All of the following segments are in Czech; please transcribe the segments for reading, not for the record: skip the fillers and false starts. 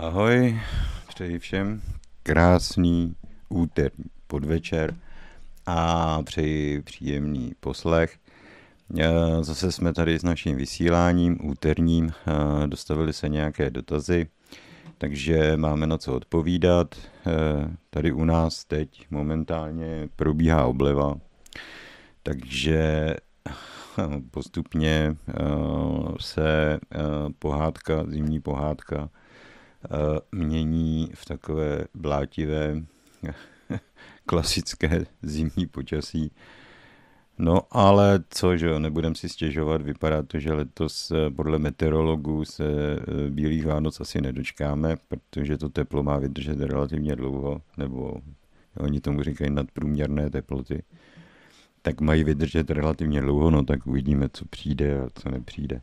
Ahoj, přeji všem krásný úterní podvečer a přeji příjemný poslech. Zase jsme tady s naším vysíláním úterním, dostavily se nějaké dotazy, takže máme na co odpovídat. Tady u nás teď momentálně probíhá obleva, takže postupně se zimní pohádka mění v takové blátivé klasické zimní počasí. No ale co, že jo, nebudem si stěžovat, vypadá to, že letos podle meteorologů se Bílých Vánoc asi nedočkáme, protože to teplo má vydržet relativně dlouho, nebo oni tomu říkají nadprůměrné teploty, tak mají vydržet relativně dlouho, no tak uvidíme, co přijde a co nepřijde.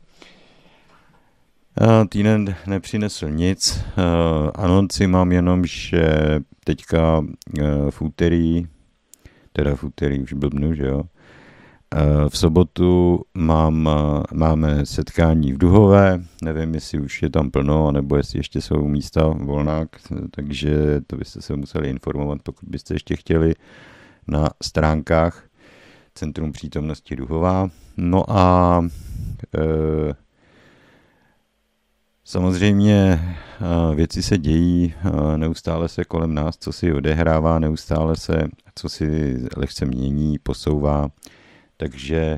Týden nepřinesl nic, anonci mám jenom, že teďka v úterý už blbnu, že jo, v sobotu máme setkání v Duhové, nevím, jestli už je tam plno, anebo jestli ještě jsou místa volná, takže to byste se museli informovat, pokud byste ještě chtěli, na stránkách Centrum přítomnosti Duhová. No a samozřejmě věci se dějí, neustále se kolem nás, co si odehrává, neustále se, co si lehce mění, posouvá, takže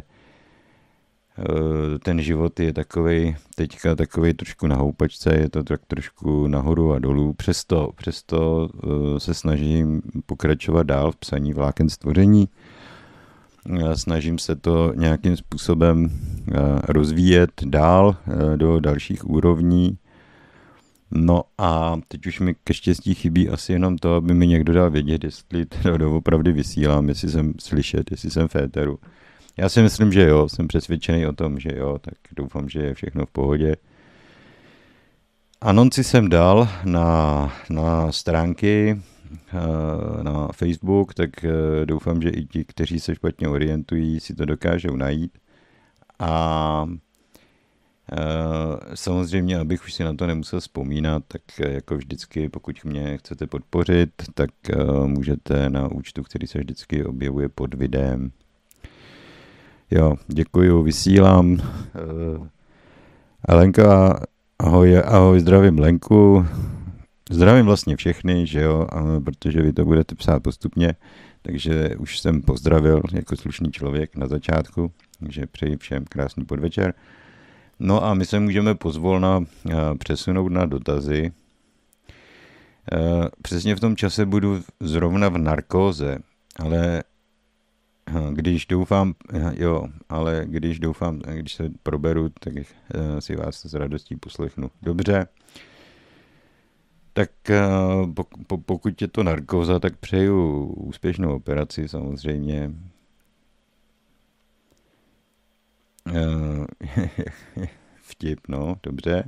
ten život je teďka takovej trošku na houpačce, je to tak trošku nahoru a dolů, přesto se snažím pokračovat dál v psaní vláken stvoření, snažím se to nějakým způsobem rozvíjet dál do dalších úrovní. No a teď už mi ke štěstí chybí asi jenom to, aby mi někdo dal vědět, jestli opravdu vysílám, jestli jsem slyšet, jestli jsem v éteru. Já si myslím, že jo, jsem přesvědčený o tom, že jo, tak doufám, že je všechno v pohodě. Anonci jsem dal na stránky, na Facebook, tak doufám, že i ti, kteří se špatně orientují, si to dokážou najít. A samozřejmě, abych už si na to nemusel vzpomínat, tak jako vždycky, pokud mě chcete podpořit, tak můžete na účtu, který se vždycky objevuje pod videem. Jo, děkuju, vysílám. Lenka, ahoj, zdravím Lenku. Zdravím vlastně všechny, že jo, protože vy to budete psát postupně, takže už jsem pozdravil jako slušný člověk na začátku, takže přeji všem krásný podvečer. No a my se můžeme pozvolna přesunout na dotazy. Přesně v tom čase budu zrovna v narkóze, ale když se proberu, tak si vás s radostí poslechnu. Dobře. Tak pokud je to narkóza, tak přeju úspěšnou operaci samozřejmě. Vtip, no, dobře.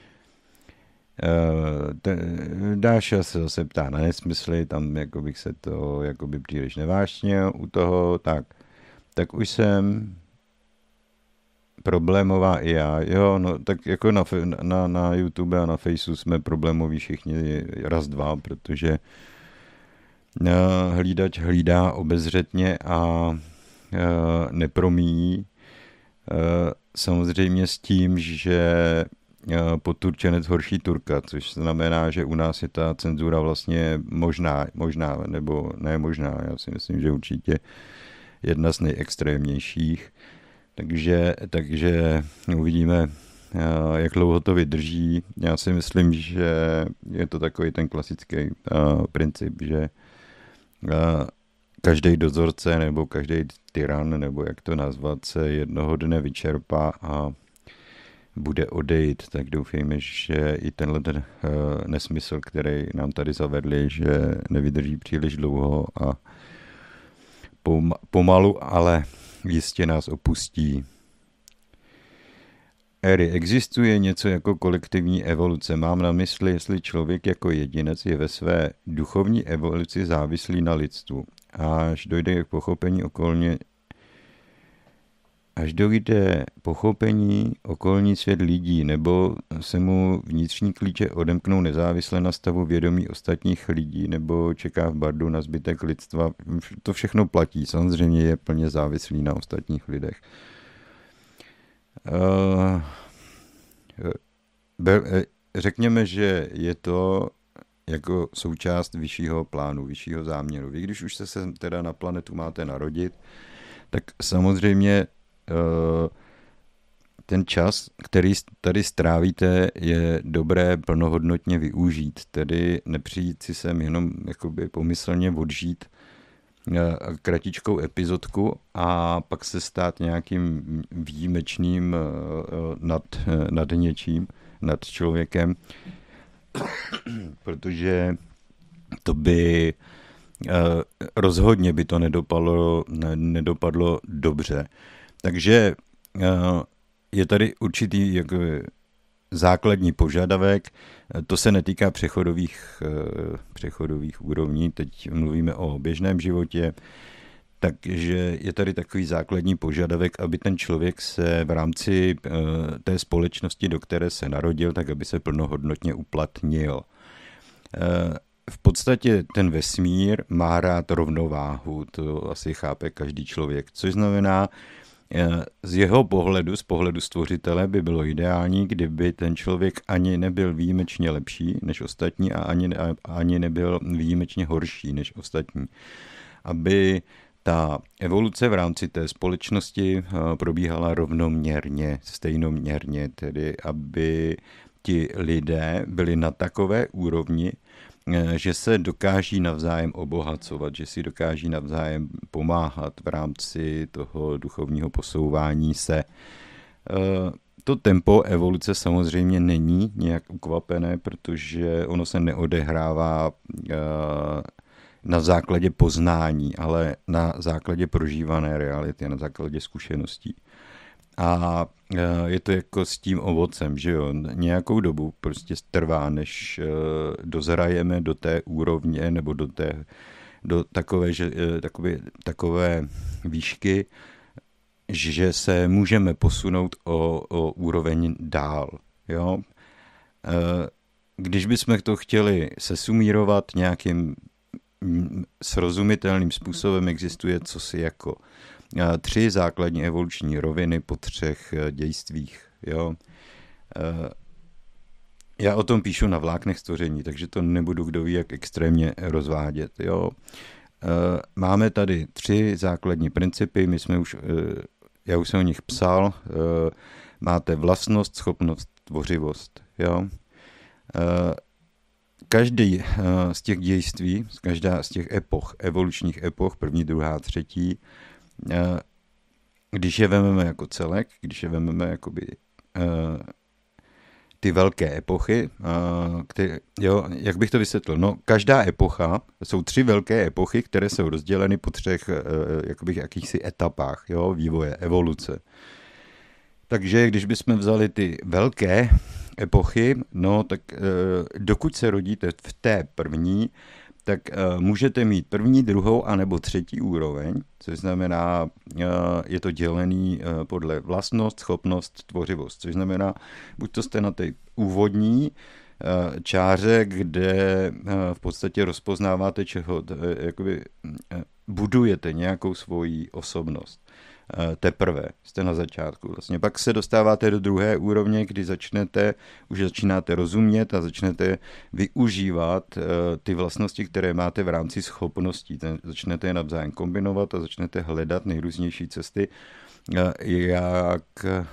Dáša se zase ptá na nesmysly, tam jako bych se to jakoby příliš nevášnil u toho, tak už jsem problémová i já, jo, no tak jako na YouTube a na Faceu jsme problémoví všichni raz, dva, protože hlídač hlídá obezřetně a nepromíjí, samozřejmě s tím, že podturčenec horší Turka, což znamená, že u nás je ta cenzura vlastně možná, nebo ne možná, já si myslím, že určitě jedna z nejextrémnějších. Takže uvidíme, jak dlouho to vydrží. Já si myslím, že je to takový ten klasický princip, že každý dozorce nebo každý tyran, nebo jak to nazvat, se jednoho dne vyčerpá a bude odejít. Tak doufejme, že i tenhle nesmysl, který nám tady zavedli, že nevydrží příliš dlouho a pomalu, ale jistě nás opustí. Existuje něco jako kolektivní evoluce. Mám na mysli, jestli člověk jako jedinec je ve své duchovní evoluci závislý na lidstvu. Až dojde k pochopení až dojde pochopení okolní svět lidí, nebo se mu vnitřní klíče odemknou nezávisle na stavu vědomí ostatních lidí, nebo čeká v bardu na zbytek lidstva, to všechno platí. Samozřejmě je plně závislý na ostatních lidech. Řekněme, že je to jako součást vyššího plánu, vyššího záměru. Vy, když už se teda na planetu máte narodit, tak samozřejmě ten čas, který tady strávíte, je dobré plnohodnotně využít. Tedy nepřijít si sem jenom jakoby pomyslně odžít kratičkou epizodku a pak se stát nějakým výjimečným nad něčím, nad člověkem, protože to by rozhodně by to nedopadlo dobře. Takže je tady určitý základní požadavek, to se netýká přechodových úrovní, teď mluvíme o běžném životě, takže je tady takový základní požadavek, aby ten člověk se v rámci té společnosti, do které se narodil, tak aby se plnohodnotně uplatnil. V podstatě ten vesmír má rád rovnováhu, to asi chápe každý člověk, což znamená, z jeho pohledu, z pohledu stvořitele by bylo ideální, kdyby ten člověk ani nebyl výjimečně lepší než ostatní a ani nebyl výjimečně horší než ostatní. Aby ta evoluce v rámci té společnosti probíhala rovnoměrně, stejnoměrně, tedy aby ti lidé byli na takové úrovni, že se dokáží navzájem obohacovat, že si dokáží navzájem pomáhat v rámci toho duchovního posouvání se. To tempo evoluce samozřejmě není nějak ukvapené, protože ono se neodehrává na základě poznání, ale na základě prožívané reality, na základě zkušeností. A je to jako s tím ovocem, že jo, nějakou dobu prostě trvá, než dozrajeme do té úrovně nebo do takové výšky, že se můžeme posunout o úroveň dál, jo. Když bychom to chtěli sesumírovat nějakým srozumitelným způsobem, existuje cosi jako 3 základní evoluční roviny po 3 dějstvích. Jo. Já o tom píšu na vláknech stvoření, takže to nebudu kdo ví jak extrémně rozvádět. Jo. Máme tady 3 základní principy, já už jsem o nich psal. Máte vlastnost, schopnost, tvořivost. Jo. Každý z těch dějství, každá z těch epoch, evolučních epoch, první, druhá, třetí, když je vezmeme jako celek, když je vezmeme jakoby ty velké epochy, jak bych to vysvětlil? No, každá epocha, jsou 3 velké epochy, které jsou rozděleny po 3 jakoby jakýchsi etapách, jo, vývoje, evoluce. Takže když bychom vzali ty velké epochy, no tak dokud se rodíte v té první, tak můžete mít první, druhou anebo třetí úroveň, což znamená, je to dělený podle vlastnost, schopnost, tvořivost, což znamená, buď to jste na té úvodní čáře, kde v podstatě rozpoznáváte, čeho jakoby budujete nějakou svoji osobnost. Teprve jste na začátku. Vlastně pak se dostáváte do druhé úrovně, kdy už začínáte rozumět a začnete využívat ty vlastnosti, které máte v rámci schopností. Začnete je navzájem kombinovat a začnete hledat nejrůznější cesty, jak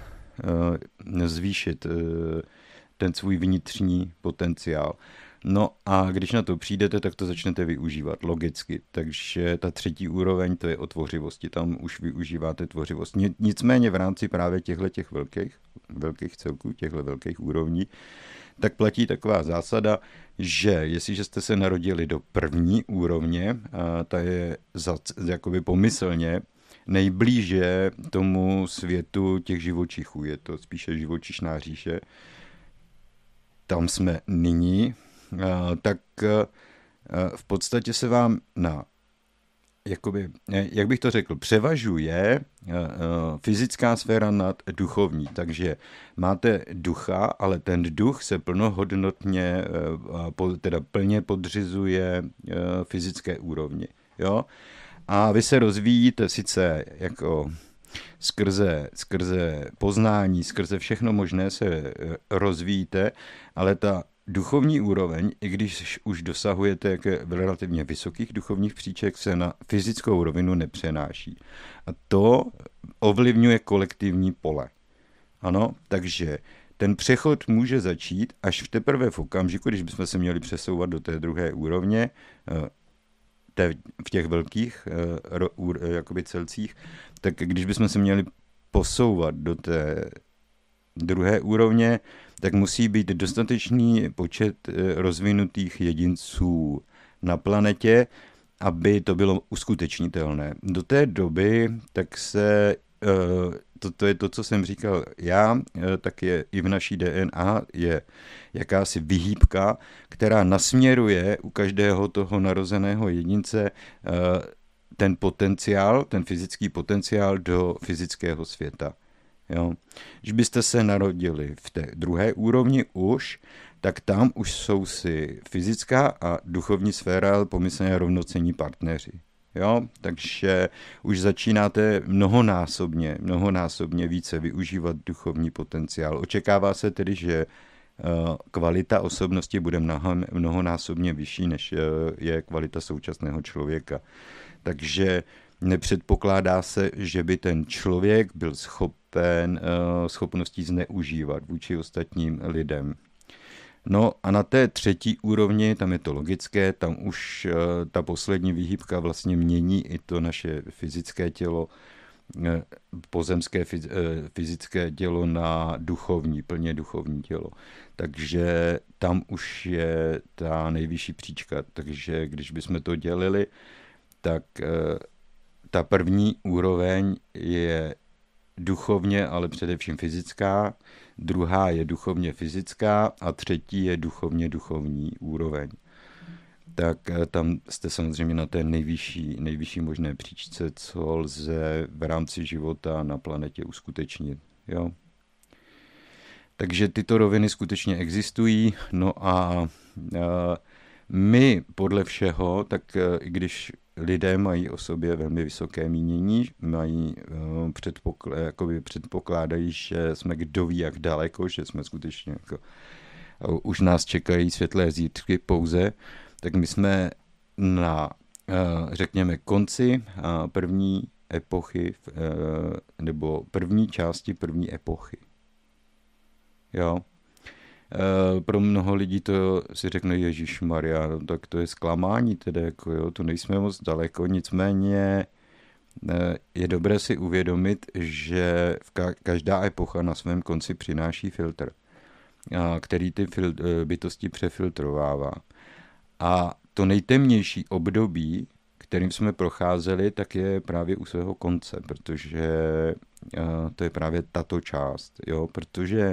zvýšit ten svůj vnitřní potenciál. No a když na to přijdete, tak to začnete využívat logicky. Takže ta třetí úroveň, to je o tvořivosti, tam už využíváte tvořivost. Nicméně v rámci právě těchto velkých celků, těchto velkých úrovní, tak platí taková zásada, že jestliže jste se narodili do první úrovně, ta je jakoby pomyslně nejblíže tomu světu těch živočichů. Je to spíše živočišná říše. Tam jsme nyní, tak v podstatě se vám na jakoby, jak bych to řekl, převažuje fyzická sféra nad duchovní. Takže máte ducha, ale ten duch se plnohodnotně, teda plně podřizuje fyzické úrovni. Jo? A vy se rozvíjíte sice jako skrze poznání, skrze všechno možné se rozvíjíte, ale ta duchovní úroveň, i když už dosahujete relativně vysokých duchovních příček, se na fyzickou rovinu nepřenáší. A to ovlivňuje kolektivní pole. Ano, takže ten přechod může začít až teprve v okamžiku, když bychom se měli přesouvat do té druhé úrovně, v těch velkých jakoby celcích, tak když bychom se měli posouvat do té druhé úrovně, tak musí být dostatečný počet rozvinutých jedinců na planetě, aby to bylo uskutečnitelné. Do té doby tak se, to je to, co jsem říkal já, tak je i v naší DNA je jakási vyhýbka, která nasměruje u každého toho narozeného jedince ten potenciál, ten fyzický potenciál do fyzického světa. Jo. Když byste se narodili v té druhé úrovni už, tak tam už jsou si fyzická a duchovní sféra pomyslně rovnocenní partneři. Jo? Takže už začínáte mnohonásobně více využívat duchovní potenciál. Očekává se tedy, že kvalita osobnosti bude mnohonásobně vyšší, než je kvalita současného člověka. Takže nepředpokládá se, že by ten člověk byl schopen schopností zneužívat vůči ostatním lidem. No a na té třetí úrovni, tam je to logické, tam už ta poslední výhybka vlastně mění i to naše fyzické tělo, pozemské fyzické tělo na duchovní, plně duchovní tělo. Takže tam už je ta nejvyšší příčka. Takže když bychom to dělili, tak ta první úroveň je duchovně, ale především fyzická, druhá je duchovně fyzická a třetí je duchovní úroveň. Tak tam jste samozřejmě na té nejvyšší možné příčce, co lze v rámci života na planetě uskutečnit. Jo? Takže tyto roviny skutečně existují, no a my podle všeho, tak i když lidé mají o sobě velmi vysoké mínění, předpokládají, že jsme kdo ví jak daleko, že jsme skutečně jako, už nás čekají světlé zítřky pouze, tak my jsme na, řekněme, konci první epochy, nebo první části první epochy. Jo. Pro mnoho lidí to si řekne Ježišmarja, no, tak to je zklamání, tedy jako jo, to nejsme moc daleko, nicméně je dobré si uvědomit, že každá epocha na svém konci přináší filtr, který ty bytosti přefiltrovává. A to nejtemnější období, kterým jsme procházeli, tak je právě u svého konce, protože to je právě tato část, jo, protože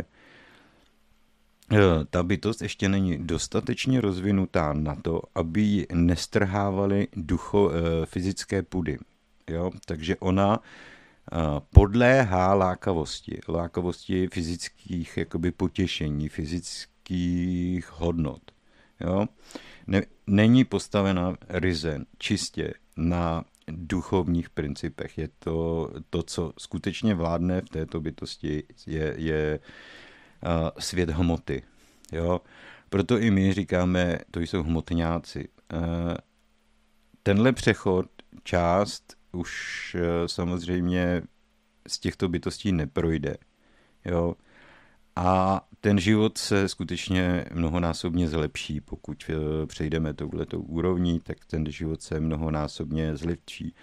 ta bytost ještě není dostatečně rozvinutá na to, aby ji nestrhávaly fyzické pudy. Jo? Takže ona podléhá lákavosti fyzických jakoby potěšení, fyzických hodnot. Jo? Není postavena ryze čistě na duchovních principech. Je to, co skutečně vládne v této bytosti, je svět hmoty. Jo? Proto i my říkáme, to jsou hmotňáci. Tenhle přechod, část už samozřejmě z těchto bytostí neprojde. Jo? A ten život se skutečně mnohonásobně zlepší. Pokud přejdeme touhletou úrovní, tak ten život se mnohonásobně zlepší.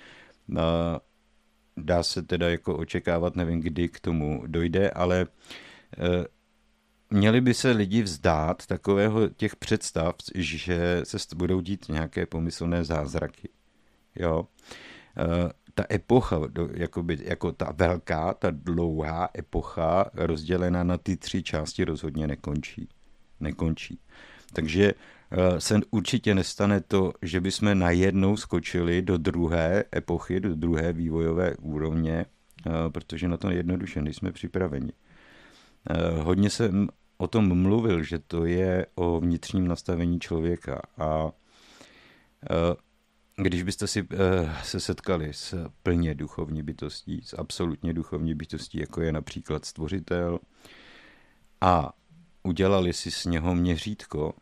Dá se teda jako očekávat, nevím, kdy k tomu dojde, ale měli by se lidi vzdát takového těch představ, že se budou dít nějaké pomyslné zázraky. Jo? Ta epocha, jako ta velká, ta dlouhá epocha rozdělená na ty 3 části rozhodně nekončí. Takže se určitě nestane to, že bychom najednou skočili do druhé epochy, do druhé vývojové úrovně, protože na to jednoduše nejsme připraveni. Hodně jsem o tom mluvil, že to je o vnitřním nastavení člověka a když byste se setkali s plně duchovní bytostí, s absolutně duchovní bytostí, jako je například stvořitel, a udělali si z něho měřítko,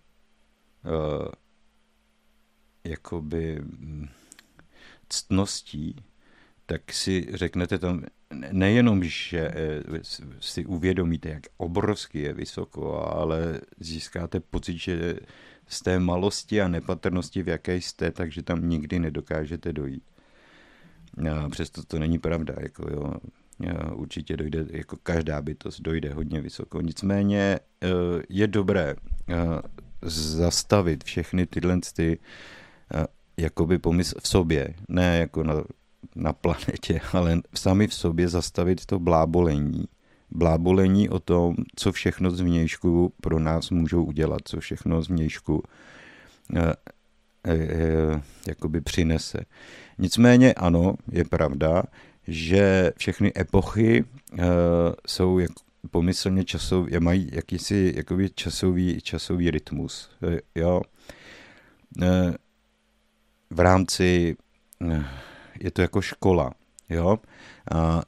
jakoby ctností, tak si řeknete tam nejenom, že si uvědomíte, jak obrovský je vysoko, ale získáte pocit, že z té malosti a nepatrnosti, v jaké jste, takže tam nikdy nedokážete dojít. A přesto to není pravda, jako jo. Určitě dojde, jako každá bytost dojde hodně vysoko. Nicméně je dobré zastavit všechny tyhle jakoby v sobě, ne jako na planetě, ale sami v sobě zastavit to blábolení o tom, co všechno z vnějšku pro nás můžou udělat, co všechno z vnějšku jakoby přinese. Nicméně ano, je pravda, že všechny epochy jsou pomyslně časový, mají jakýsi jakoby časový rytmus. Jo? V rámci, je to jako škola. Jo? A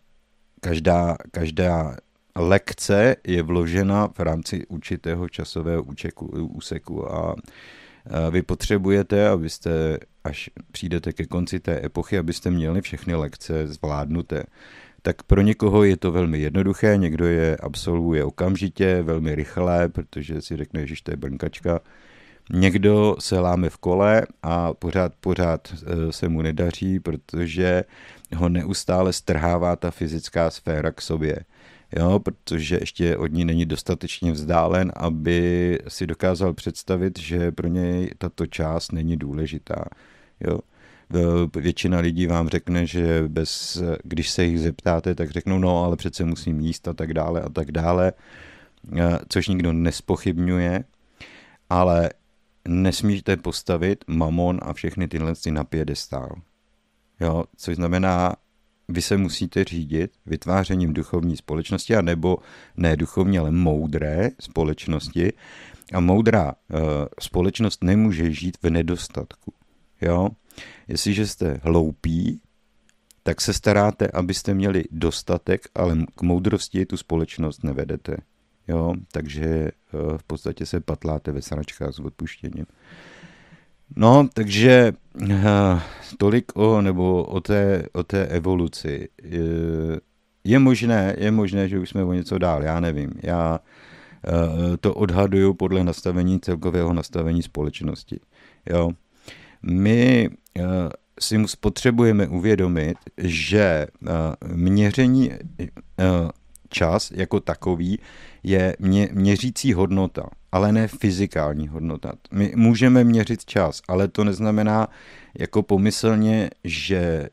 každá lekce je vložena v rámci určitého časového úseku a vy potřebujete, abyste, až přijdete ke konci té epochy, abyste měli všechny lekce zvládnuté. Tak pro někoho je to velmi jednoduché, někdo je absolvuje okamžitě, velmi rychle, protože si řekne, že to je brnkačka. Někdo se láme v kole a pořád se mu nedaří, protože ho neustále strhává ta fyzická sféra k sobě. Jo, protože ještě od ní není dostatečně vzdálen, aby si dokázal představit, že pro něj tato část není důležitá. Jo. Většina lidí vám řekne, že když se jich zeptáte, tak řeknou, no ale přece musím jíst a tak dále, což nikdo nespochybňuje, ale nesmíte postavit mamon a všechny tyhle na piedestál. Jo, což znamená, vy se musíte řídit vytvářením duchovní společnosti, anebo ne duchovní, ale moudré společnosti. A moudrá společnost nemůže žít v nedostatku. Jo? Jestliže jste hloupí, tak se staráte, abyste měli dostatek, ale k moudrosti tu společnost nevedete. Jo? Takže v podstatě se patláte ve sračkách s odpuštěním. No, takže tolik o té evoluci. Je možné, že už jsme o něco dál, já nevím. Já to odhaduju podle celkového nastavení společnosti. Jo. My si potřebujeme uvědomit, že měření čas jako takový je měřící hodnota, ale ne fyzikální hodnota. My můžeme měřit čas, ale to neznamená jako pomyslně, že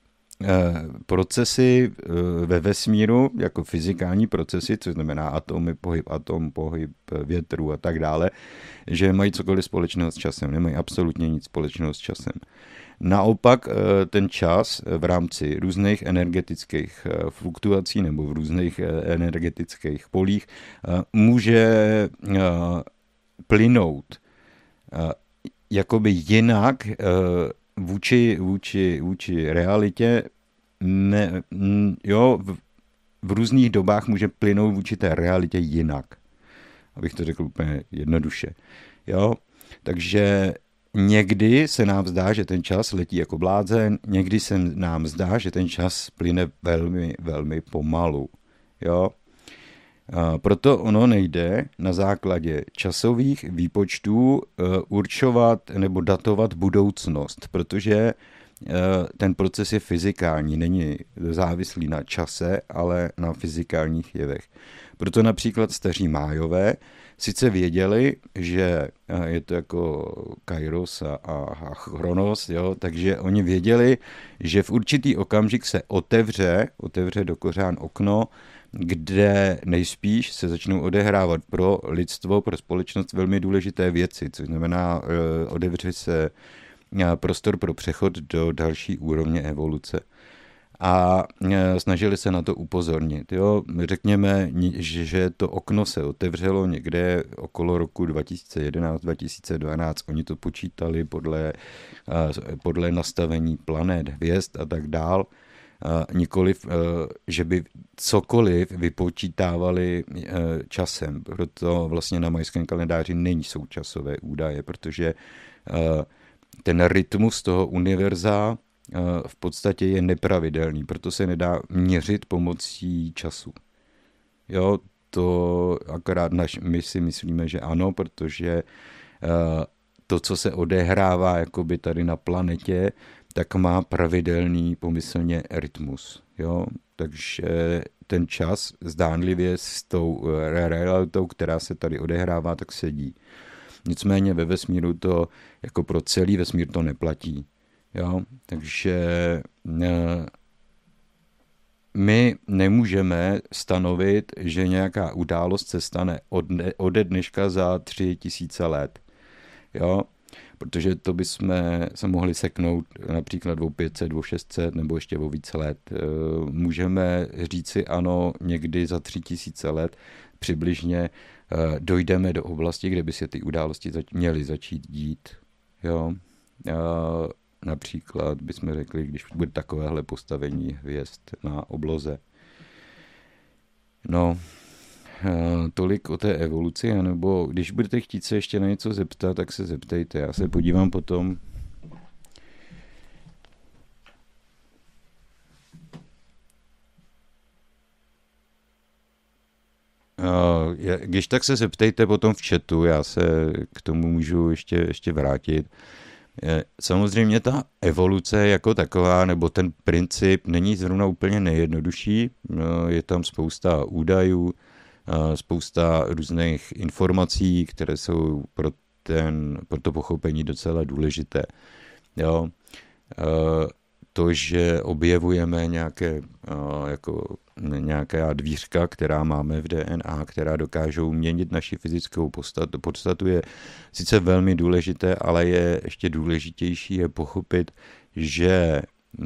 procesy ve vesmíru, jako fyzikální procesy, což znamená atomy, pohyb větru a tak dále, že mají cokoliv společného s časem. Nemají absolutně nic společného s časem. Naopak ten čas v rámci různých energetických fluktuací nebo v různých energetických polích může plynout jakoby jinak vůči realitě. V různých dobách může plynout vůči té realitě jinak. Abych to řekl úplně jednoduše. Jo? Takže někdy se nám zdá, že ten čas letí jako blázen, někdy se nám zdá, že ten čas plyne velmi, velmi pomalu. Jo? Proto ono nejde na základě časových výpočtů určovat nebo datovat budoucnost, protože ten proces je fyzikální, není závislý na čase, ale na fyzikálních jevech. Proto například staří Májové sice věděli, že je to jako Kairos a Chronos, jo, takže oni věděli, že v určitý okamžik se otevře do kořán okno, kde nejspíš se začnou odehrávat pro lidstvo, pro společnost velmi důležité věci, což znamená, odevře se prostor pro přechod do další úrovně evoluce. A snažili se na to upozornit. Jo? Řekněme, že to okno se otevřelo někde okolo roku 2011-2012. Oni to počítali podle nastavení planet, hvězd a tak dál. Nikoliv, že by cokoliv vypočítávali časem. Proto vlastně na majském kalendáři nejsou časové údaje, protože ten rytmus toho univerza v podstatě je nepravidelný, proto se nedá měřit pomocí času. Jo, to akorát my si myslíme, že ano, protože to, co se odehrává jakoby tady na planetě, tak má pravidelný pomyslně rytmus. Jo? Takže ten čas zdánlivě s tou realitou, která se tady odehrává, tak sedí. Nicméně ve vesmíru to, jako pro celý vesmír to neplatí. Jo? Takže my nemůžeme stanovit, že nějaká událost se stane ode dneška za 3000 let. Jo? Protože to bychom se mohli seknout například o 500, o 600 nebo ještě o více let. Můžeme říci ano, někdy za 3000 let přibližně dojdeme do oblasti, kde by se ty události měly začít dít. Jo? Například bychom řekli, když bude takovéhle postavení hvězd na obloze. No, tolik o té evoluci, anebo když budete chtít se ještě na něco zeptat, tak se zeptejte. Já se podívám potom. Když tak se zeptejte potom v chatu, já se k tomu můžu ještě vrátit. Samozřejmě ta evoluce jako taková, nebo ten princip není zrovna úplně nejjednodušší. Je tam spousta údajů, spousta různých informací, které jsou pro to pochopení docela důležité. Jo? To, že objevujeme nějaká dvířka, která máme v DNA, která dokážou měnit naši fyzickou podstatu, je sice velmi důležité, ale je ještě důležitější je pochopit, že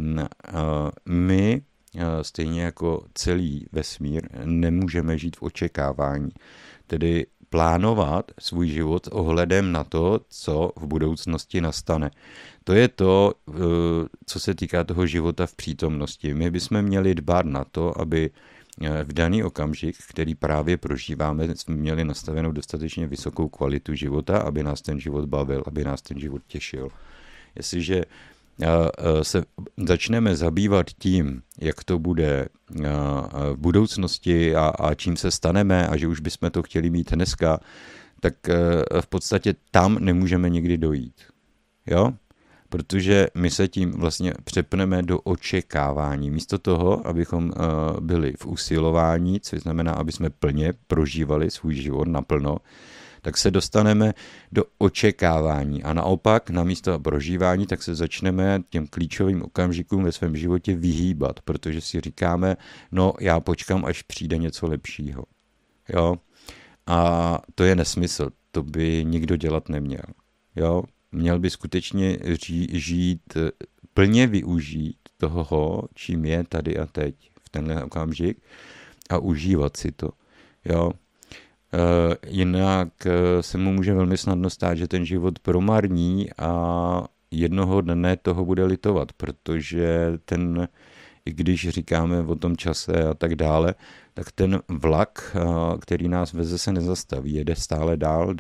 my, stejně jako celý vesmír, nemůžeme žít v očekávání. Tedy plánovat svůj život s ohledem na to, co v budoucnosti nastane. To je to, co se týká toho života v přítomnosti. My bychom měli dbát na to, aby v daný okamžik, který právě prožíváme, jsme měli nastavenou dostatečně vysokou kvalitu života, aby nás ten život bavil, aby nás ten život těšil. Jestliže se začneme zabývat tím, jak to bude v budoucnosti a čím se staneme a že už bychom to chtěli mít dneska, tak v podstatě tam nemůžeme nikdy dojít. Jo? Protože my se tím vlastně přepneme do očekávání. Místo toho, abychom byli v usilování, což znamená, aby jsme plně prožívali svůj život naplno, tak se dostaneme do očekávání. A naopak, namísto prožívání, tak se začneme těm klíčovým okamžikům ve svém životě vyhýbat, protože si říkáme, no já počkám, až přijde něco lepšího. Jo? A to je nesmysl, to by nikdo dělat neměl. Jo? Měl by skutečně žít, plně využít toho, čím je tady a teď, v tenhle okamžik a užívat si to. Jo? Jinak se mu může velmi snadno stát, že ten život promarní a jednoho dne toho bude litovat, protože i když říkáme o tom čase a tak dále, tak ten vlak, který nás veze, se nezastaví, jede stále dál.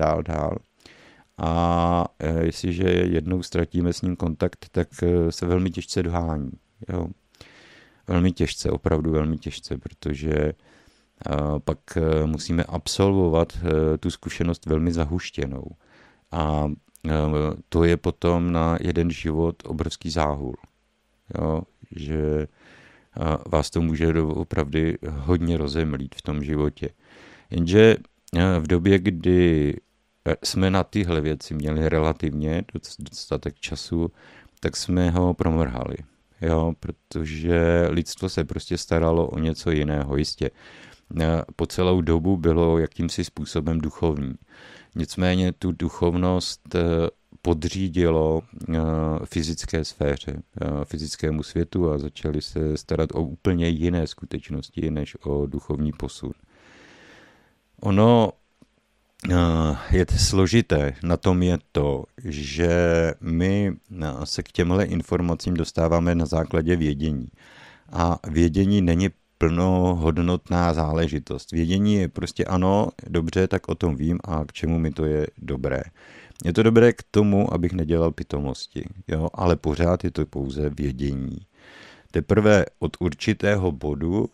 A jestliže jednou ztratíme s ním kontakt, tak se velmi těžce dohání. Jo? Velmi těžce, opravdu velmi těžce, protože pak musíme absolvovat tu zkušenost velmi zahuštěnou. A to je potom na jeden život obrovský záhul. Jo? Že vás to může opravdu hodně rozemlít v tom životě. Jenže v době, kdy jsme na tyhle věci měli relativně dostatek času, tak jsme ho promrhali. Jo? Protože lidstvo se prostě staralo o něco jiného. Jistě, po celou dobu bylo jakýmsi způsobem duchovní. Nicméně tu duchovnost podřídilo fyzické sféře, fyzickému světu a začali se starat o úplně jiné skutečnosti, než o duchovní posun. Ono je to složité, na tom je to, že my se k těmhle informacím dostáváme na základě vědění. A vědění není plnohodnotná záležitost. Vědění je prostě ano, dobře, tak o tom vím a k čemu mi to je dobré. Je to dobré k tomu, abych nedělal pitomosti, jo? Ale pořád je to pouze vědění. Teprve od určitého bodu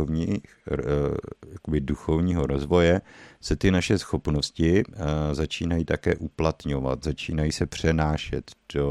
duchovního rozvoje se ty naše schopnosti začínají také uplatňovat, začínají se přenášet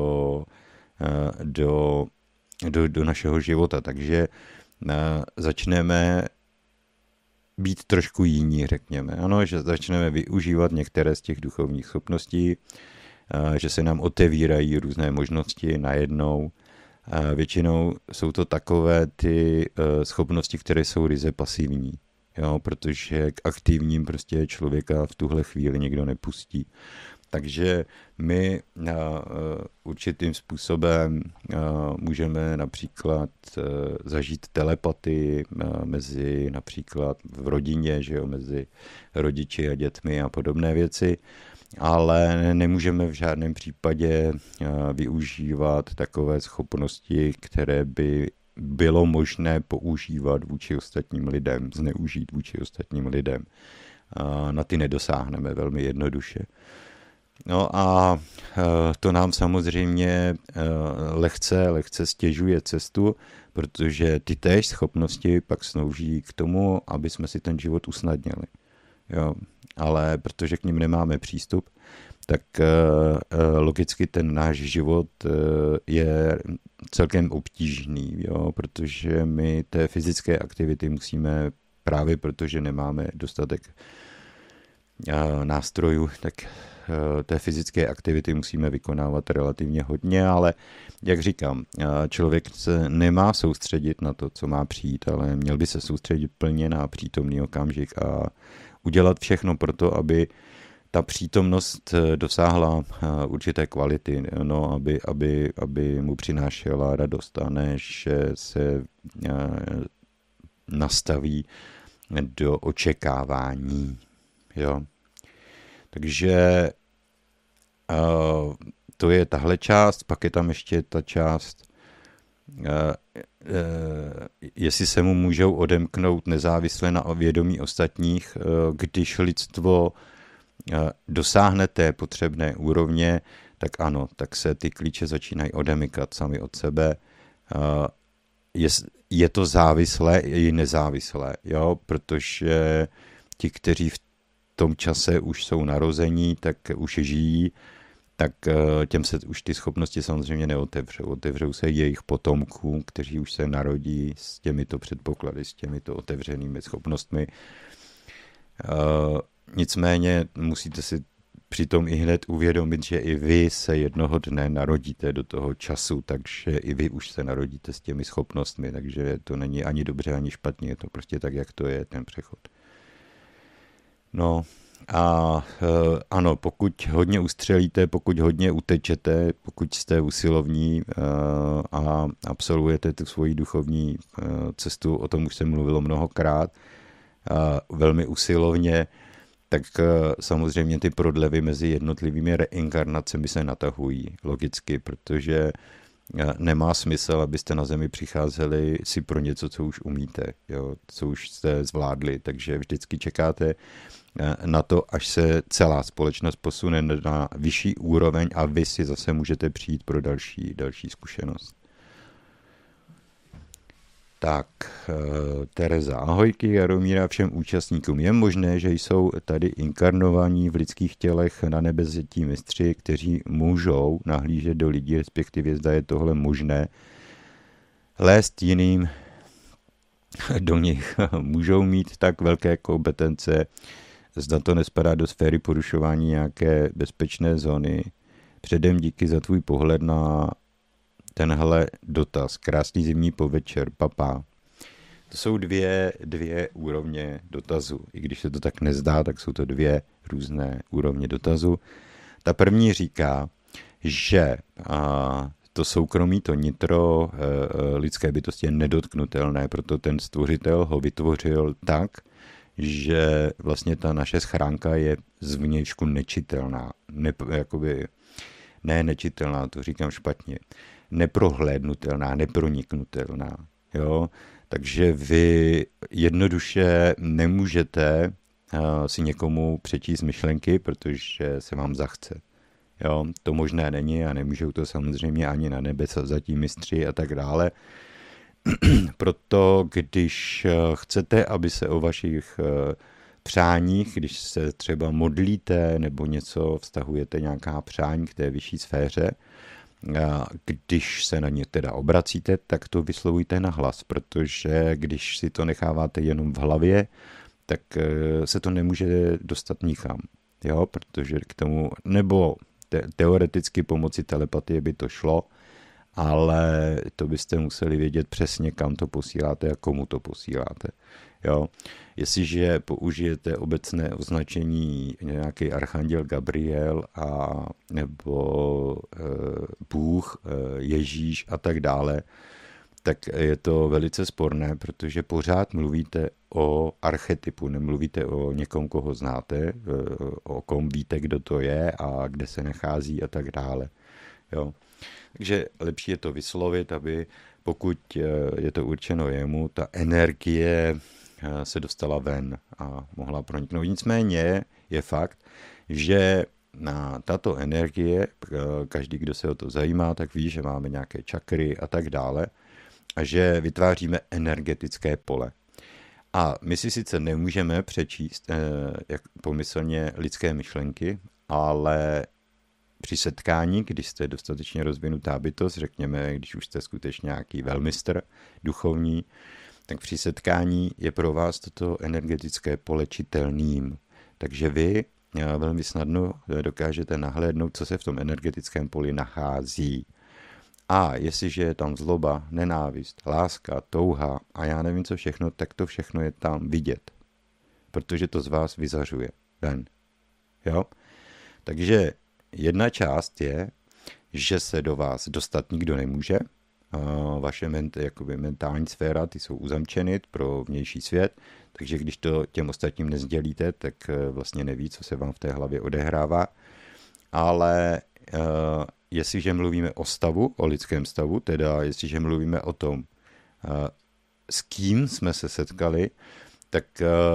do našeho života. Takže začneme být trošku jiní, řekněme. Ano, že začneme využívat některé z těch duchovních schopností, že se nám otevírají různé možnosti najednou. Většinou jsou to takové ty schopnosti, které jsou ryze pasivní, jo, protože k aktivním prostě člověka v tuhle chvíli nikdo nepustí. Takže my určitým způsobem můžeme například zažít telepatii mezi například v rodině, že jo, mezi rodiči a dětmi a podobné věci, ale nemůžeme v žádném případě využívat takové schopnosti, které by bylo možné používat vůči ostatním lidem, zneužít vůči ostatním lidem. Na ty nedosáhneme velmi jednoduše. No a to nám samozřejmě lehce stěžuje cestu, protože ty též schopnosti pak slouží k tomu, aby jsme si ten život usnadnili. Jo, ale protože k nim nemáme přístup, tak logicky ten náš život je celkem obtížný, jo, protože my té fyzické aktivity musíme, právě protože nemáme dostatek nástrojů, tak té fyzické aktivity musíme vykonávat relativně hodně, ale jak říkám, člověk se nemá soustředit na to, co má přijít, ale měl by se soustředit plně na přítomný okamžik a udělat všechno pro to, aby ta přítomnost dosáhla určité kvality, no, aby mu přinášela radost a ne, že se nastaví do očekávání. Jo. Takže to je tahle část, pak je tam ještě ta část, jestli se mu můžou odemknout nezávisle na vědomí ostatních, když lidstvo dosáhne té potřebné úrovně, tak ano, tak se ty klíče začínají odemykat sami od sebe. Je to závislé i nezávislé, jo? Protože ti, kteří v tom čase už jsou narození, tak už žijí, tak těm se už ty schopnosti samozřejmě neotevřou. Otevřou se jejich potomkům, kteří už se narodí s těmito předpoklady, s těmito otevřenými schopnostmi. Nicméně musíte si přitom i hned uvědomit, že i vy se jednoho dne narodíte do toho času, takže i vy už se narodíte s těmi schopnostmi, takže to není ani dobře, ani špatně, je to prostě tak, jak to je, ten přechod. No a ano, pokud hodně ustřelíte, pokud hodně utečete, pokud jste usilovní a absolvujete tu svoji duchovní cestu, o tom už jsem mluvil mnohokrát, velmi usilovně, tak samozřejmě ty prodlevy mezi jednotlivými reinkarnacemi se natahují logicky, protože nemá smysl, abyste na Zemi přicházeli si pro něco, co už umíte, jo, co už jste zvládli, takže vždycky čekáte na to, až se celá společnost posune na vyšší úroveň a vy si zase můžete přijít pro další zkušenost. Tak, Tereza, ahojky, Jaromíra, všem účastníkům. Je možné, že jsou tady inkarnovaní v lidských tělech na nebezetí mistři, kteří můžou nahlížet do lidí, respektive zda je tohle možné, lézt jiným do nich, můžou mít tak velké kompetence, zda to nespadá do sféry porušování nějaké bezpečné zóny. Předem díky za tvůj pohled na tenhle dotaz. Krásný zimní povečer, papa. To jsou dvě úrovně dotazu. I když se to tak nezdá, tak jsou to dvě různé úrovně dotazu. Ta první říká, že to soukromí, to nitro lidské bytosti je nedotknutelné, proto ten stvořitel ho vytvořil tak, že vlastně ta naše schránka je zvnějšku nečitelná. Ne nečitelná, to říkám špatně. Neprohlédnutelná, neproniknutelná. Jo? Takže vy jednoduše nemůžete si někomu přečíst myšlenky, protože se vám zachce. Jo? To možné není a nemůžou to samozřejmě ani na nebe zatím mistři a tak dále. Proto když chcete, aby se o vašich přáních, když se třeba modlíte nebo něco vztahujete, nějaká přání k té vyšší sféře, když se na ně teda obracíte, tak to vyslovujte nahlas, protože když si to necháváte jenom v hlavě, tak se to nemůže dostat nikam. Jo? Protože k tomu, nebo teoreticky pomocí telepatie by to šlo, ale to byste museli vědět přesně, kam to posíláte a komu to posíláte. Jo? Jestliže použijete obecné označení nějaký archanděl Gabriel nebo Bůh, Ježíš a tak dále, tak je to velice sporné, protože pořád mluvíte o archetypu, nemluvíte o někom, koho znáte, o kom víte, kdo to je a kde se nachází a tak dále. Jo? Takže lepší je to vyslovit, aby pokud je to určeno jemu, ta energie se dostala ven a mohla proniknout. Nicméně je fakt, že na tato energie, každý, kdo se o to zajímá, tak ví, že máme nějaké čakry a tak dále a že vytváříme energetické pole. A my si sice nemůžeme přečíst pomyslně lidské myšlenky, ale při setkání, když jste dostatečně rozvinutá bytost, řekněme, když už jste skutečně nějaký velmistr duchovní, tak při setkání je pro vás toto energetické pole čitelným. Takže vy velmi snadno dokážete nahlédnout, co se v tom energetickém poli nachází. A jestliže je tam zloba, nenávist, láska, touha a já nevím co všechno, tak to všechno je tam vidět. Protože to z vás vyzařuje ven. Jo? Takže jedna část je, že se do vás dostat nikdo nemůže. Vaše mentální sféra, ty jsou uzamčeny pro vnější svět, takže když to těm ostatním nezdělíte, tak vlastně neví, co se vám v té hlavě odehrává. Ale jestliže mluvíme o stavu, o lidském stavu, teda jestliže mluvíme o tom, s kým jsme se setkali, tak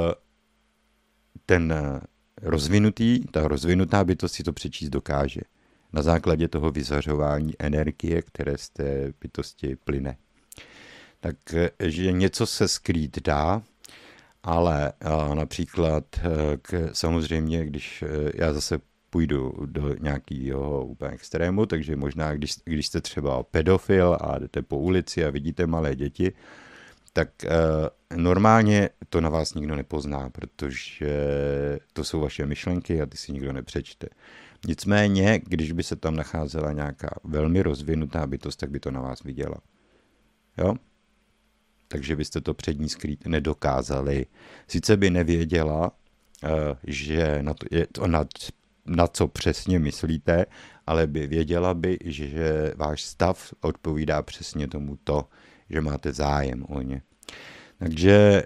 ta rozvinutá bytost si to přečíst dokáže. Na základě toho vyzařování energie, které z té bytosti plyne. Takže něco se skrýt dá, ale například samozřejmě, když já zase půjdu do nějakého úplně extrému, takže možná, když jste třeba pedofil a jdete po ulici a vidíte malé děti, tak normálně to na vás nikdo nepozná, protože to jsou vaše myšlenky a ty si nikdo nepřečte. Nicméně, když by se tam nacházela nějaká velmi rozvinutá bytost, tak by to na vás viděla. Jo? Takže byste to před ní skrýt nedokázali. Sice by nevěděla, že na co přesně myslíte, ale věděla by, že váš stav odpovídá přesně tomuto, že máte zájem o ně. Takže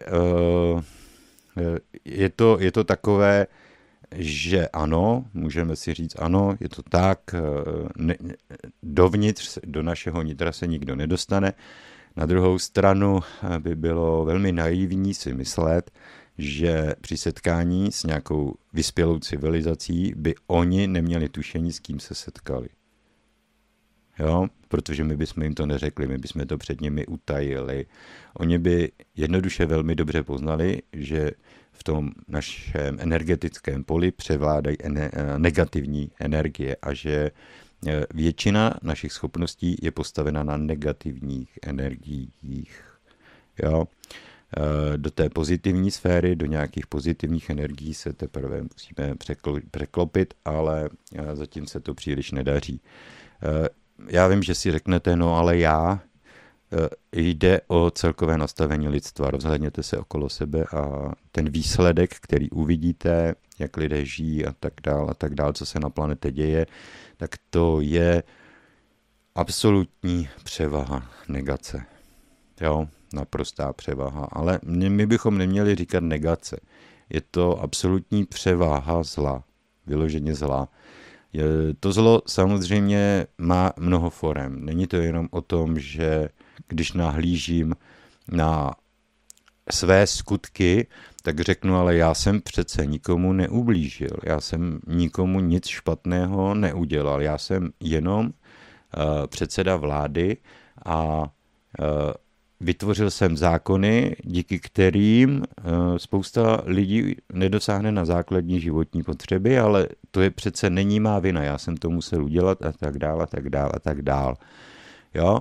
je to takové, že ano, můžeme si říct ano, je to tak, dovnitř, do našeho nitra se nikdo nedostane. Na druhou stranu by bylo velmi naivní si myslet, že při setkání s nějakou vyspělou civilizací by oni neměli tušení, s kým se setkali. Jo? Protože my bychom jim to neřekli, my bychom to před nimi utajili. Oni by jednoduše velmi dobře poznali, že v tom našem energetickém poli převládají negativní energie a že většina našich schopností je postavena na negativních energiích. Jo? Do té pozitivní sféry, do nějakých pozitivních energií se teprve musíme překlopit, ale zatím se to příliš nedaří. Já vím, že si řeknete, no ale já jde o celkové nastavení lidstva. Rozhlédněte se okolo sebe a ten výsledek, který uvidíte, jak lidé žijí a tak dál, co se na planetě děje, tak to je absolutní převaha negace. Jo, naprostá převaha. Ale my bychom neměli říkat negace. Je to absolutní převaha zla. Vyloženě zla. To zlo samozřejmě má mnoho forem. Není to jenom o tom, že když nahlížím na své skutky, tak řeknu, ale já jsem přece nikomu neublížil. Já jsem nikomu nic špatného neudělal. Já jsem jenom předseda vlády a vytvořil jsem zákony, díky kterým spousta lidí nedosáhne na základní životní potřeby, ale to je přece není má vina, já jsem to musel udělat a tak dál a tak dál a tak dál. Jo?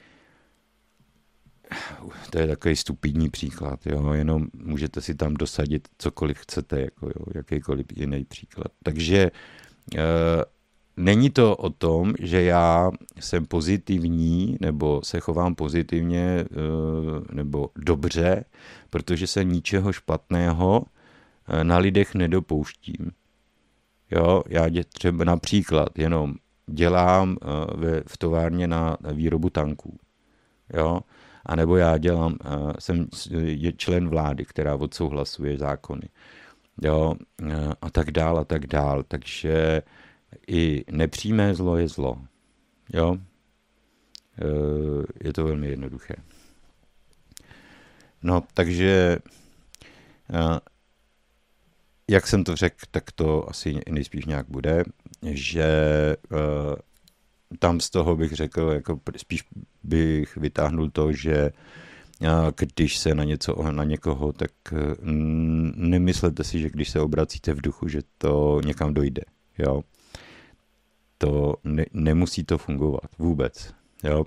To je takový stupidní příklad, jo? Jenom můžete si tam dosadit cokoliv chcete, jako, jo? Jakýkoliv jiný příklad. Takže není to o tom, že já jsem pozitivní, nebo se chovám pozitivně, nebo dobře, protože se ničeho špatného na lidech nedopouštím. Jo, já třeba například jenom dělám v továrně na výrobu tanků. Jo, a nebo já jsem člen vlády, která odsouhlasuje zákony. Jo, a tak dál, a tak dál. Takže i nepřímé zlo je zlo. Jo? Je to velmi jednoduché. No, takže jak jsem to řekl, tak to asi nejspíš nějak bude, že tam z toho bych řekl, jako spíš bych vytáhnul to, že když se na někoho, tak nemyslete si, že když se obracíte v duchu, že to někam dojde. Jo? To nemusí to fungovat vůbec. Jo?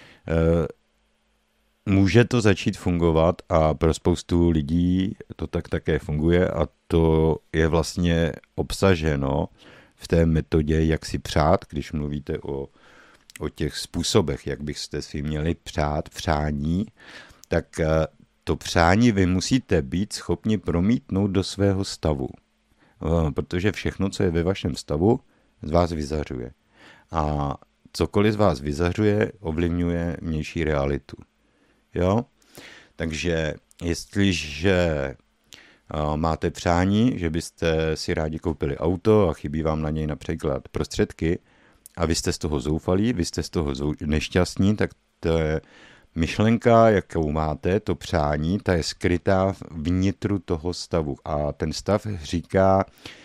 Může to začít fungovat a pro spoustu lidí to tak také funguje a to je vlastně obsaženo v té metodě, jak si přát, když mluvíte o těch způsobech, jak byste si měli přání, tak to přání vy musíte být schopni promítnout do svého stavu. Protože všechno, co je ve vašem stavu, z vás vyzařuje. A cokoliv z vás vyzařuje, ovlivňuje vnější realitu. Jo? Takže jestliže máte přání, že byste si rádi koupili auto a chybí vám na něj například prostředky a vy jste z toho zoufalí, vy jste z toho nešťastní, tak to je myšlenka, jakou máte, to přání, ta je skrytá vnitru toho stavu. A ten stav říká,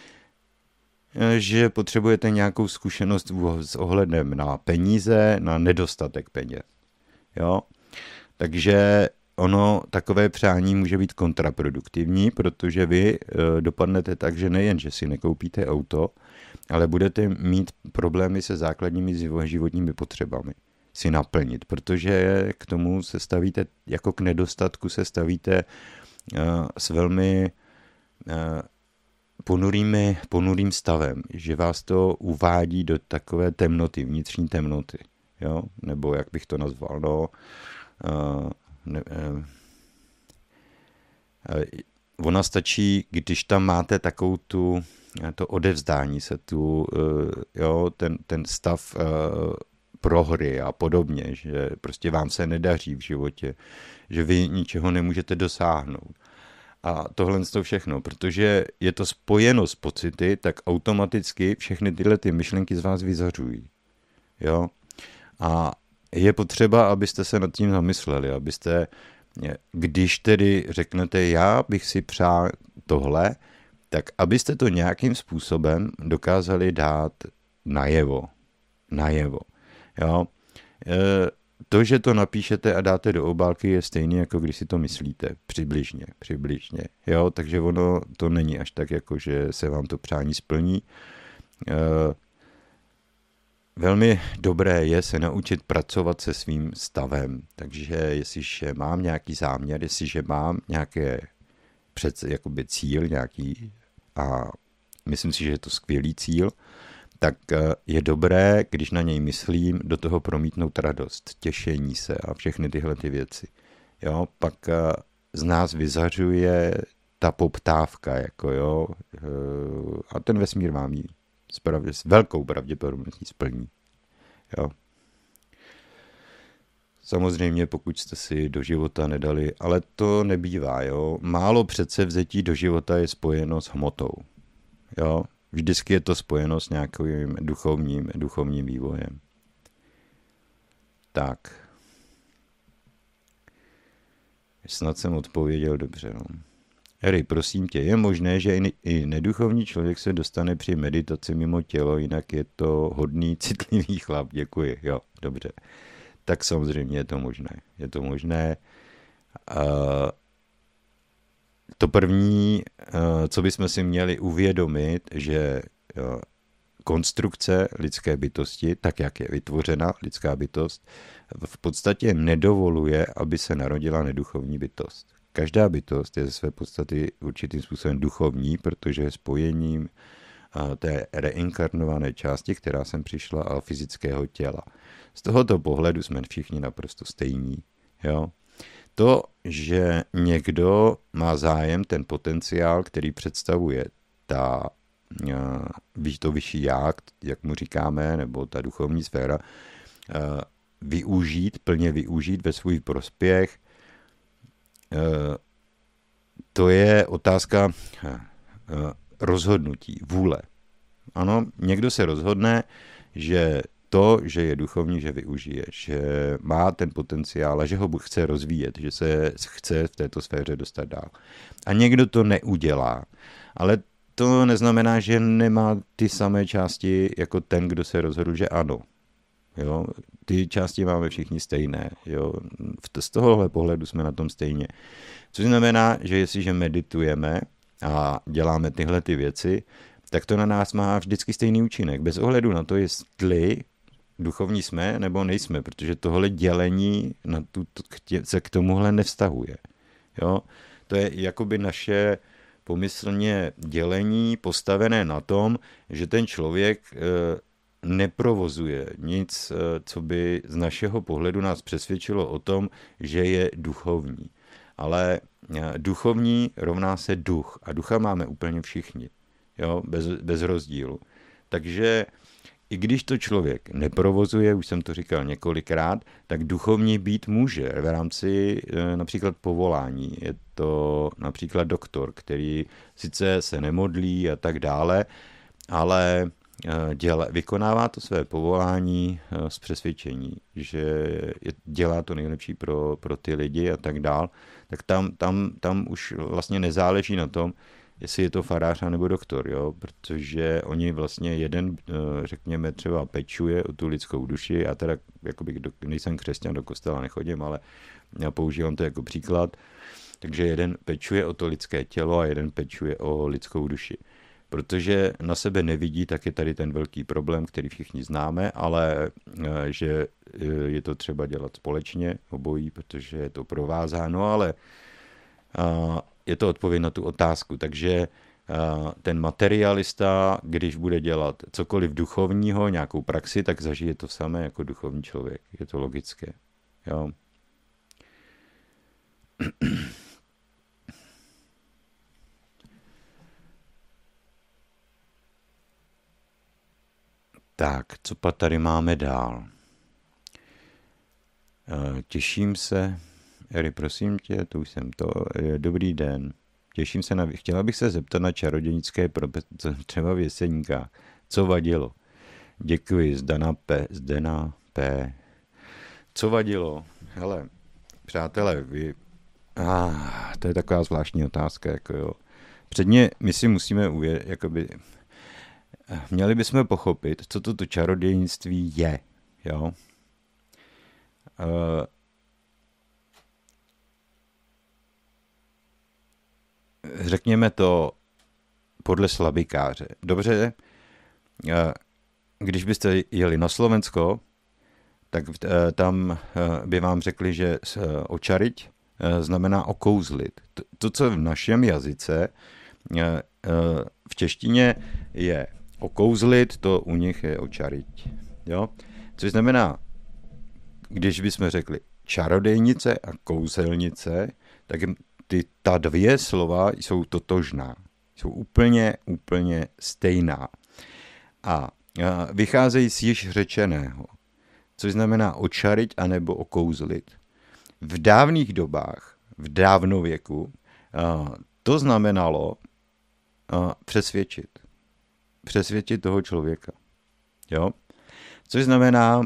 že potřebujete nějakou zkušenost s ohledem na peníze, na nedostatek peněz. Jo? Takže takové přání může být kontraproduktivní, protože vy dopadnete tak, že nejen, že si nekoupíte auto, ale budete mít problémy se základními životními potřebami si naplnit, protože k tomu se stavíte, jako k nedostatku se stavíte s velmi ponurým stavem, že vás to uvádí do takové temnoty, vnitřní temnoty, jo? Nebo jak bych to nazval, ona stačí, když tam máte takovou to odevzdání se, ten stav prohry a podobně, že prostě vám se nedaří v životě, že vy ničeho nemůžete dosáhnout. A tohle to všechno, protože je to spojeno s pocity, tak automaticky všechny tyhle ty myšlenky z vás vyzařují. Jo? A je potřeba, abyste se nad tím zamysleli, když tedy řeknete, já bych si přál tohle, tak abyste to nějakým způsobem dokázali dát najevo. Jo? To, že to napíšete a dáte do obálky, je stejné, jako když si to myslíte. Přibližně. Jo? Takže ono to není až tak, jako že se vám to přání splní. Velmi dobré je se naučit pracovat se svým stavem. Takže jestliže mám nějaký záměr, jestliže mám nějaké cíl nějaký, a myslím si, že je to skvělý cíl, tak je dobré, když na něj myslím, do toho promítnout radost, těšení se a všechny tyhle ty věci. Jo, pak z nás vyzařuje ta poptávka, jako jo, a ten vesmír vám ji s velkou pravděpodobností splní. Jo. Samozřejmě, pokud jste si do života nedali, ale to nebývá, jo. Málo předsevzetí do života je spojeno s hmotou, jo. Vždycky je to spojeno s nějakým duchovním vývojem. Tak. Snad jsem odpověděl dobře, no. Harry, prosím tě, je možné, že i neduchovní člověk se dostane při meditaci mimo tělo, jinak je to hodný, citlivý chlap, děkuji, jo, dobře. Tak samozřejmě je to možné. Je to možné. To první, co bychom si měli uvědomit, že konstrukce lidské bytosti, tak jak je vytvořena lidská bytost, v podstatě nedovoluje, aby se narodila neduchovní bytost. Každá bytost je ze své podstaty určitým způsobem duchovní, protože je spojením té reinkarnované části, která sem přišla, a fyzického těla. Z tohoto pohledu jsme všichni naprosto stejní. Jo? To, že někdo má zájem, ten potenciál, který představuje to vyšší já, jak mu říkáme, nebo ta duchovní sféra, plně využít ve svůj prospěch, to je otázka rozhodnutí, vůle. Ano, někdo se rozhodne, že to, že je duchovní, že využije, že má ten potenciál a že ho chce rozvíjet, že se chce v této sféře dostat dál. A někdo to neudělá, ale to neznamená, že nemá ty samé části jako ten, kdo se rozhodl, že ano. Jo? Ty části máme všichni stejné. Jo? Z tohohle pohledu jsme na tom stejně. Což znamená, že jestliže meditujeme a děláme tyhle ty věci, tak to na nás má vždycky stejný účinek. Bez ohledu na to, jestli duchovní jsme nebo nejsme, protože tohle dělení se k tomuhle nevztahuje. Jo? To je jakoby naše pomyslně dělení postavené na tom, že ten člověk neprovozuje nic, co by z našeho pohledu nás přesvědčilo o tom, že je duchovní. Ale duchovní rovná se duch a ducha máme úplně všichni, jo? Bez rozdílu. Takže i když to člověk neprovozuje, už jsem to říkal několikrát, tak duchovní být může v rámci například povolání. Je to například doktor, který sice se nemodlí a tak dále, ale vykonává to své povolání z přesvědčení, že dělá to nejlepší pro ty lidi a tak dál, tak tam už vlastně nezáleží na tom, jestli je to farář nebo doktor, jo? Protože oni vlastně jeden, řekněme, třeba pečuje o tu lidskou duši, já teda jakoby, nejsem křesťan, do kostela nechodím, ale já používám to jako příklad, takže jeden pečuje o to lidské tělo a jeden pečuje o lidskou duši. Protože na sebe nevidí, tak je tady ten velký problém, který všichni známe, ale že je to třeba dělat společně, obojí, protože je to provázáno, ale je to odpověď na tu otázku. Takže ten materialista, když bude dělat cokoliv duchovního, nějakou praxi, tak zažije to samé jako duchovní člověk. Je to logické. Jo. Tak, co pak tady máme dál? Těším se, Eri, prosím tě, to už jsem to. Dobrý den. Těším se chtěla bych se zeptat na čarodějnické třeba v Jeseníkách. Co vadilo? Děkuji, Zdena P. Co vadilo? Hele, přátelé, to je taková zvláštní otázka, jako jo. Předně my si musíme měli bychom pochopit, co to čarodějnictví je, jo. Řekněme to podle slabikáře. Dobře, když byste jeli na Slovensko, tak tam by vám řekli, že očariť znamená okouzlit. To, co v našem jazyce v češtině je Okouzlit, to u nich je očarit. Jo? Což znamená, když bychom řekli čarodejnice a kouzelnice, tak ta dvě slova jsou totožná. Jsou úplně stejná. A vycházejí z již řečeného, což znamená očarit anebo okouzlit. V dávných dobách, v dávnověku, to znamenalo přesvědčit. Přesvědčit toho člověka. Jo? Což znamená,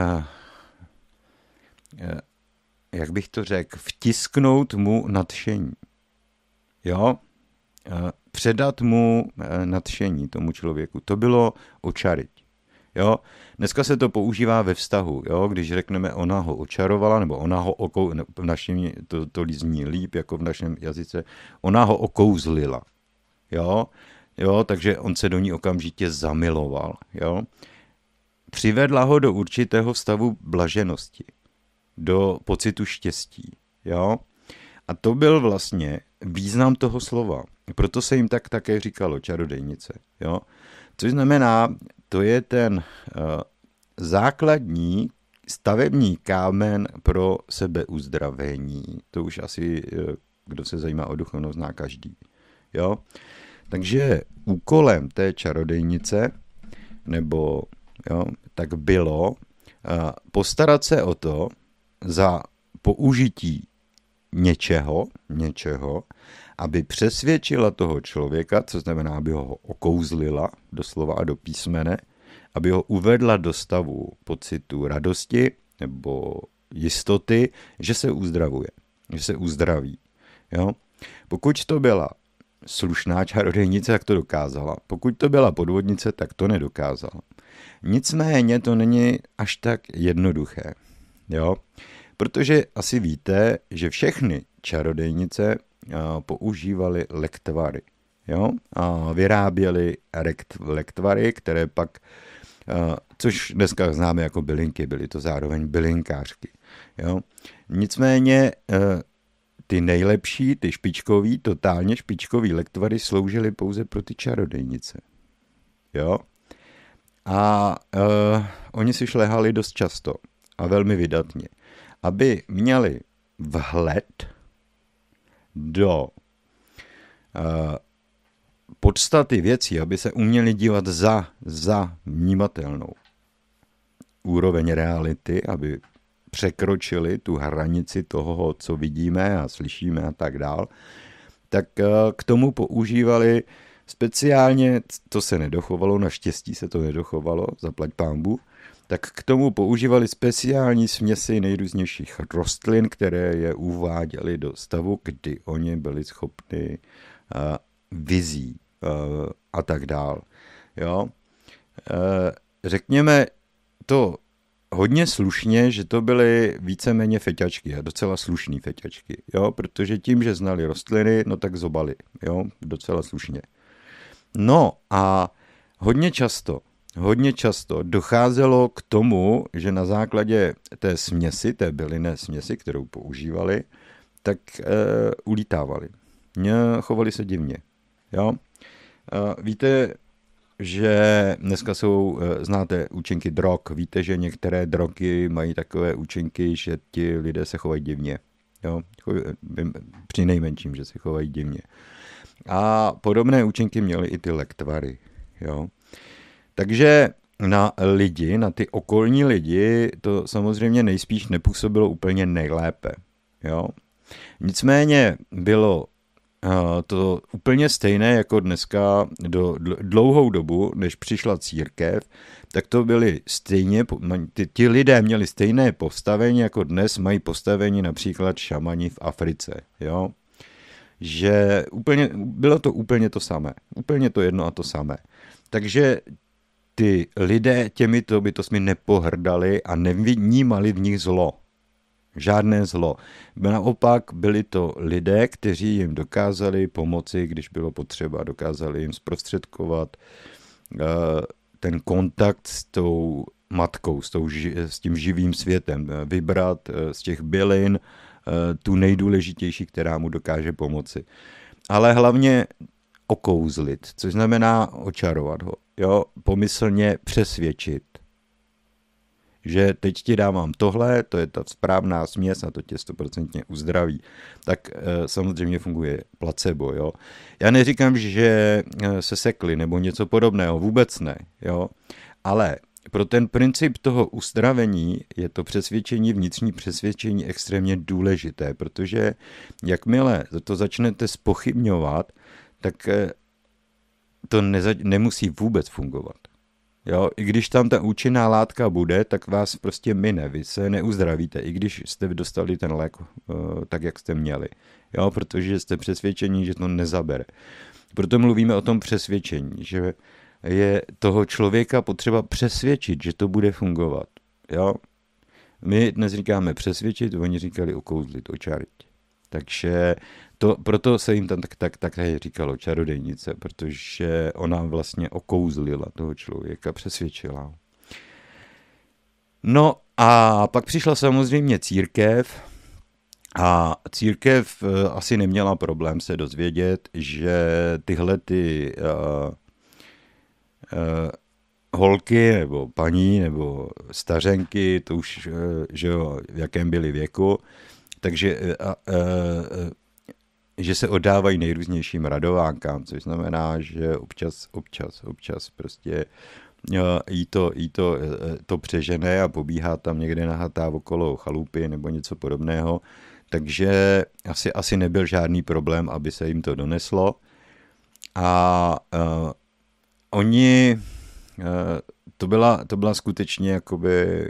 jak bych to řekl, vtisknout mu nadšení. Jo? Předat mu nadšení tomu člověku. To bylo očarit. Jo? Dneska se to používá ve vztahu. Jo? Když řekneme ona ho očarovala, nebo ona ho v našem, to zní líp, jako v našem jazyce, ona ho okouzlila. Jo? Jo? Takže on se do ní okamžitě zamiloval. Jo? Přivedla ho do určitého stavu blaženosti. Do pocitu štěstí. Jo? A to byl vlastně význam toho slova. Proto se jim tak také říkalo čarodejnice. Jo? Což znamená, to je ten základní stavební kámen pro sebeuzdravení. To už asi, kdo se zajímá o duchovnost, zná každý. Jo? Takže úkolem té čarodejnice tak bylo postarat se o to za použití něčeho, aby přesvědčila toho člověka, co znamená, aby ho okouzlila doslova a do písmene, aby ho uvedla do stavu pocitu radosti nebo jistoty, že se uzdravuje, že se uzdraví. Jo? Pokud to byla slušná čarodejnice, tak to dokázala. Pokud to byla podvodnice, tak to nedokázala. Nicméně to není až tak jednoduché. Jo? Protože asi víte, že všechny čarodejnice používaly lektvary. Jo? A vyráběly lektvary, které pak, což dneska známe jako bylinky, byly to zároveň bylinkářky. Jo? Nicméně ty nejlepší, ty špičkový, totálně špičkový lektvary sloužily pouze pro ty čarodejnice. Jo? A oni si šlehali dost často a velmi vydatně, aby měli vhled do podstaty věcí, aby se uměli dívat za vnímatelnou úroveň reality, aby překročili tu hranici toho, co vidíme a slyšíme a tak dál, tak k tomu používali speciálně, to se nedochovalo, naštěstí se to nedochovalo, zaplať pánbůh, tak k tomu používali speciální směsi nejrůznějších rostlin, které je uváděly do stavu, kdy oni byli schopni vizí a tak dál. Jo? Řekněme to hodně slušně, že to byly víceméně feťačky a docela slušný feťačky, jo? Protože tím, že znali rostliny, no tak zobali, jo? Docela slušně. No a hodně často docházelo k tomu, že na základě té směsi, té bylinné směsi, kterou používali, tak ulítávali. Chovali se divně. Jo? Víte, že dneska znáte účinky drog, víte, že některé drogy mají takové účinky, že ti lidé se chovají divně. Jo? Při nejmenším, že se chovají divně. A podobné účinky měly i ty lektvary. Jo? Takže na lidi, na ty okolní lidi, to samozřejmě nejspíš nepůsobilo úplně nejlépe. Jo? Nicméně bylo to úplně stejné jako dneska dlouhou dobu, než přišla církev, tak to byly stejně, ti lidé měli stejné postavení, jako dnes mají postavení například šamani v Africe. Jo? Že bylo to úplně to samé, úplně to jedno a to samé. Takže ty lidé těmito bytostmi nepohrdali a nevnímali v nich zlo. Žádné zlo. Naopak byli to lidé, kteří jim dokázali pomoci, když bylo potřeba, dokázali jim zprostředkovat ten kontakt s tou matkou, s tím živým světem, vybrat z těch bylin tu nejdůležitější, která mu dokáže pomoci. Ale hlavně okouzlit, což znamená očarovat ho. jo, pomyslně přesvědčit, že teď ti dávám tohle, to je ta správná směs a to tě 100% uzdraví. Tak samozřejmě funguje placebo, jo. Já neříkám, že se sekli nebo něco podobného, vůbec ne, jo. Ale pro ten princip toho uzdravení je to přesvědčení, vnitřní přesvědčení extrémně důležité, protože jakmile to začnete zpochybňovat, tak to nemusí vůbec fungovat. Jo, i když tam ta účinná látka bude, tak vás prostě mine, vy se neuzdravíte, i když jste dostali ten lék tak, jak jste měli. Jo, protože jste přesvědčení, že to nezabere. Proto mluvíme o tom přesvědčení, že je toho člověka potřeba přesvědčit, že to bude fungovat. Jo? My dnes říkáme přesvědčit, oni říkali okouzlit, očarit. Takže proto se jim tam tak říkalo čarodejnice, protože ona vlastně okouzlila toho člověka, přesvědčila. No a pak přišla samozřejmě církev a církev asi neměla problém se dozvědět, že tyhle ty holky nebo paní nebo stařenky, to už, že jo, v jakém byli věku, takže že se oddávají nejrůznějším radovánkám, což znamená, že občas prostě jí to přežene a pobíhá tam někde nahatá okolo chalupy nebo něco podobného, takže asi nebyl žádný problém, aby se jim to doneslo. A oni, to byla skutečně jakoby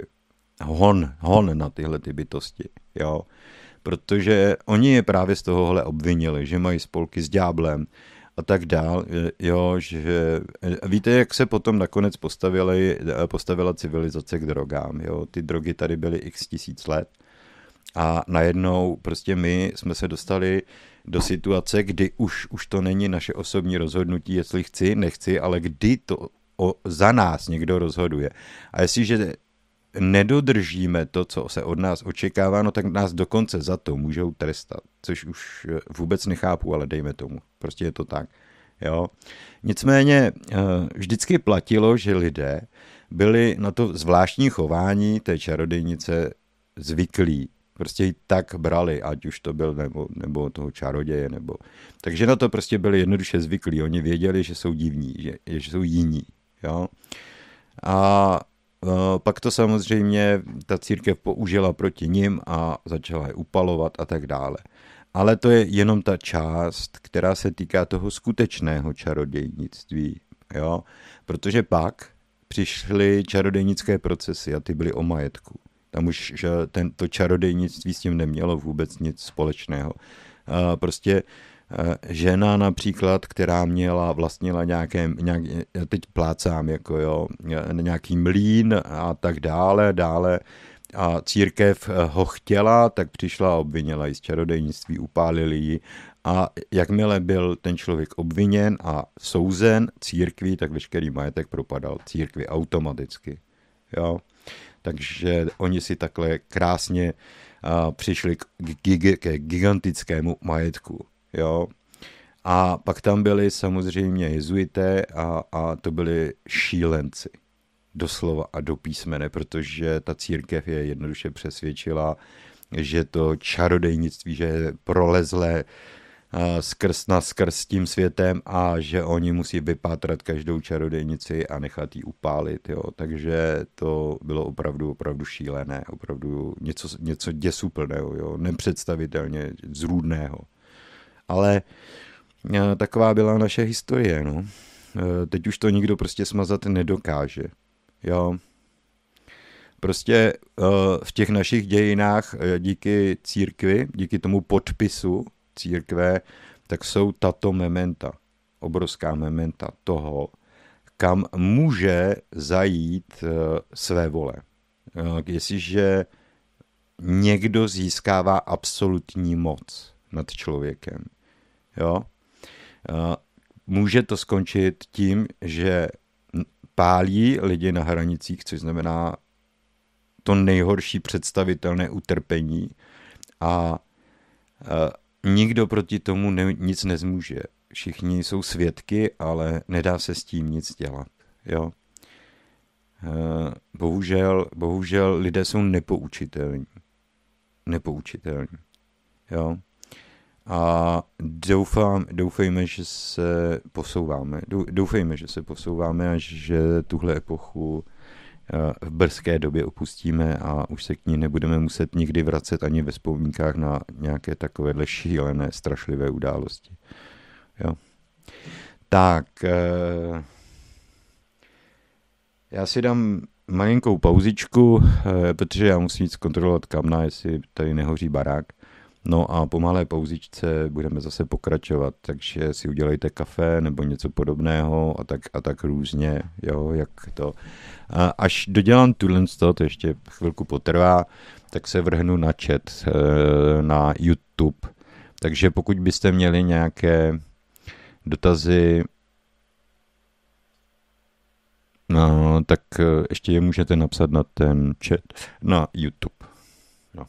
hon na tyhle ty bytosti, jo. Protože oni je právě z tohohle obvinili, že mají spolky s ďáblem a tak dál, jo, že víte, jak se potom nakonec postavila civilizace k drogám, jo, ty drogy tady byly x tisíc let a najednou prostě my jsme se dostali do situace, kdy už to není naše osobní rozhodnutí, jestli chci, nechci, ale kdy to za nás někdo rozhoduje. A jestliže nedodržíme to, co se od nás očekává, no tak nás dokonce za to můžou trestat, což už vůbec nechápu, ale dejme tomu. Prostě je to tak. Jo. Nicméně vždycky platilo, že lidé byli na to zvláštní chování té čarodejnice zvyklí. Prostě ji tak brali, ať už to byl nebo toho čaroděje, nebo... Takže na to prostě byli jednoduše zvyklí. Oni věděli, že jsou divní, že jsou jiní. Jo. A pak to samozřejmě ta církev použila proti nim a začala je upalovat a tak dále. Ale to je jenom ta část, která se týká toho skutečného čarodějnictví. Jo? Protože pak přišly čarodejnické procesy a ty byly o majetku. Tam už to čarodejnictví s tím nemělo vůbec nic společného. Prostě žena například, která vlastnila teď plácám, jako jo, nějaký mlýn a tak dále a církev ho chtěla, tak přišla a obvinila ji z čarodejnictví, upálili ji a jakmile byl ten člověk obviněn a souzen církví, tak veškerý majetek propadal církvi automaticky. Jo? Takže oni si takhle krásně přišli k gigantickému majetku. Jo. A pak tam byli samozřejmě jezuité a to byli šílenci. Doslova a do písmene, protože ta církev je jednoduše přesvědčila, že to čarodejnictví, že je prolezlé skrz tím světem a že oni musí vypátrat každou čarodejnici a nechat ji upálit. Jo. Takže to bylo opravdu šílené, opravdu něco děsuplného, jo. Nepředstavitelně zrůdného. Ale taková byla naše historie. No. Teď už to nikdo prostě smazat nedokáže. Jo. Prostě v těch našich dějinách díky církvi, díky tomu podpisu církve, tak jsou tato mementa, obrovská mementa toho, kam může zajít své vole. Jestliže někdo získává absolutní moc nad člověkem, jo? Může to skončit tím, že pálí lidi na hranicích, což znamená to nejhorší představitelné utrpení a nikdo proti tomu nic nezmůže. Všichni jsou svědky, ale nedá se s tím nic dělat. jo. Bohužel lidé jsou nepoučitelní. Jo. A doufejme, že se posouváme. Doufejme, že se posouváme a že tuhle epochu v brzké době opustíme a už se k ní nebudeme muset nikdy vracet ani ve vzpomínkách na nějaké takovéhle šílené, strašlivé události. Jo. Tak, já si dám malinkou pauzičku, protože já musím jít zkontrolovat kamna, jestli tady nehoří barák. No a po malé pauzičce budeme zase pokračovat, takže si udělejte kafe nebo něco podobného a tak různě, jo, jak to. A až dodělám to ještě chvilku potrvá, tak se vrhnu na chat na YouTube. Takže pokud byste měli nějaké dotazy, no, tak ještě je můžete napsat na ten chat na YouTube. No.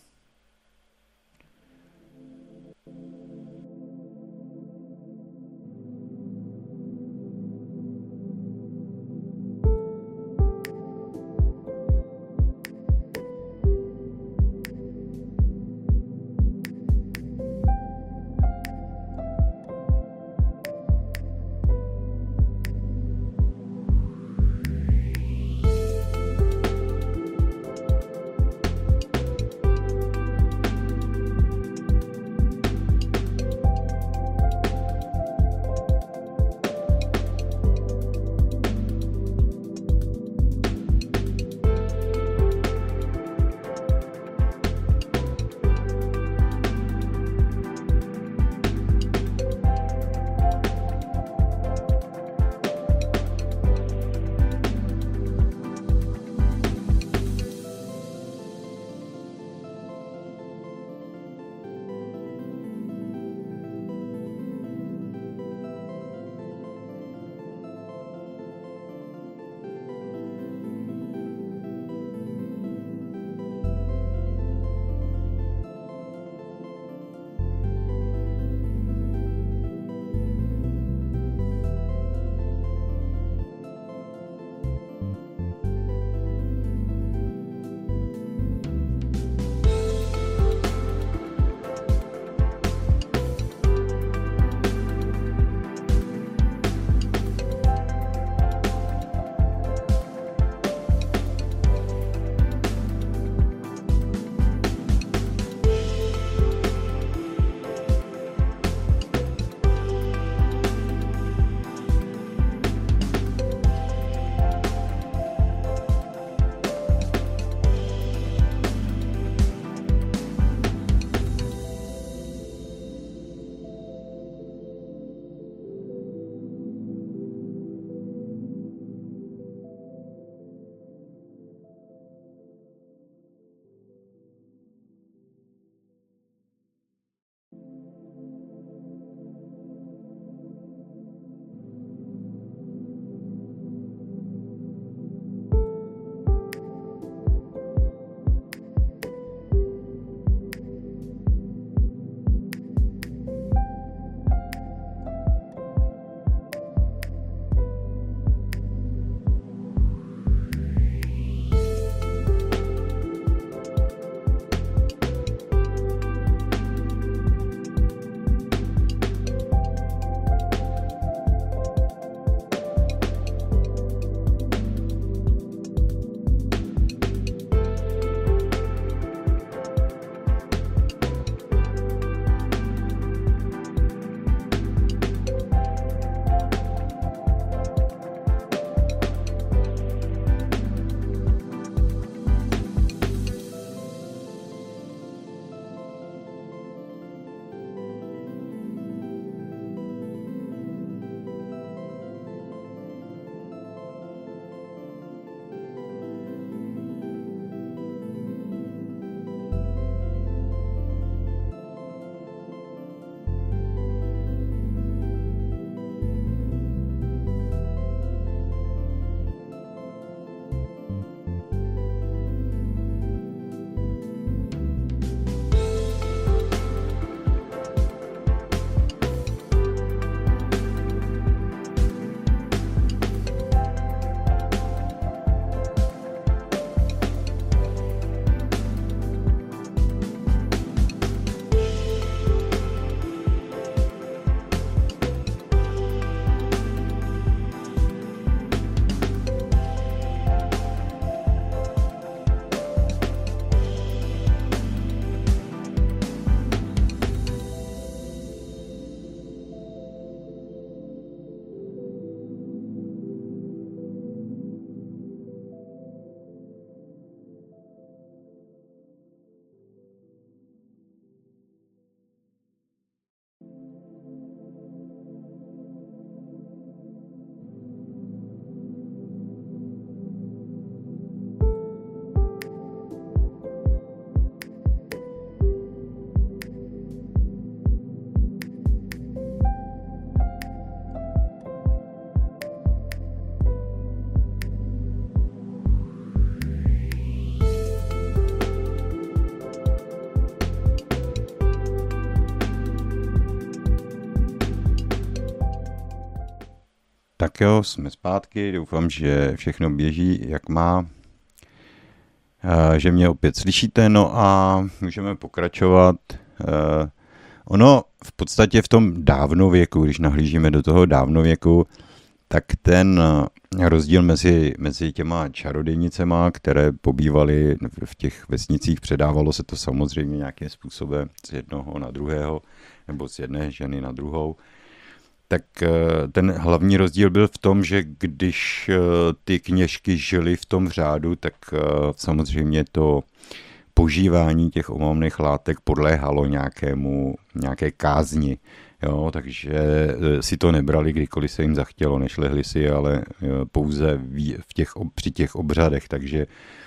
Tak jo, jsme zpátky, doufám, že všechno běží jak má, že mě opět slyšíte, no a můžeme pokračovat. Ono v podstatě v tom dávnověku, když nahlížíme do toho dávnověku, tak ten rozdíl mezi těma čarodějnicema, které pobývaly v těch vesnicích, předávalo se to samozřejmě nějakým způsobem z jednoho na druhého, nebo z jedné ženy na druhou, tak ten hlavní rozdíl byl v tom, že když ty kněžky žily v tom řádu, tak samozřejmě to požívání těch omamných látek podléhalo nějaké kázni. Jo, takže si to nebrali, kdykoliv se jim zachtělo, nešlehli si, ale pouze při těch obřadech. Takže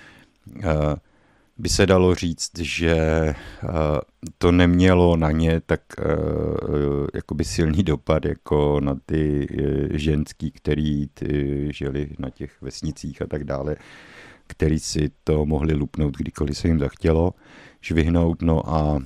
by se dalo říct, že to nemělo na ně tak jakoby silný dopad jako na ty ženský, který žili na těch vesnicích a tak dále, který si to mohli lupnout, kdykoliv se jim zachtělo, švihnout. No a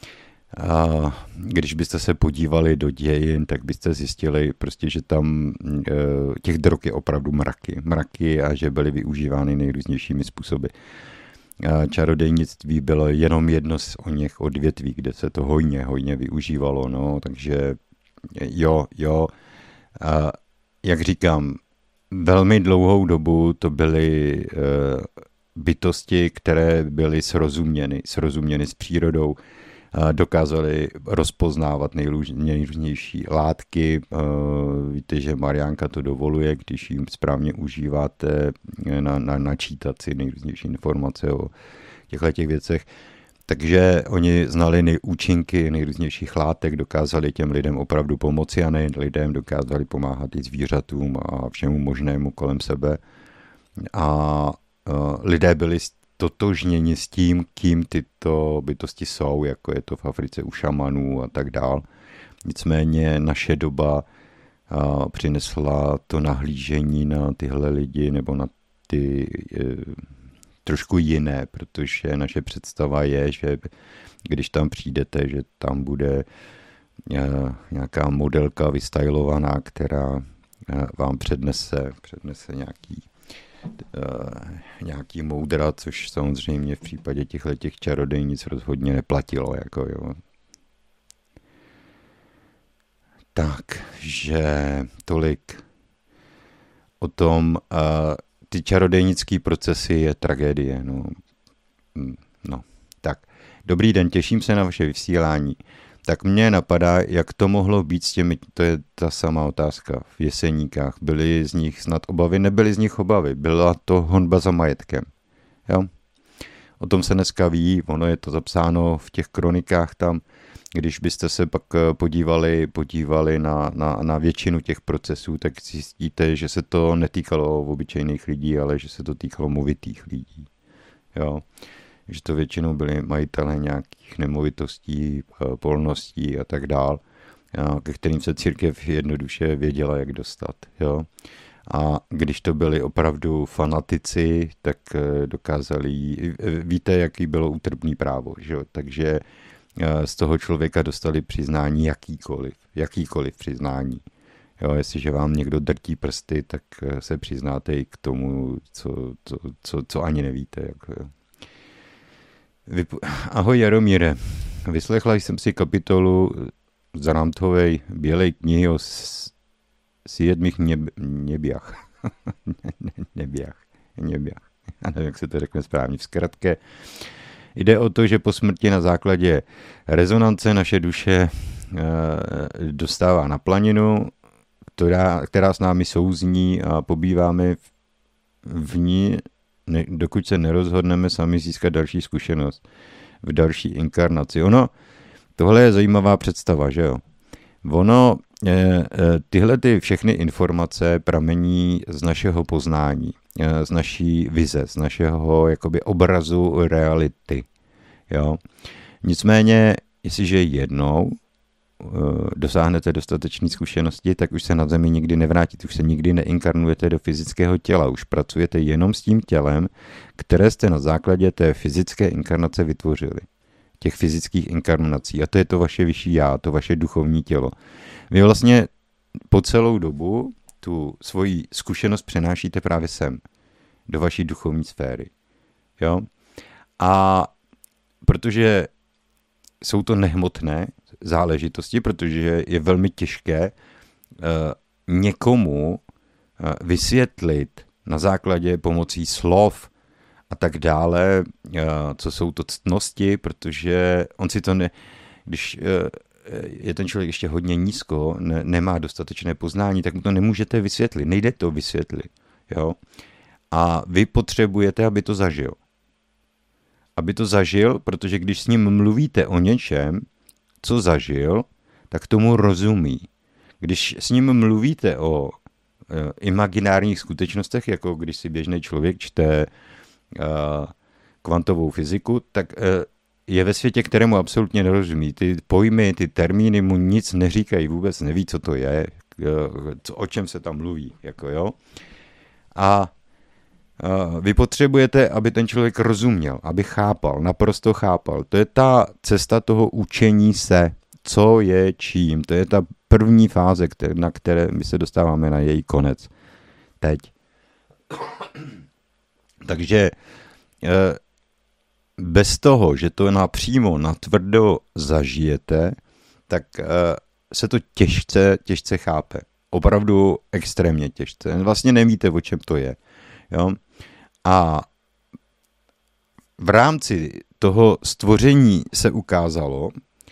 když byste se podívali do dějin, tak byste zjistili prostě, že tam těch drog je opravdu mraky a že byly využívány nejrůznějšími způsoby. Čarodějnictví bylo jenom jedno z oněch odvětví, kde se to hojně využívalo, no, takže jo. Jak říkám, velmi dlouhou dobu to byly bytosti, které byly srozuměny s přírodou, dokázali rozpoznávat nejrůznější látky. Víte, že Mariánka to dovoluje, když jim správně užíváte načítat si nejrůznější informace o těchto věcech. Takže oni znali účinky nejrůznějších látek, dokázali těm lidem opravdu pomoci a nejen lidem, dokázali pomáhat i zvířatům a všemu možnému kolem sebe. A lidé byli totožněni s tím, kým tyto bytosti jsou, jako je to v Africe u šamanů a tak dál. Nicméně naše doba přinesla to nahlížení na tyhle lidi nebo na ty trošku jiné, protože naše představa je, že když tam přijdete, že tam bude nějaká modelka vystylovaná, která vám přednese nějaký moudra, což samozřejmě v případě těchto čarodějnic rozhodně neplatilo. Jako jo. Takže tolik o tom. Ty čarodějnické procesy je tragédie. No. Tak, dobrý den, těším se na vaše vysílání. Tak mě napadá, jak to mohlo být s těmi, to je ta samá otázka, v Jeseníkách. Byly z nich snad obavy? Nebyly z nich obavy, byla to honba za majetkem. Jo? O tom se dneska ví, ono je to zapsáno v těch kronikách tam, když byste se pak podívali na většinu těch procesů, tak zjistíte, že se to netýkalo obyčejných lidí, ale že se to týkalo movitých lidí. Jo? Že to většinou byli majitelé nějakých nemovitostí, polností a tak dál, ke kterým se církev jednoduše věděla, jak dostat. Jo? A když to byli opravdu fanatici, tak dokázali, víte, jaký bylo útrpný právo, že? Takže z toho člověka dostali přiznání jakýkoliv přiznání. Jo, jestliže vám někdo drtí prsty, tak se přiznáte i k tomu, co ani nevíte. Jako. Ahoj Jaromíre, vyslechla jsem si kapitolu z Ramtovej Bělej knihy o siedmých neběch. Neběch. Já nevím, jak se to řekne správně. Zkratke, jde o to, že po smrti na základě rezonance naše duše dostává na planinu, která s námi souzní a pobýváme v ní, dokud se nerozhodneme sami získat další zkušenost v další inkarnaci. Tohle je zajímavá představa, že jo? Tyhle ty všechny informace pramení z našeho poznání, z naší vize, z našeho jakoby obrazu reality. Jo? Nicméně, jestliže jednou dosáhnete dostatečné zkušenosti, tak už se na Zemi nikdy nevrátíte, už se nikdy neinkarnujete do fyzického těla, už pracujete jenom s tím tělem, které jste na základě té fyzické inkarnace vytvořili. Těch fyzických inkarnací. A to je to vaše vyšší já, to vaše duchovní tělo. Vy vlastně po celou dobu tu svoji zkušenost přenášíte právě sem, do vaší duchovní sféry. Jo? A protože jsou to nehmotné záležitosti, protože je velmi těžké někomu vysvětlit na základě pomocí slov a tak dále, co jsou to ctnosti, protože on si to když je ten člověk ještě hodně nízko, nemá dostatečné poznání, tak mu to nemůžete vysvětlit, nejde to vysvětlit. Jo? A vy potřebujete, aby to zažil. Aby to zažil, protože když s ním mluvíte o něčem, co zažil, tak tomu rozumí. Když s ním mluvíte o imaginárních skutečnostech, jako když si běžný člověk čte kvantovou fyziku, tak je ve světě, kterému absolutně nerozumí. Ty pojmy, ty termíny mu nic neříkají, vůbec neví, co to je, o čem se tam mluví. Jako jo. A vy potřebujete, aby ten člověk rozuměl, aby chápal, naprosto chápal. To je ta cesta toho učení se, co je čím. To je ta první fáze, na které my se dostáváme na její konec. Teď. Takže bez toho, že to napřímo, natvrdo zažijete, tak se to těžce chápe. Opravdu extrémně těžce. Vlastně nevíte, o čem to je. Jo? A v rámci toho stvoření se ukázalo,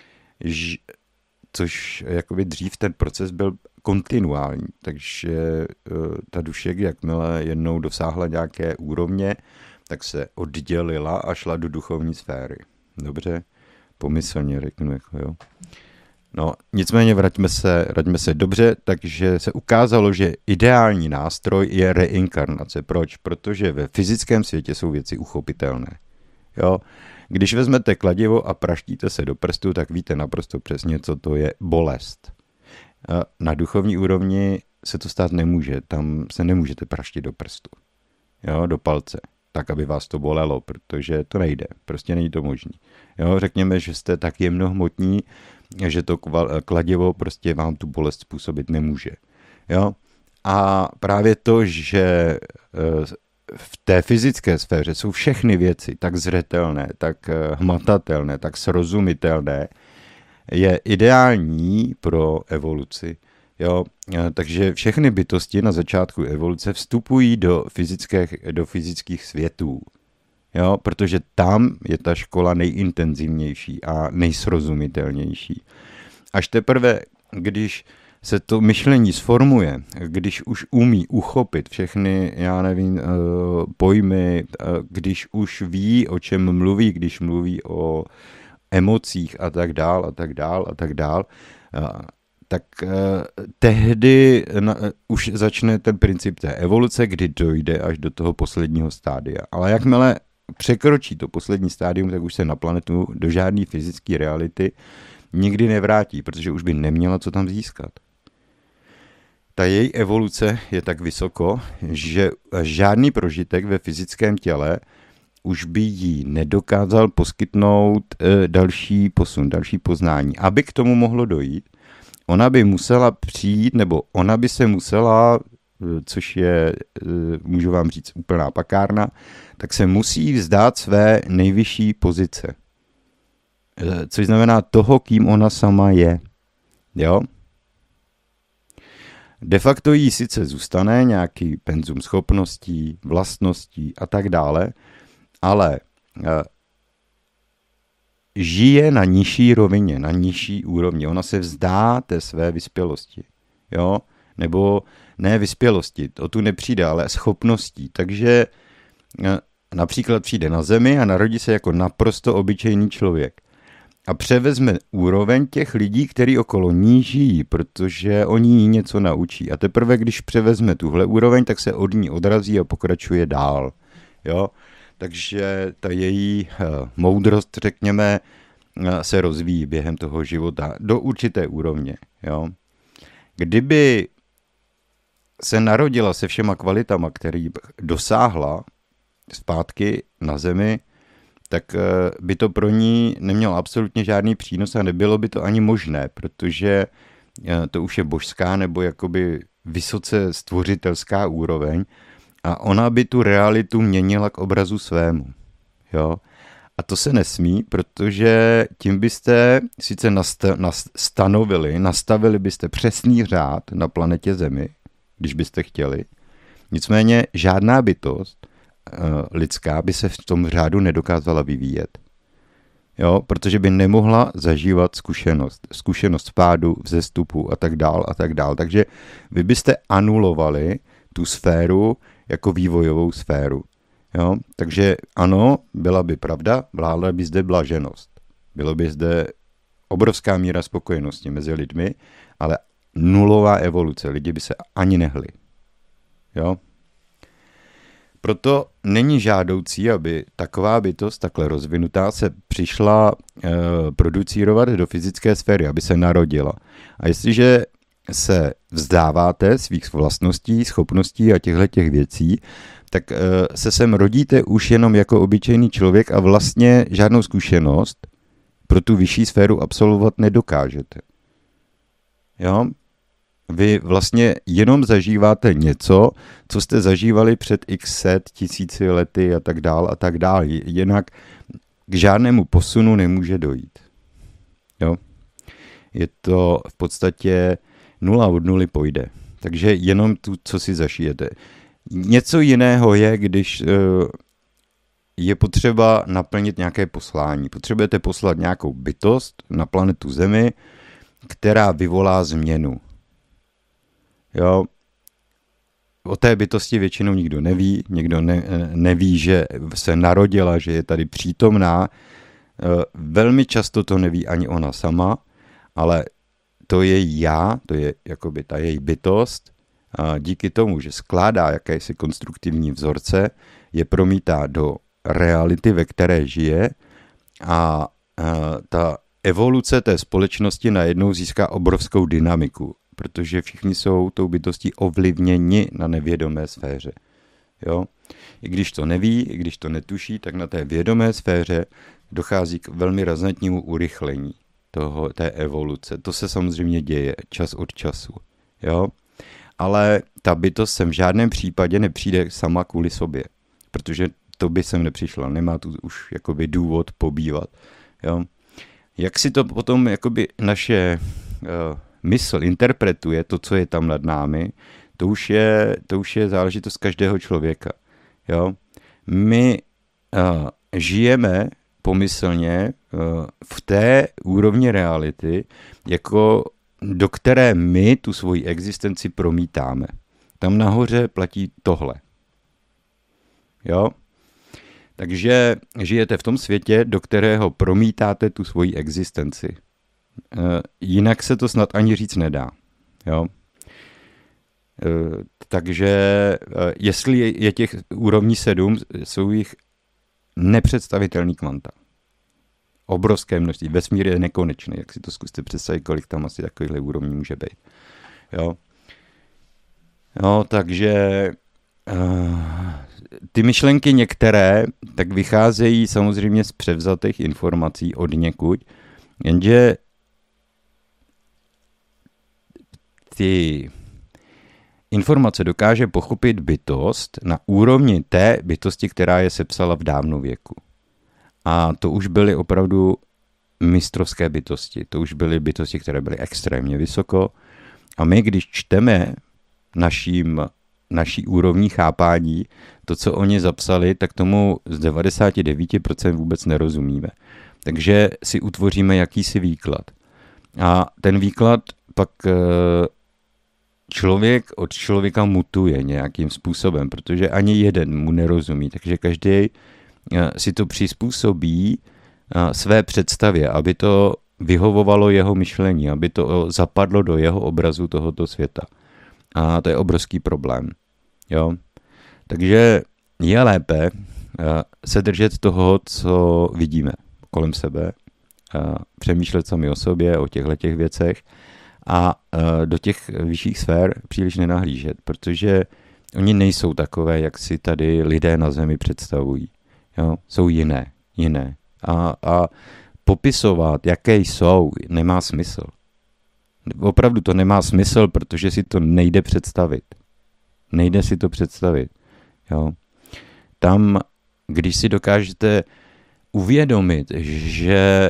což jakoby dřív ten proces byl kontinuální, takže ta duše, jakmile jednou dosáhla nějaké úrovně, tak se oddělila a šla do duchovní sféry. Dobře? Pomyslně řeknu, jako jo. No, nicméně vraťme se dobře, takže se ukázalo, že ideální nástroj je reinkarnace. Proč? Protože ve fyzickém světě jsou věci uchopitelné. Jo? Když vezmete kladivo a praštíte se do prstu, tak víte naprosto přesně, co to je bolest. Na duchovní úrovni se to stát nemůže, tam se nemůžete praštit do prstu, jo? Do palce, tak, aby vás to bolelo, protože to nejde, prostě není to možné. Řekněme, že jste tak jemnohmotní, že to kladivo prostě vám tu bolest způsobit nemůže. Jo? A právě to, že v té fyzické sféře jsou všechny věci tak zřetelné, tak hmatatelné, tak srozumitelné, je ideální pro evoluci. Jo? Takže všechny bytosti na začátku evoluce vstupují do fyzických světů. Jo? Protože tam je ta škola nejintenzivnější a nejsrozumitelnější. Až teprve, když se to myšlení sformuje, když už umí uchopit všechny, pojmy, když už ví, o čem mluví, když mluví o emocích a tak dál, tak tehdy už začne ten princip té evoluce, kdy dojde až do toho posledního stádia. Ale jakmile překročí to poslední stádium, tak už se na planetu do žádné fyzické reality nikdy nevrátí, protože už by neměla co tam získat. Ta její evoluce je tak vysoko, že žádný prožitek ve fyzickém těle už by jí nedokázal poskytnout další posun, další poznání. Aby k tomu mohlo dojít, ona by musela přijít, nebo ona by se musela, což je, můžu vám říct, úplná pakárna, tak se musí vzdát své nejvyšší pozice. Což znamená toho, kým ona sama je. Jo? De facto jí sice zůstane nějaký penzum schopností, vlastností a tak dále, ale žije na nižší rovině, na nižší úrovni. Ona se vzdá té své vyspělosti. Jo? Nebo ne vyspělosti, o tu nepřijde, ale schopností. Takže například přijde na Zemi a narodí se jako naprosto obyčejný člověk. A převezme úroveň těch lidí, kteří okolo ní žijí, protože oni jí něco naučí. A teprve, když převezme tuhle úroveň, tak se od ní odrazí a pokračuje dál. Jo? Takže ta její moudrost, řekněme, se rozvíjí během toho života do určité úrovně. Jo? Kdyby se narodila se všema kvalitama, který dosáhla zpátky na Zemi, tak by to pro ní nemělo absolutně žádný přínos a nebylo by to ani možné, protože to už je božská nebo jakoby vysoce stvořitelská úroveň a ona by tu realitu měnila k obrazu svému. Jo? A to se nesmí, protože tím byste sice nastavili byste přesný řád na planetě Zemi, když byste chtěli. Nicméně žádná bytost lidská by se v tom řádu nedokázala vyvíjet. Jo, protože by nemohla zažívat zkušenost pádu, vzestupu a tak dál. Takže vy byste anulovali tu sféru jako vývojovou sféru. Jo, takže ano, byla by pravda, vládla by zde blaženost. Bylo by zde obrovská míra spokojenosti mezi lidmi, ale nulová evoluce. Lidi by se ani nehli. Jo. Proto není žádoucí, aby taková bytost, takhle rozvinutá, se přišla producírovat do fyzické sféry, aby se narodila. A jestliže se vzdáváte svých vlastností, schopností a těchto věcí, tak se sem rodíte už jenom jako obyčejný člověk a vlastně žádnou zkušenost pro tu vyšší sféru absolvovat nedokážete. Jo? Vy vlastně jenom zažíváte něco, co jste zažívali před x set, tisíci lety a tak dál. Jinak k žádnému posunu nemůže dojít. Jo? Je to v podstatě 0 od 0 pojde. Takže jenom tu, co si zažijete. Něco jiného je, když je potřeba naplnit nějaké poslání. Potřebujete poslat nějakou bytost na planetu Zemi, která vyvolá změnu. Jo. O té bytosti většinou nikdo neví, někdo neví, že se narodila, že je tady přítomná. Velmi často to neví ani ona sama, ale to je já, to je jakoby ta její bytost. A díky tomu, že skládá jakési konstruktivní vzorce, je promítá do reality, ve které žije a ta evoluce té společnosti najednou získá obrovskou dynamiku, protože všichni jsou tou bytostí ovlivněni na nevědomé sféře. Jo? I když to neví, i když to netuší, tak na té vědomé sféře dochází k velmi razantnímu urychlení té evoluce. To se samozřejmě děje čas od času. Jo? Ale ta bytost sem v žádném případě nepřijde sama kvůli sobě, protože to by sem nepřišla, nemá tu už jakoby důvod pobývat. Jo? Jak si to potom jakoby naše mysl interpretuje, to, co je tam nad námi, to už je záležitost každého člověka. Jo? My žijeme pomyslně v té úrovni reality, jako do které my tu svoji existenci promítáme. Tam nahoře platí tohle. Jo? Takže žijete v tom světě, do kterého promítáte tu svoji existenci. Jinak se to snad ani říct nedá. Jo? Takže jestli je těch úrovní 7, jsou jich nepředstavitelný kvanta. Obrovské množství. Vesmír je nekonečný. Jak si to zkuste představit, kolik tam asi takovýchhle úrovní může být. Jo? No, takže ty myšlenky některé tak vycházejí samozřejmě z převzatých informací od někud, jenže ty informace dokáže pochopit bytost na úrovni té bytosti, která je sepsala v dávnověku. A to už byly opravdu mistrovské bytosti. To už byly bytosti, které byly extrémně vysoko. A my, když čteme naší úrovní chápání, to, co oni zapsali, tak tomu z 99% vůbec nerozumíme. Takže si utvoříme jakýsi výklad. A ten výklad pak člověk od člověka mutuje nějakým způsobem, protože ani jeden mu nerozumí. Takže každý si to přizpůsobí své představě, aby to vyhovovalo jeho myšlení, aby to zapadlo do jeho obrazu tohoto světa. A to je obrovský problém. Jo? Takže je lépe se držet toho, co vidíme kolem sebe, přemýšlet sami o sobě, o těchto věcech a do těch vyšších sfér příliš nenahlížet, protože oni nejsou takové, jak si tady lidé na Zemi představují. Jo? Jsou jiné. A popisovat, jaké jsou, nemá smysl. Opravdu to nemá smysl, protože si to nejde představit. Nejde si to představit. Jo. Tam, když si dokážete uvědomit, že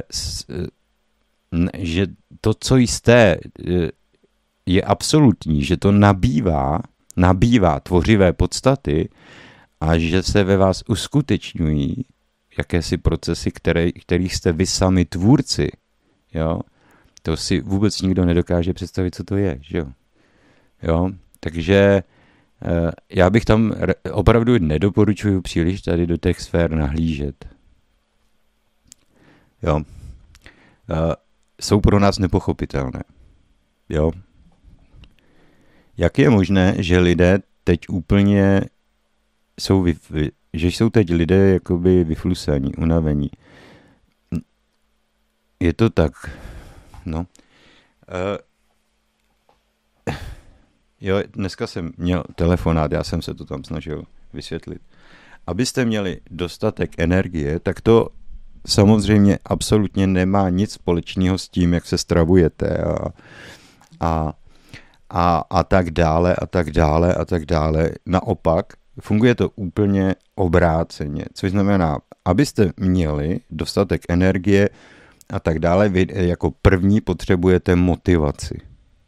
to, co jste, je absolutní, že to nabývá tvořivé podstaty a že se ve vás uskutečňují jakési procesy, kterých jste vy sami tvůrci. Jo? To si vůbec nikdo nedokáže představit, co to je. Že jo? Jo? Takže já bych tam opravdu nedoporučuju příliš tady do těch sfér nahlížet. Jo. Jsou pro nás nepochopitelné. Jo. Jak je možné, že lidé teď úplně že jsou teď lidé jakoby vyflusaní, unavení? Je to tak. No. Jo, dneska jsem měl telefonát, já jsem se to tam snažil vysvětlit. Abyste měli dostatek energie, tak to samozřejmě absolutně nemá nic společného s tím, jak se stravujete a tak dále a tak dále a tak dále. Naopak, funguje to úplně obráceně, což znamená, abyste měli dostatek energie a tak dále, vy jako první potřebujete motivaci.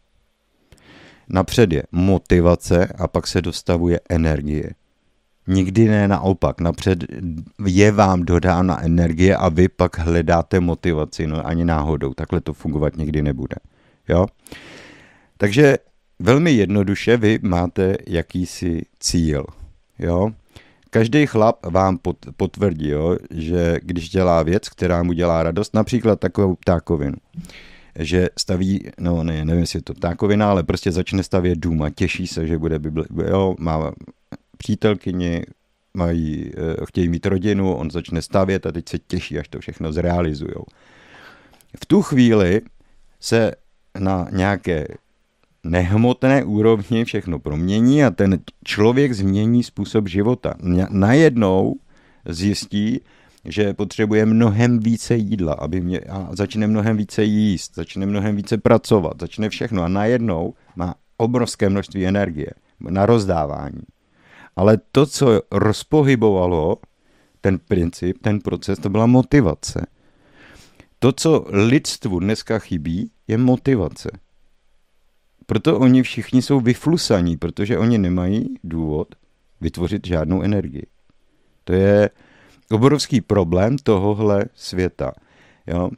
Napřed je motivace a pak se dostavuje energie. Nikdy ne naopak. Napřed je vám dodána energie a vy pak hledáte motivaci. No ani náhodou. Takhle to fungovat nikdy nebude. Jo? Takže velmi jednoduše vy máte jakýsi cíl. Jo? Každý chlap vám potvrdí, jo, že když dělá věc, která mu dělá radost, například takovou ptákovinu, že staví, no ne, nevím, jestli je to ptákovina, ale prostě začne stavět dům a těší se, že bude má přítelkyni, chtějí mít rodinu, on začne stavět a teď se těší, až to všechno zrealizujou. V tu chvíli se na nějaké nehmotné úrovni všechno promění a ten člověk změní způsob života. Najednou zjistí, že potřebuje mnohem více jídla, a začne mnohem více jíst, začne mnohem více pracovat, začne všechno a najednou má obrovské množství energie na rozdávání. Ale to, co rozpohybovalo ten princip, ten proces, to byla motivace. To, co lidstvu dneska chybí, je motivace. Proto oni všichni jsou vyflusaní, protože oni nemají důvod vytvořit žádnou energii. To je obrovský problém tohohle světa. Jo?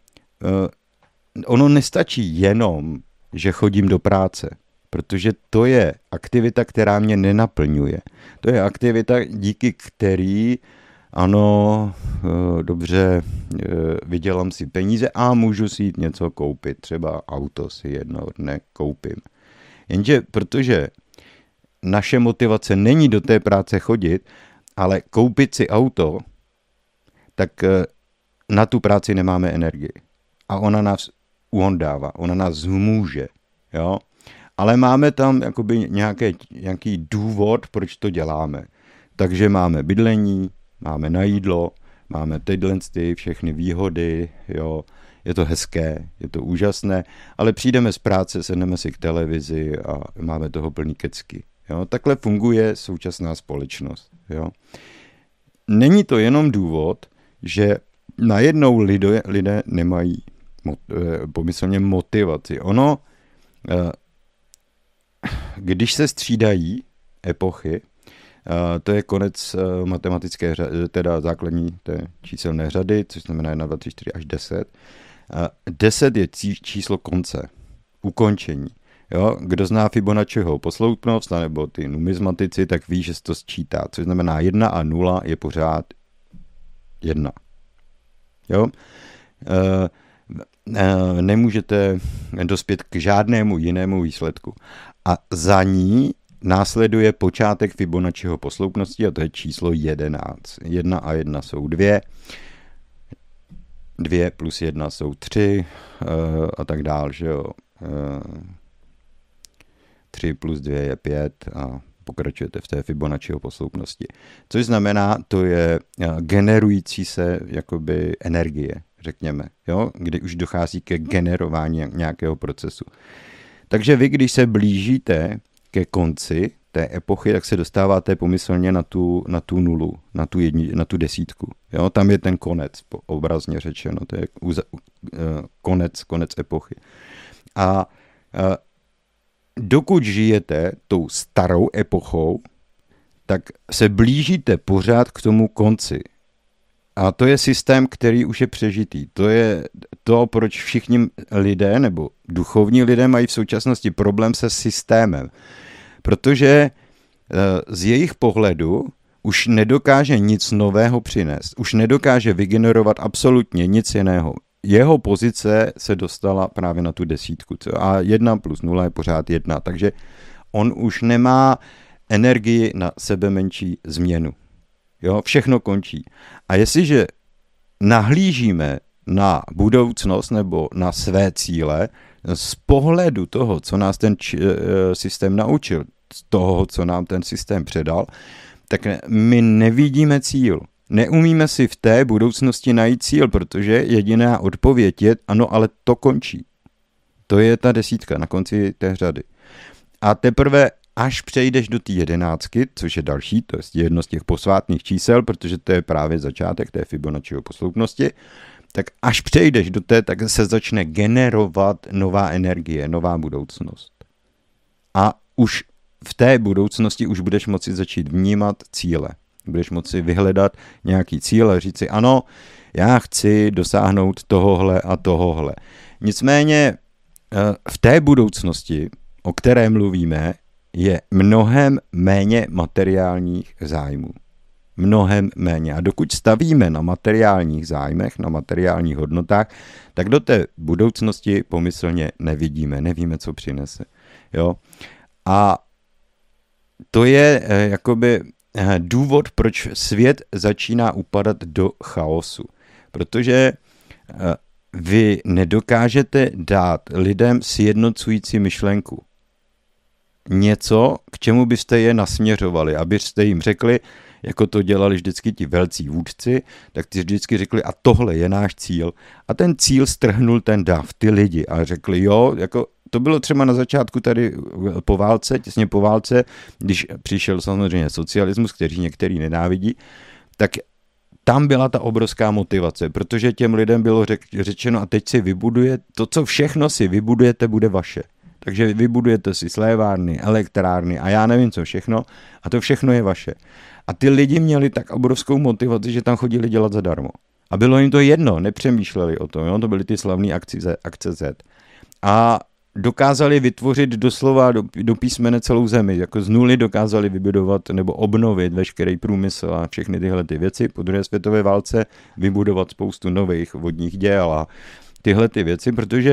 Ono nestačí jenom, že chodím do práce, protože to je aktivita, která mě nenaplňuje. To je aktivita, díky který, ano, dobře, vydělám si peníze a můžu si jít něco koupit. Třeba auto si jednoho dne koupím. Jenže protože naše motivace není do té práce chodit, ale koupit si auto, tak na tu práci nemáme energii. A ona nás uhondává, ona nás zmůže. Jo? Ale máme tam jakoby nějaký důvod, proč to děláme. Takže máme bydlení, máme na jídlo, máme tyhle všechny výhody, jo? Je to hezké, je to úžasné, ale přijdeme z práce, sedneme si k televizi a máme toho plný kecky. Jo? Takhle funguje současná společnost. Jo? Není to jenom důvod, že najednou lidé nemají pomyslně motivaci. Ono, když se střídají epochy, to je konec matematické řady, teda základní té číselné řady, což znamená 1, 2, 3, 4 až 10. 10 je číslo konce, ukončení. Jo? Kdo zná Fibonacciho posloupnost, nebo ty numizmatici, tak ví, že se to sčítá, což znamená 1 a 0 je pořád 1. Jo? Nemůžete dospět k žádnému jinému výsledku. A za ní následuje počátek Fibonacciho posloupnosti a to je číslo 11. 1 a 1 jsou 2, 2 plus 1 jsou 3 a tak dál, že jo. 3 plus 2 je 5 a pokračujete v té Fibonacciho posloupnosti. Což znamená, to je generující se jakoby energie, řekněme, jo, kdy už dochází ke generování nějakého procesu. Takže vy, když se blížíte ke konci té epochy, tak se dostáváte pomyslně na tu nulu, na tu desítku. Jo? Tam je ten konec, obrazně řečeno, to je konec epochy. A dokud žijete tou starou epochou, tak se blížíte pořád k tomu konci. A to je systém, který už je přežitý. To je to, proč všichni lidé nebo duchovní lidé mají v současnosti problém se systémem. Protože z jejich pohledu už nedokáže nic nového přinést. Už nedokáže vygenerovat absolutně nic jiného. Jeho pozice se dostala právě na tu desítku. A 1 plus 0 je pořád 1. Takže on už nemá energii na sebemenší změnu. Jo, všechno končí. A jestliže nahlížíme na budoucnost nebo na své cíle z pohledu toho, co nás ten systém naučil, z toho, co nám ten systém předal, tak my nevidíme cíl. Neumíme si v té budoucnosti najít cíl, protože jediná odpověď je, ano, ale to končí. To je ta desítka na konci té řady. A teprve až přejdeš do té 11, což je další, to je jedno z těch posvátných čísel, protože to je právě začátek té Fibonacciho posloupnosti, tak až přejdeš do té, tak se začne generovat nová energie, nová budoucnost. A už v té budoucnosti už budeš moci začít vnímat cíle. Budeš moci vyhledat nějaký cíl a říct si, ano, já chci dosáhnout tohohle a tohohle. Nicméně v té budoucnosti, o které mluvíme, je mnohem méně materiálních zájmů. Mnohem méně. A dokud stavíme na materiálních zájmech, na materiálních hodnotách, tak do té budoucnosti pomyslně nevidíme, nevíme, co přinese. Jo? A to je jakoby důvod, proč svět začíná upadat do chaosu. Protože vy nedokážete dát lidem sjednocující myšlenku. Něco, k čemu byste je nasměřovali, abyste jim řekli, jako to dělali vždycky ti velcí vůdci, tak ti vždycky řekli, a tohle je náš cíl. A ten cíl strhnul ten dav, ty lidi a řekli, jo, jako to bylo třeba na začátku tady po válce, těsně po válce, když přišel samozřejmě socialismus, který některý nenávidí, tak tam byla ta obrovská motivace, protože těm lidem bylo řečeno, a teď si vybuduje, to, co všechno si vybudujete, bude vaše. Takže vybudujete si slévárny, elektrárny a já nevím co všechno a to všechno je vaše. A ty lidi měli tak obrovskou motivaci, že tam chodili dělat zadarmo. A bylo jim to jedno, nepřemýšleli o tom, jo? To byly ty slavné akce Z. A dokázali vytvořit doslova do písmene celou zemi, jako z nuly dokázali vybudovat nebo obnovit veškerý průmysl a všechny tyhle ty věci. Po druhé světové válce vybudovat spoustu nových vodních děl a tyhle ty věci, protože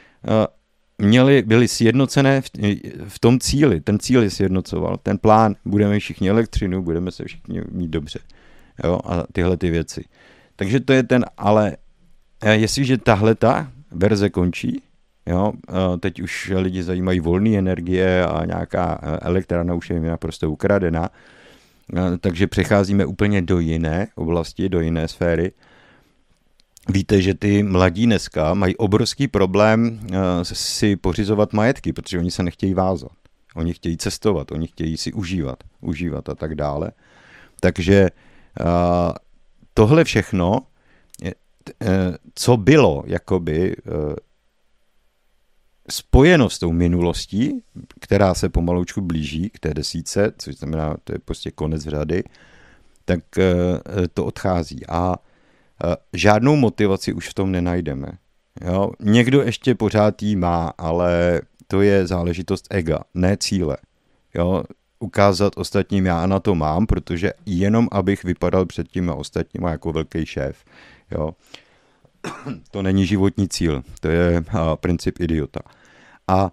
byly sjednocené v tom cíli. Ten cíl je sjednocoval. Ten plán, budeme všichni elektřinu, budeme se všichni mít dobře. Jo? A tyhle ty věci. Takže to je ale jestliže tahleta verze končí, jo? Teď už lidi zajímají volné energie a nějaká elektrárna už je naprosto ukradená, takže přecházíme úplně do jiné oblasti, do jiné sféry. Víte, že ty mladí dneska mají obrovský problém si pořizovat majetky, protože oni se nechtějí vázat. Oni chtějí cestovat, oni chtějí si užívat a tak dále. Takže tohle všechno, co bylo jakoby spojeno s tou minulostí, která se pomaloučku blíží k té desítce, což znamená, to je prostě konec řady, tak to odchází. A žádnou motivaci už v tom nenajdeme. Jo? Někdo ještě pořád jí má, ale to je záležitost ega, ne cíle. Jo? Ukázat ostatním, já na to mám, protože jenom abych vypadal před těma ostatníma jako velký šéf. Jo? To není životní cíl, to je princip idiota. A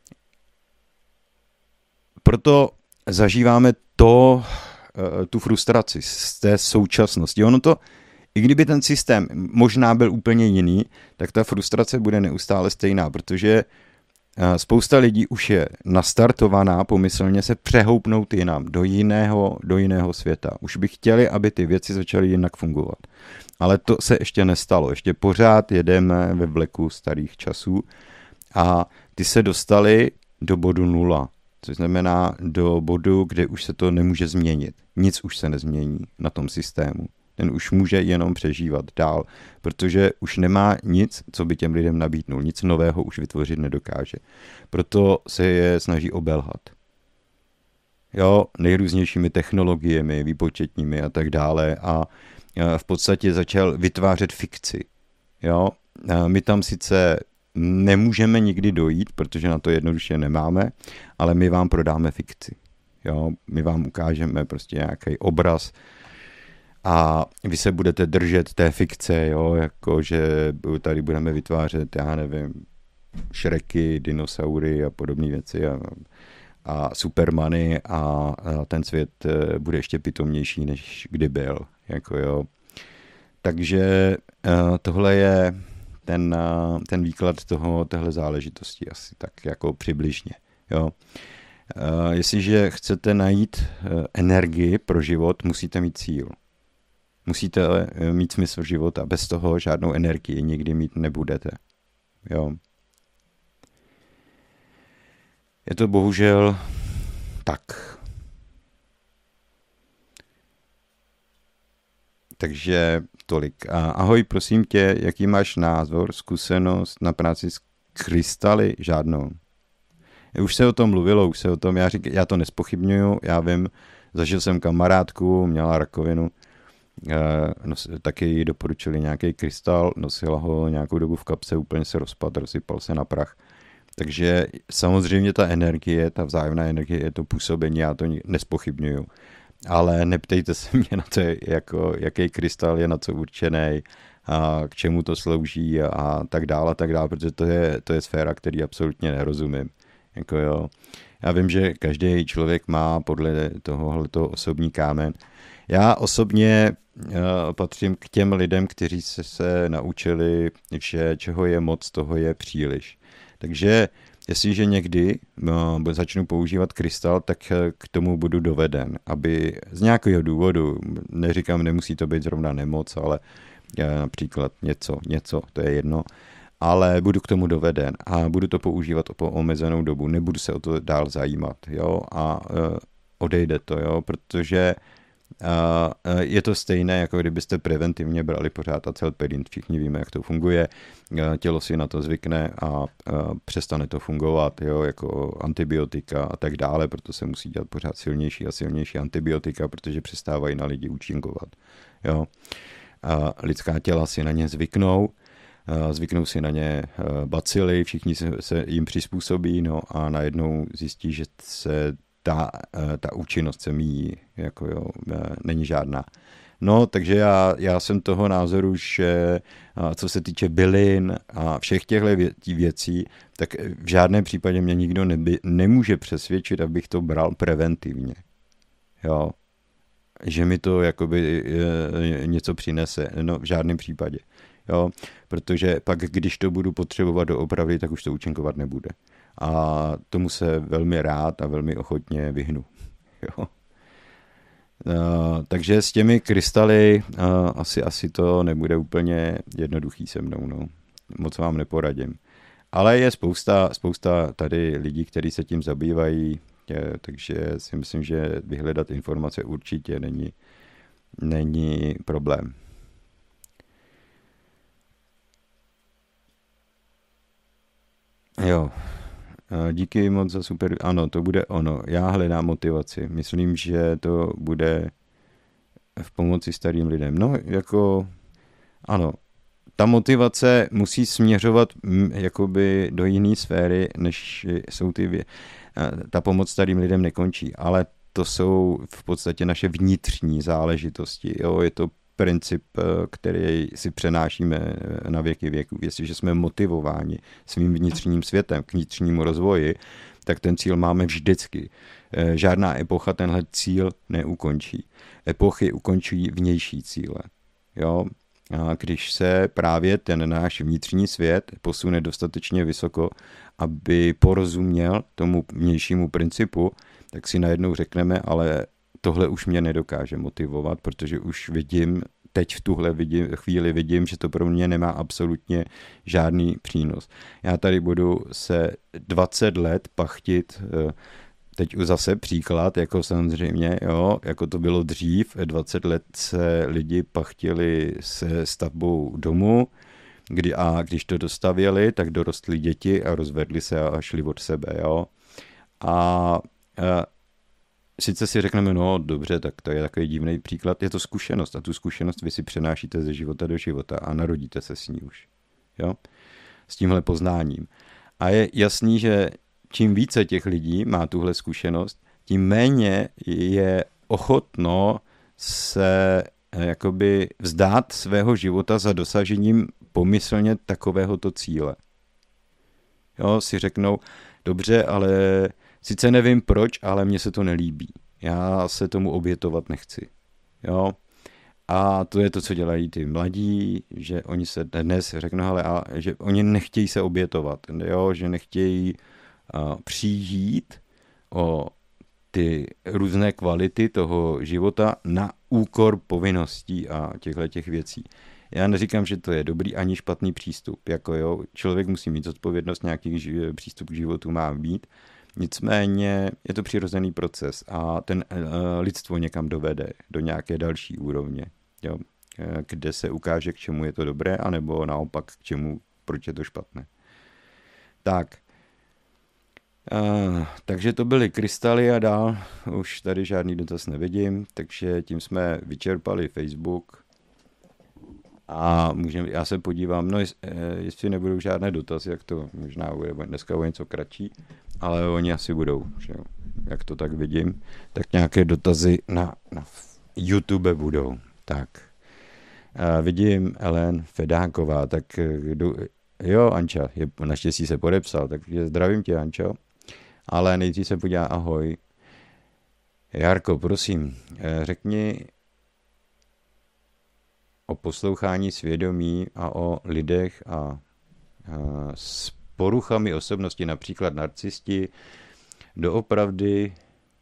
proto zažíváme tu frustraci z té současnosti. Ono to, i kdyby ten systém možná byl úplně jiný, tak ta frustrace bude neustále stejná, protože spousta lidí už je nastartovaná pomyslně se přehoupnout jinam, do jiného světa. Už by chtěli, aby ty věci začaly jinak fungovat. Ale to se ještě nestalo. Ještě pořád jedeme ve vleku starých časů a ty se dostaly do bodu 0, což znamená do bodu, kde už se to nemůže změnit. Nic už se nezmění na tom systému. Ten už může jenom přežívat dál, protože už nemá nic, co by těm lidem nabídnul. Nic nového už vytvořit nedokáže. Proto se je snaží obelhat. Jo, nejrůznějšími technologiemi, výpočetními a tak dále a v podstatě začal vytvářet fikci. Jo, my tam sice nemůžeme nikdy dojít, protože na to jednoduše nemáme, ale my vám prodáme fikci. Jo, my vám ukážeme prostě nějaký obraz a vy se budete držet té fikce, jo, jako že tady budeme vytvářet, já nevím, Shreky, dinosaury a podobné věci a Supermany a ten svět bude ještě pitomnější, než kdy byl. Jako jo. Takže tohle je ten výklad téhle záležitosti asi tak jako přibližně. Jo. Jestliže chcete najít energii pro život, musíte mít cíl. Musíte mít smysl života. Bez toho žádnou energii nikdy mít nebudete. Jo. Je to bohužel tak. Takže tolik. Ahoj, prosím tě, jaký máš názor, zkušenost na práci s krystaly? Žádnou. Už se o tom mluvilo, já to nespochybňuju, já vím, zažil jsem kamarádku, měla rakovinu, taky jí doporučili nějaký krystal, nosila ho nějakou dobu v kapse, úplně se rozpadl, rozsypal se na prach. Takže samozřejmě ta energie, ta vzájemná energie, je to působení, já to nespochybňuju. Ale neptejte se mě na to, jako, jaký krystal je na co určený, a k čemu to slouží a tak dále, protože to je sféra, který absolutně nerozumím. Jako jo. Já vím, že každý člověk má podle tohoto osobní kámen. Já osobně patřím k těm lidem, kteří se naučili, že čeho je moc, toho je příliš. Takže jestliže někdy začnu používat krystal, tak k tomu budu doveden, aby z nějakého důvodu, neříkám, nemusí to být zrovna nemoc, ale například něco, to je jedno, ale budu k tomu doveden a budu to používat po omezenou dobu, nebudu se o to dál zajímat, jo, a odejde to, jo, protože je to stejné, jako kdybyste preventivně brali pořád acylperin. Všichni víme, jak to funguje. Tělo si na to zvykne a přestane to fungovat, jo, jako antibiotika a tak dále, proto se musí dělat pořád silnější a silnější antibiotika, protože přestávají na lidi účinkovat. Jo. Lidská těla si na ně zvyknou si na ně bacily, všichni se jim přizpůsobí, no a najednou zjistí, že se ta účinnost se míjí, jako jo, není žádná. No, takže já jsem toho názoru, že co se týče bylin a všech těchto věcí, tak v žádném případě mě nikdo nemůže přesvědčit, abych to bral preventivně. Jo. Že mi to jakoby něco přinese. No, v žádném případě. Jo. Protože pak, když to budu potřebovat doopravdy, tak už to účinkovat nebude. A tomu se velmi rád a velmi ochotně vyhnu. Jo. Takže s těmi krystaly asi to nebude úplně jednoduchý se mnou. No. Moc vám neporadím. Ale je spousta tady lidí, kteří se tím zabývají, takže si myslím, že vyhledat informace určitě není problém. Jo. Díky moc za super. Ano, to bude ono. Já hledám motivaci. Myslím, že to bude v pomoci starým lidem. No, jako ano. Ta motivace musí směřovat jakoby do jiné sféry, než jsou ta pomoc starým lidem nekončí, ale to jsou v podstatě naše vnitřní záležitosti. Jo? Je to princip, který si přenášíme na věky věků. Jestliže jsme motivováni svým vnitřním světem k vnitřnímu rozvoji, tak ten cíl máme vždycky. Žádná epocha tenhle cíl neukončí. Epochy ukončují vnější cíle. Jo? A když se právě ten náš vnitřní svět posune dostatečně vysoko, aby porozuměl tomu vnějšímu principu, tak si najednou řekneme, ale tohle už mě nedokáže motivovat, protože už vidím teď v tuhle chvíli vidím, že to pro mě nemá absolutně žádný přínos. Já tady budu se 20 let pachtit, teď zase příklad, jako samozřejmě, jo, jako to bylo dřív, 20 let se lidi pachtili se stavbou domu, když to dostavěli, tak dorostly děti a rozvedli se a šli od sebe, jo. A sice si řekneme, no dobře, tak to je takový divný příklad, je to zkušenost a tu zkušenost vy si přenášíte ze života do života a narodíte se s ní už, jo, s tímhle poznáním. A je jasný, že čím více těch lidí má tuhle zkušenost, tím méně je ochotno se jakoby vzdát svého života za dosažením pomyslně takovéhoto cíle. Jo, si řeknou, dobře, ale sice nevím proč, ale mně se to nelíbí. Já se tomu obětovat nechci. Jo? A to je to, co dělají ty mladí, že oni se dnes řeknou, že oni nechtějí se obětovat, jo? Že nechtějí přijít o ty různé kvality toho života na úkor povinností a těch věcí. Já neříkám, že to je dobrý ani špatný přístup. Jako jo, člověk musí mít zodpovědnost, nějaký přístup k životu má být. Nicméně je to přirozený proces a ten lidstvo někam dovede do nějaké další úrovně, jo, kde se ukáže, k čemu je to dobré, anebo naopak k čemu, proč je to špatné. Tak. Takže to byly krystaly a dál už tady žádný dotaz nevidím, takže tím jsme vyčerpali Facebook a já se podívám, no jestli nebudou žádné dotazy, jak to možná bude dneska o něco kratší, ale oni asi budou, že jo, jak to tak vidím, tak nějaké dotazy na YouTube budou. Tak, vidím Ellen Fedáková, tak jo, Anča, naštěstí se podepsal, takže zdravím tě, Ančo. Ale nejdřív se podívá, ahoj. Jarko, prosím, řekni o poslouchání svědomí a o lidech a s poruchami osobnosti, například narcisti, doopravdy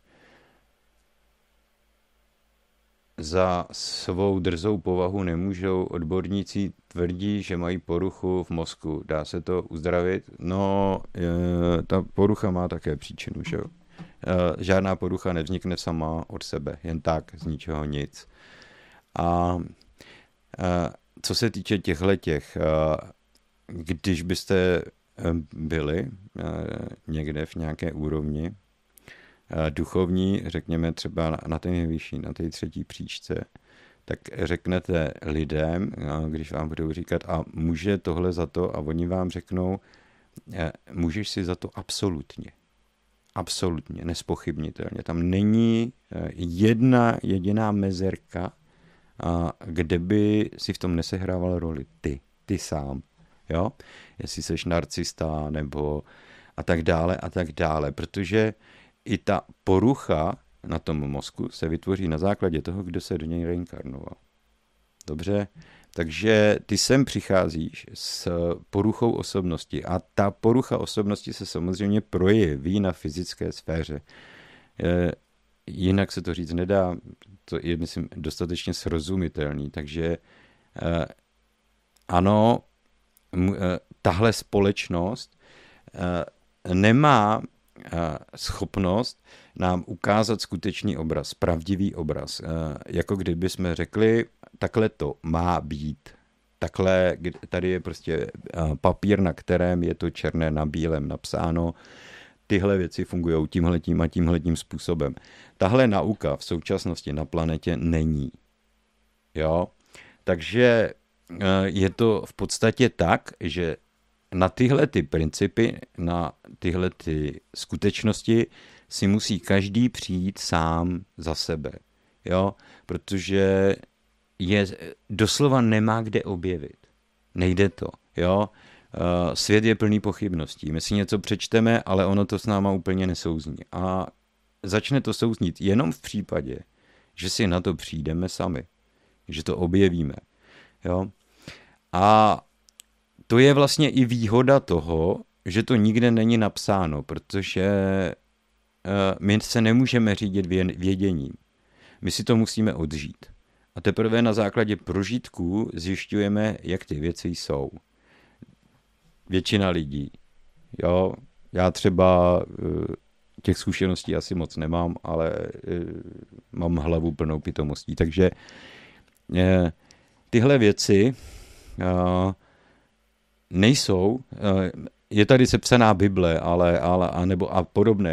za svou drzou povahu nemůžou. Odborníci tvrdí, že mají poruchu v mozku. Dá se to uzdravit? No, ta porucha má také příčinu, že jo? Žádná porucha nevznikne sama od sebe, jen tak, z ničeho nic. A co se týče těch, když byste byli někde v nějaké úrovni, duchovní, řekněme třeba na té nejvyšší, na té třetí příčce, tak řeknete lidem, když vám budou říkat, a může tohle za to, a oni vám řeknou, můžeš si za to absolutně, nespochybnitelně. Tam není jedna jediná mezerka, kde by si v tom nesehrával roli ty sám. Jo? Jestli seš narcista nebo a tak dále, protože i ta porucha na tom mozku se vytvoří na základě toho, kdo se do něj reinkarnoval. Dobře? Takže ty sem přicházíš s poruchou osobnosti a ta porucha osobnosti se samozřejmě projeví na fyzické sféře. Jinak se to říct nedá, to je, myslím, dostatečně srozumitelný. Takže ano, tahle společnost nemá schopnost nám ukázat skutečný obraz, pravdivý obraz. Jako kdyby jsme řekli, takhle to má být. Takhle, tady je prostě papír, na kterém je to černé na bílém napsáno. Tyhle věci fungují tímhletím a tímhletím způsobem. Tahle nauka v současnosti na planetě není. Jo? Takže je to v podstatě tak, že na tyhle ty principy, na tyhle ty skutečnosti si musí každý přijít sám za sebe. Jo? Protože je doslova nemá kde objevit. Nejde to. Jo? Svět je plný pochybností. My si něco přečteme, ale ono to s náma úplně nesouzní. A začne to souznít jenom v případě, že si na to přijdeme sami. Že to objevíme. Jo? A to je vlastně i výhoda toho, že to nikde není napsáno, protože my se nemůžeme řídit věděním. My si to musíme odžít. A teprve na základě prožitků zjišťujeme, jak ty věci jsou. Většina lidí. Jo? Já třeba těch zkušeností asi moc nemám, ale mám hlavu plnou pitomostí. Takže tyhle věci nejsou, je tady sepsaná Bible, ale a podobné,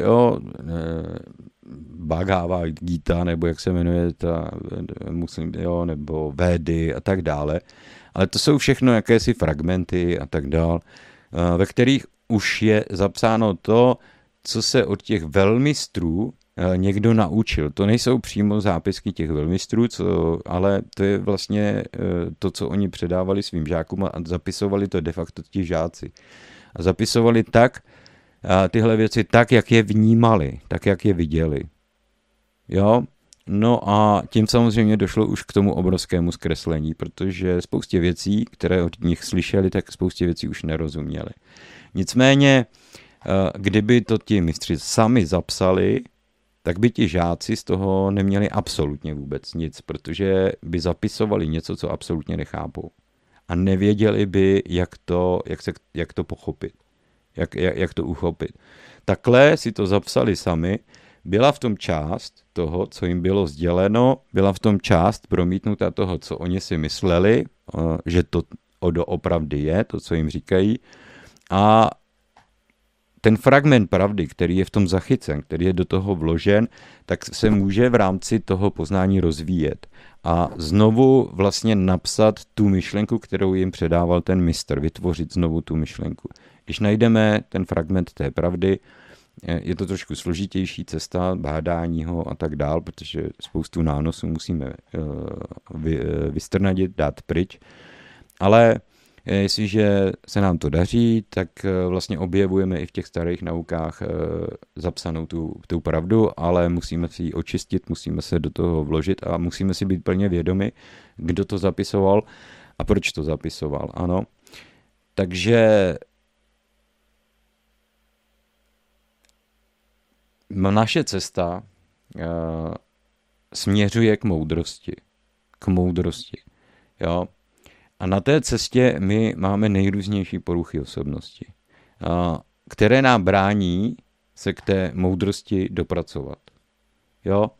Bhagavad Gita, nebo jak se jmenuje ta muslim, nebo Védy a tak dále. Ale to jsou všechno jakési fragmenty a tak dále, ve kterých už je zapsáno to, co se od těch velmistrů někdo naučil. To nejsou přímo zápisky těch velmistrů, ale to je vlastně to, co oni předávali svým žákům a zapisovali to de facto ti žáci. A zapisovali tyhle věci tak, jak je vnímali, tak, jak je viděli. Jo? No a tím samozřejmě došlo už k tomu obrovskému zkreslení, protože spoustě věcí, které od nich slyšeli, tak spoustě věcí už nerozuměli. Nicméně, kdyby to ti mistři sami zapsali, tak by ti žáci z toho neměli absolutně vůbec nic, protože by zapisovali něco, co absolutně nechápou. A nevěděli by, jak to pochopit, jak to uchopit. Takhle si to zapsali sami, byla v tom část toho, co jim bylo sděleno, byla v tom část promítnuta toho, co oni si mysleli, že to doopravdy je, to, co jim říkají. A ten fragment pravdy, který je v tom zachycen, který je do toho vložen, tak se může v rámci toho poznání rozvíjet. A znovu vlastně napsat tu myšlenku, kterou jim předával ten mistr, vytvořit znovu tu myšlenku. Když najdeme ten fragment té pravdy, je to trošku složitější cesta bádání ho a tak dál, protože spoustu nánosů musíme vystrnadit, dát pryč. Ale jestliže se nám to daří, tak vlastně objevujeme i v těch starých naukách zapsanou tu pravdu, ale musíme si ji očistit, musíme se do toho vložit a musíme si být plně vědomi, kdo to zapisoval a proč to zapisoval. Ano. Takže naše cesta směřuje k moudrosti. K moudrosti. Jo? A na té cestě my máme nejrůznější poruchy osobnosti, které nám brání se k té moudrosti dopracovat. Jo?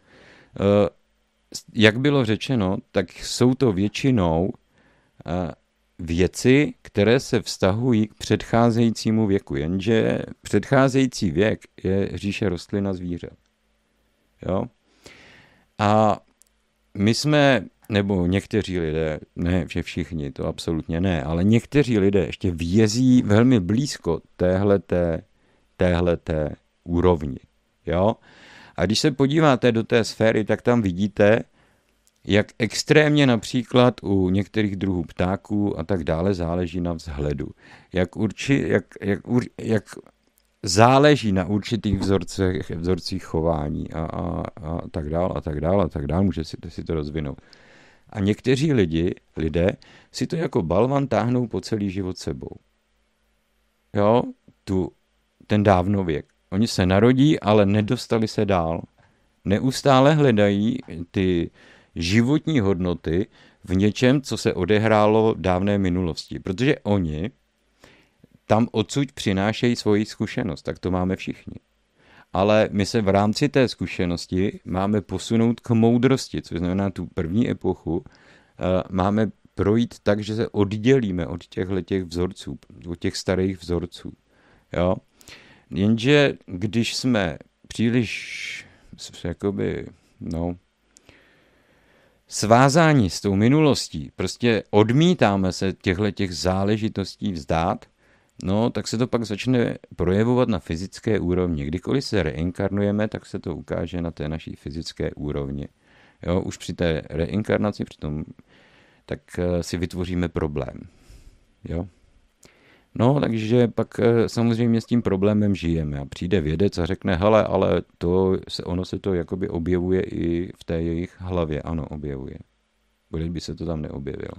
Jak bylo řečeno, tak jsou to většinou věci, které se vztahují k předcházejícímu věku, jenže předcházející věk je říše rostlin a zvířat. Jo? A my jsme, nebo někteří lidé, ne že všichni, to absolutně ne, ale někteří lidé ještě vězí velmi blízko téhleté úrovni. Jo? A když se podíváte do té sféry, tak tam vidíte, jak extrémně například u některých druhů ptáků a tak dále záleží na vzhledu. Jak záleží na určitých vzorcích chování a tak dále, může si to rozvinout. A někteří lidé si to jako balvan táhnou po celý život sebou. Jo, ten dávnověk. Oni se narodí, ale nedostali se dál. Neustále hledají ty životní hodnoty v něčem, co se odehrálo v dávné minulosti. Protože oni tam odsud přinášejí svoji zkušenost, tak to máme všichni. Ale my se v rámci té zkušenosti máme posunout k moudrosti, což znamená tu první epochu, máme projít tak, že se oddělíme od těchto vzorců, od těch starých vzorců. Jo? Jenže když jsme příliš svázáni s tou minulostí, prostě odmítáme se těchto záležitostí vzdát, no, tak se to pak začne projevovat na fyzické úrovni. Kdykoliv se reinkarnujeme, tak se to ukáže na té naší fyzické úrovni. Jo, už při té reinkarnaci, tak si vytvoříme problém. Jo? No, takže pak samozřejmě s tím problémem žijeme. A přijde vědec a řekne, hele, ale ono se to jakoby objevuje i v té jejich hlavě. Ano, objevuje. Bude by se to tam neobjevilo.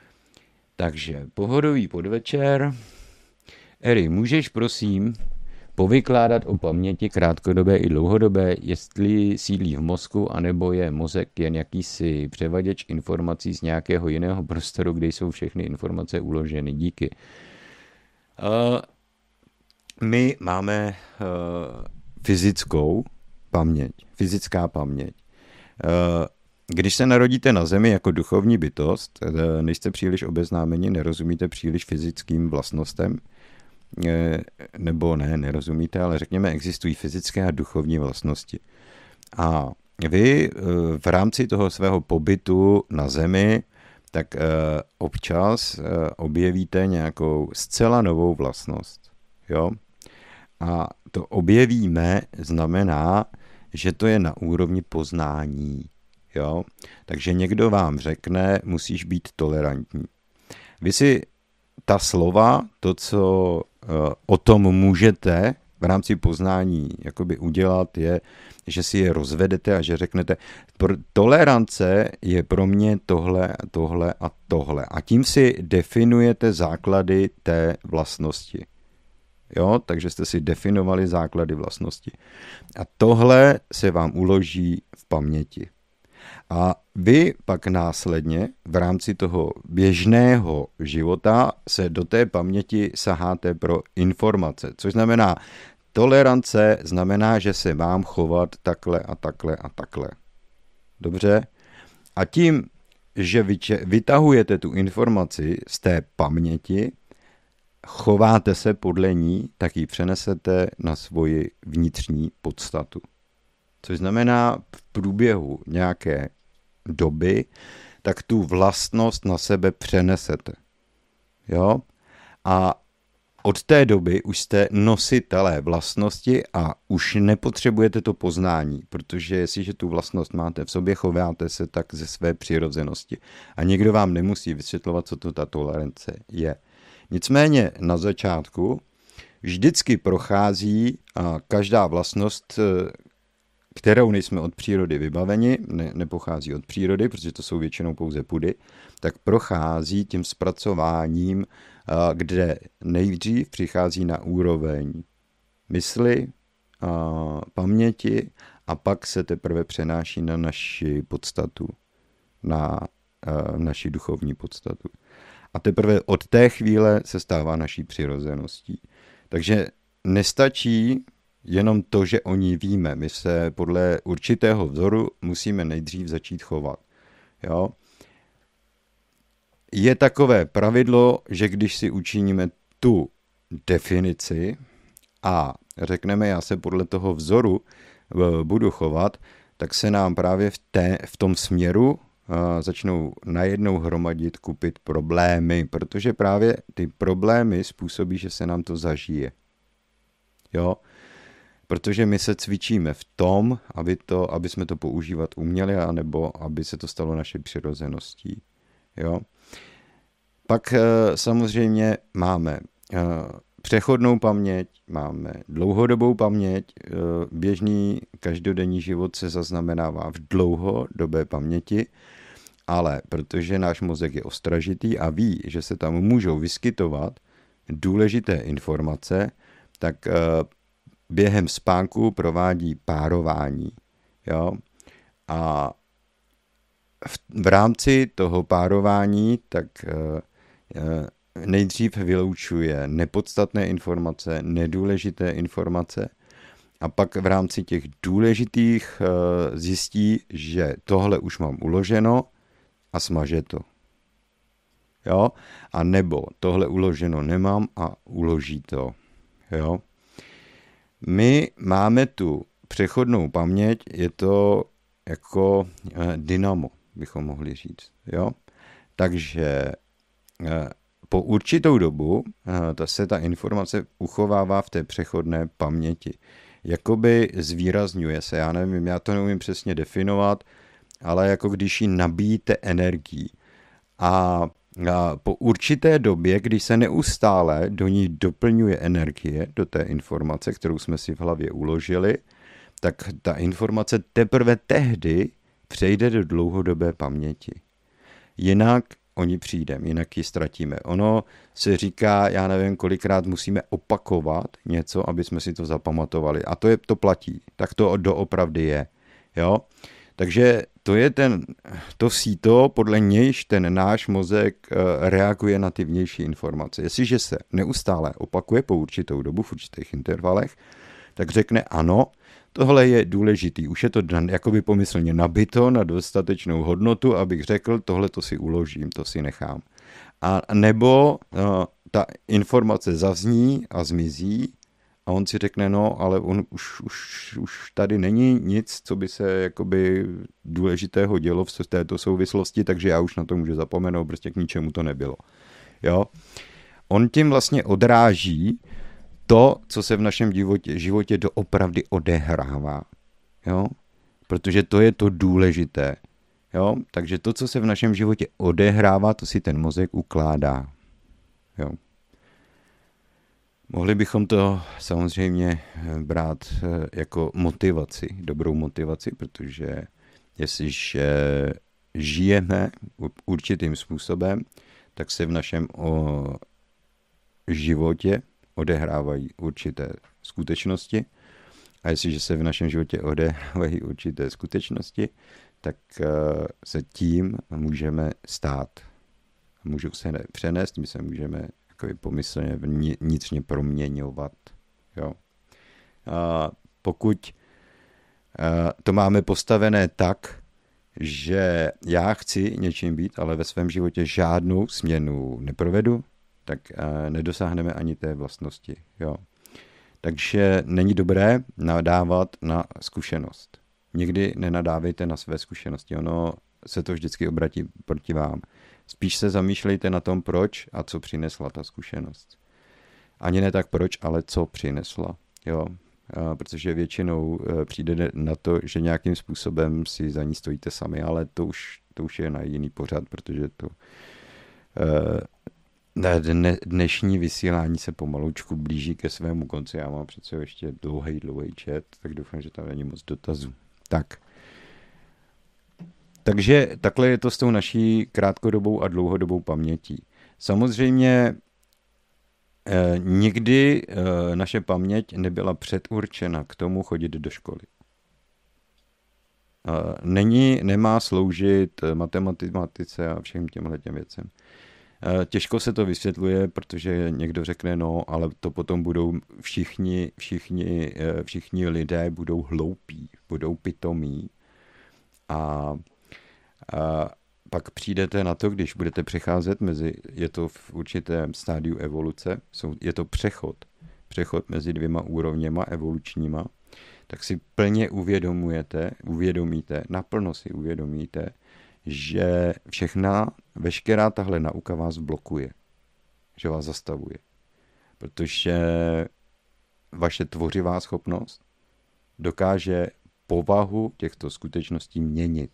Takže pohodový podvečer. Eri, můžeš prosím povykládat o paměti krátkodobé i dlouhodobé, jestli sídlí v mozku, anebo je mozek jen jakýsi převaděč informací z nějakého jiného prostoru, kde jsou všechny informace uloženy. Díky. My máme fyzickou paměť, fyzická paměť. Když se narodíte na Zemi jako duchovní bytost, nejste příliš obeznámeni, nerozumíte příliš fyzickým vlastnostem, nebo ne, nerozumíte, ale řekněme, existují fyzické a duchovní vlastnosti. A vy v rámci toho svého pobytu na Zemi, tak občas objevíte nějakou zcela novou vlastnost. Jo? A to objevíme znamená, že to je na úrovni poznání. Jo? Takže někdo vám řekne, musíš být tolerantní. Vy si ta slova, to, co o tom můžete v rámci poznání jakoby udělat, je, že si je rozvedete a že řeknete, tolerance je pro mě tohle, tohle a tohle. A tím si definujete základy té vlastnosti. Jo, takže jste si definovali základy vlastnosti. A tohle se vám uloží v paměti. A vy pak následně v rámci toho běžného života se do té paměti saháte pro informace, což znamená, tolerance znamená, že se mám chovat takhle a takhle a takhle. Dobře? A tím, že vytahujete tu informaci z té paměti, chováte se podle ní, tak ji přenesete na svoji vnitřní podstatu. Což znamená v průběhu nějaké doby, tak tu vlastnost na sebe přenesete. Jo? A od té doby už jste nositelé vlastnosti a už nepotřebujete to poznání, protože jestliže tu vlastnost máte v sobě, chováte se tak ze své přirozenosti. A nikdo vám nemusí vysvětlovat, co to ta tolerance je. Nicméně na začátku vždycky prochází každá vlastnost, kterou nejsme od přírody vybaveni, nepochází od přírody, protože to jsou většinou pouze pudy, tak prochází tím zpracováním, kde nejdřív přichází na úroveň mysli, paměti a pak se teprve přenáší na naši podstatu, na naši duchovní podstatu. A teprve od té chvíle se stává naší přirozeností. Takže nestačí jenom to, že o ní víme. My se podle určitého vzoru musíme nejdřív začít chovat. Jo? Je takové pravidlo, že když si učiníme tu definici a řekneme, já se podle toho vzoru budu chovat, tak se nám právě v tom směru začnou najednou hromadit, kupit problémy, protože právě ty problémy způsobí, že se nám to zažije. Jo? Protože my se cvičíme v tom, aby jsme to používat uměli, anebo aby se to stalo naší přirozeností. Jo? Pak samozřejmě máme přechodnou paměť, máme dlouhodobou paměť, běžný každodenní život se zaznamenává v dlouhodobé paměti, ale protože náš mozek je ostražitý a ví, že se tam můžou vyskytovat důležité informace, tak během spánku provádí párování. Jo? A v rámci toho párování tak nejdřív vyloučuje nepodstatné informace, nedůležité informace a pak v rámci těch důležitých zjistí, že tohle už mám uloženo a smaže to. Jo? A nebo tohle uloženo nemám a uloží to. Jo? My máme tu přechodnou paměť, je to jako dynamo, bychom mohli říct. Jo? Takže po určitou dobu se ta informace uchovává v té přechodné paměti. Jakoby zvýrazňuje se, já nevím, já to neumím přesně definovat, ale jako když ji nabíjíte energií. A po určité době, když se neustále do ní doplňuje energie, do té informace, kterou jsme si v hlavě uložili, tak ta informace teprve tehdy přejde do dlouhodobé paměti. Jinak o ní přijdeme, jinak ji ztratíme. Ono se říká, já nevím, kolikrát musíme opakovat něco, aby jsme si to zapamatovali. A to platí. Tak to doopravdy je. Jo? Takže to je to síto, podle nějž ten náš mozek reaguje na ty vnější informace. Jestliže se neustále opakuje po určitou dobu, v určitých intervalech, tak řekne ano, tohle je důležitý. Už je to jakoby pomyslně nabito na dostatečnou hodnotu, abych řekl, tohle to si uložím, to si nechám. A nebo ta informace zazní a zmizí a on si řekne, no, ale on už tady není nic, co by se jakoby důležitého dělo v této souvislosti, takže já už na to můžu zapomenout, prostě k ničemu to nebylo. Jo? On tím vlastně odráží to, co se v našem životě doopravdy odehrává. Jo? Protože to je to důležité. Jo? Takže to, co se v našem životě odehrává, to si ten mozek ukládá. Jo? Mohli bychom to samozřejmě brát jako motivaci, dobrou motivaci, protože jestliže žijeme určitým způsobem, tak se v našem životě odehrávají určité skutečnosti. A jestliže se v našem životě odehrávají určité skutečnosti, tak se tím můžeme stát. Můžou se přenést, my se můžeme pomyslně vnitřně proměňovat. Jo. A pokud to máme postavené tak, že já chci něčím být, ale ve svém životě žádnou změnu neprovedu, tak nedosáhneme ani té vlastnosti. Jo. Takže není dobré nadávat na zkušenost. Nikdy nenadávejte na své zkušenosti, ono se to vždycky obratí proti vám. Spíš se zamýšlejte na tom, proč a co přinesla ta zkušenost. Ani ne tak proč, ale co přinesla. Jo. Protože většinou přijde na to, že nějakým způsobem si za ní stojíte sami, ale to už je na jiný pořad, protože to dnešní vysílání se pomalučku blíží ke svému konci. Já mám přece ještě dlouhý chat, tak doufám, že tam není moc dotazů. Takže takhle je to s tou naší krátkodobou a dlouhodobou pamětí. Samozřejmě nikdy naše paměť nebyla předurčena k tomu chodit do školy. Nemá sloužit matematice a všem těmhletěm věcem. Těžko se to vysvětluje, protože někdo řekne, no, ale to potom budou všichni lidé budou hloupí, budou pitomí a pak přijdete na to, když budete přecházet je to v určitém stádiu evoluce, je to přechod mezi dvěma úrovněma evolučníma, tak si plně uvědomíte, naplno si uvědomíte, že veškerá tahle nauka vás blokuje, že vás zastavuje, protože vaše tvořivá schopnost dokáže povahu těchto skutečností měnit.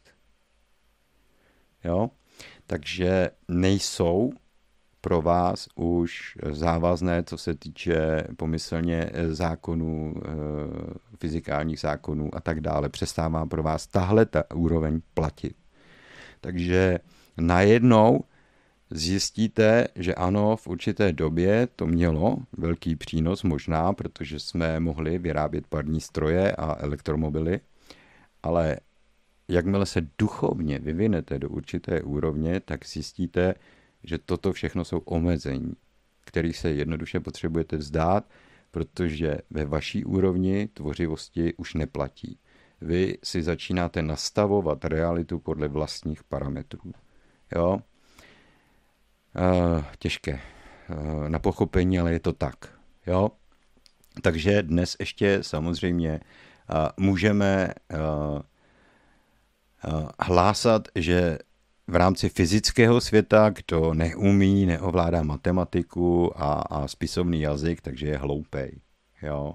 Jo? Takže nejsou pro vás už závazné, co se týče pomyslně zákonů, fyzikálních zákonů a tak dále. Přestává pro vás tahle ta úroveň platit. Takže najednou zjistíte, že ano, v určité době to mělo velký přínos možná, protože jsme mohli vyrábět parní stroje a elektromobily, ale jakmile se duchovně vyvinete do určité úrovně, tak zjistíte, že toto všechno jsou omezení, kterých se jednoduše potřebujete vzdát, protože ve vaší úrovni tvořivosti už neplatí. Vy si začínáte nastavovat realitu podle vlastních parametrů. Jo? Těžké na pochopení, ale je to tak. Jo? Takže dnes ještě samozřejmě můžeme hlásat, že v rámci fyzického světa, kdo neumí, neovládá matematiku a spisovný jazyk, takže je hloupej. Jo?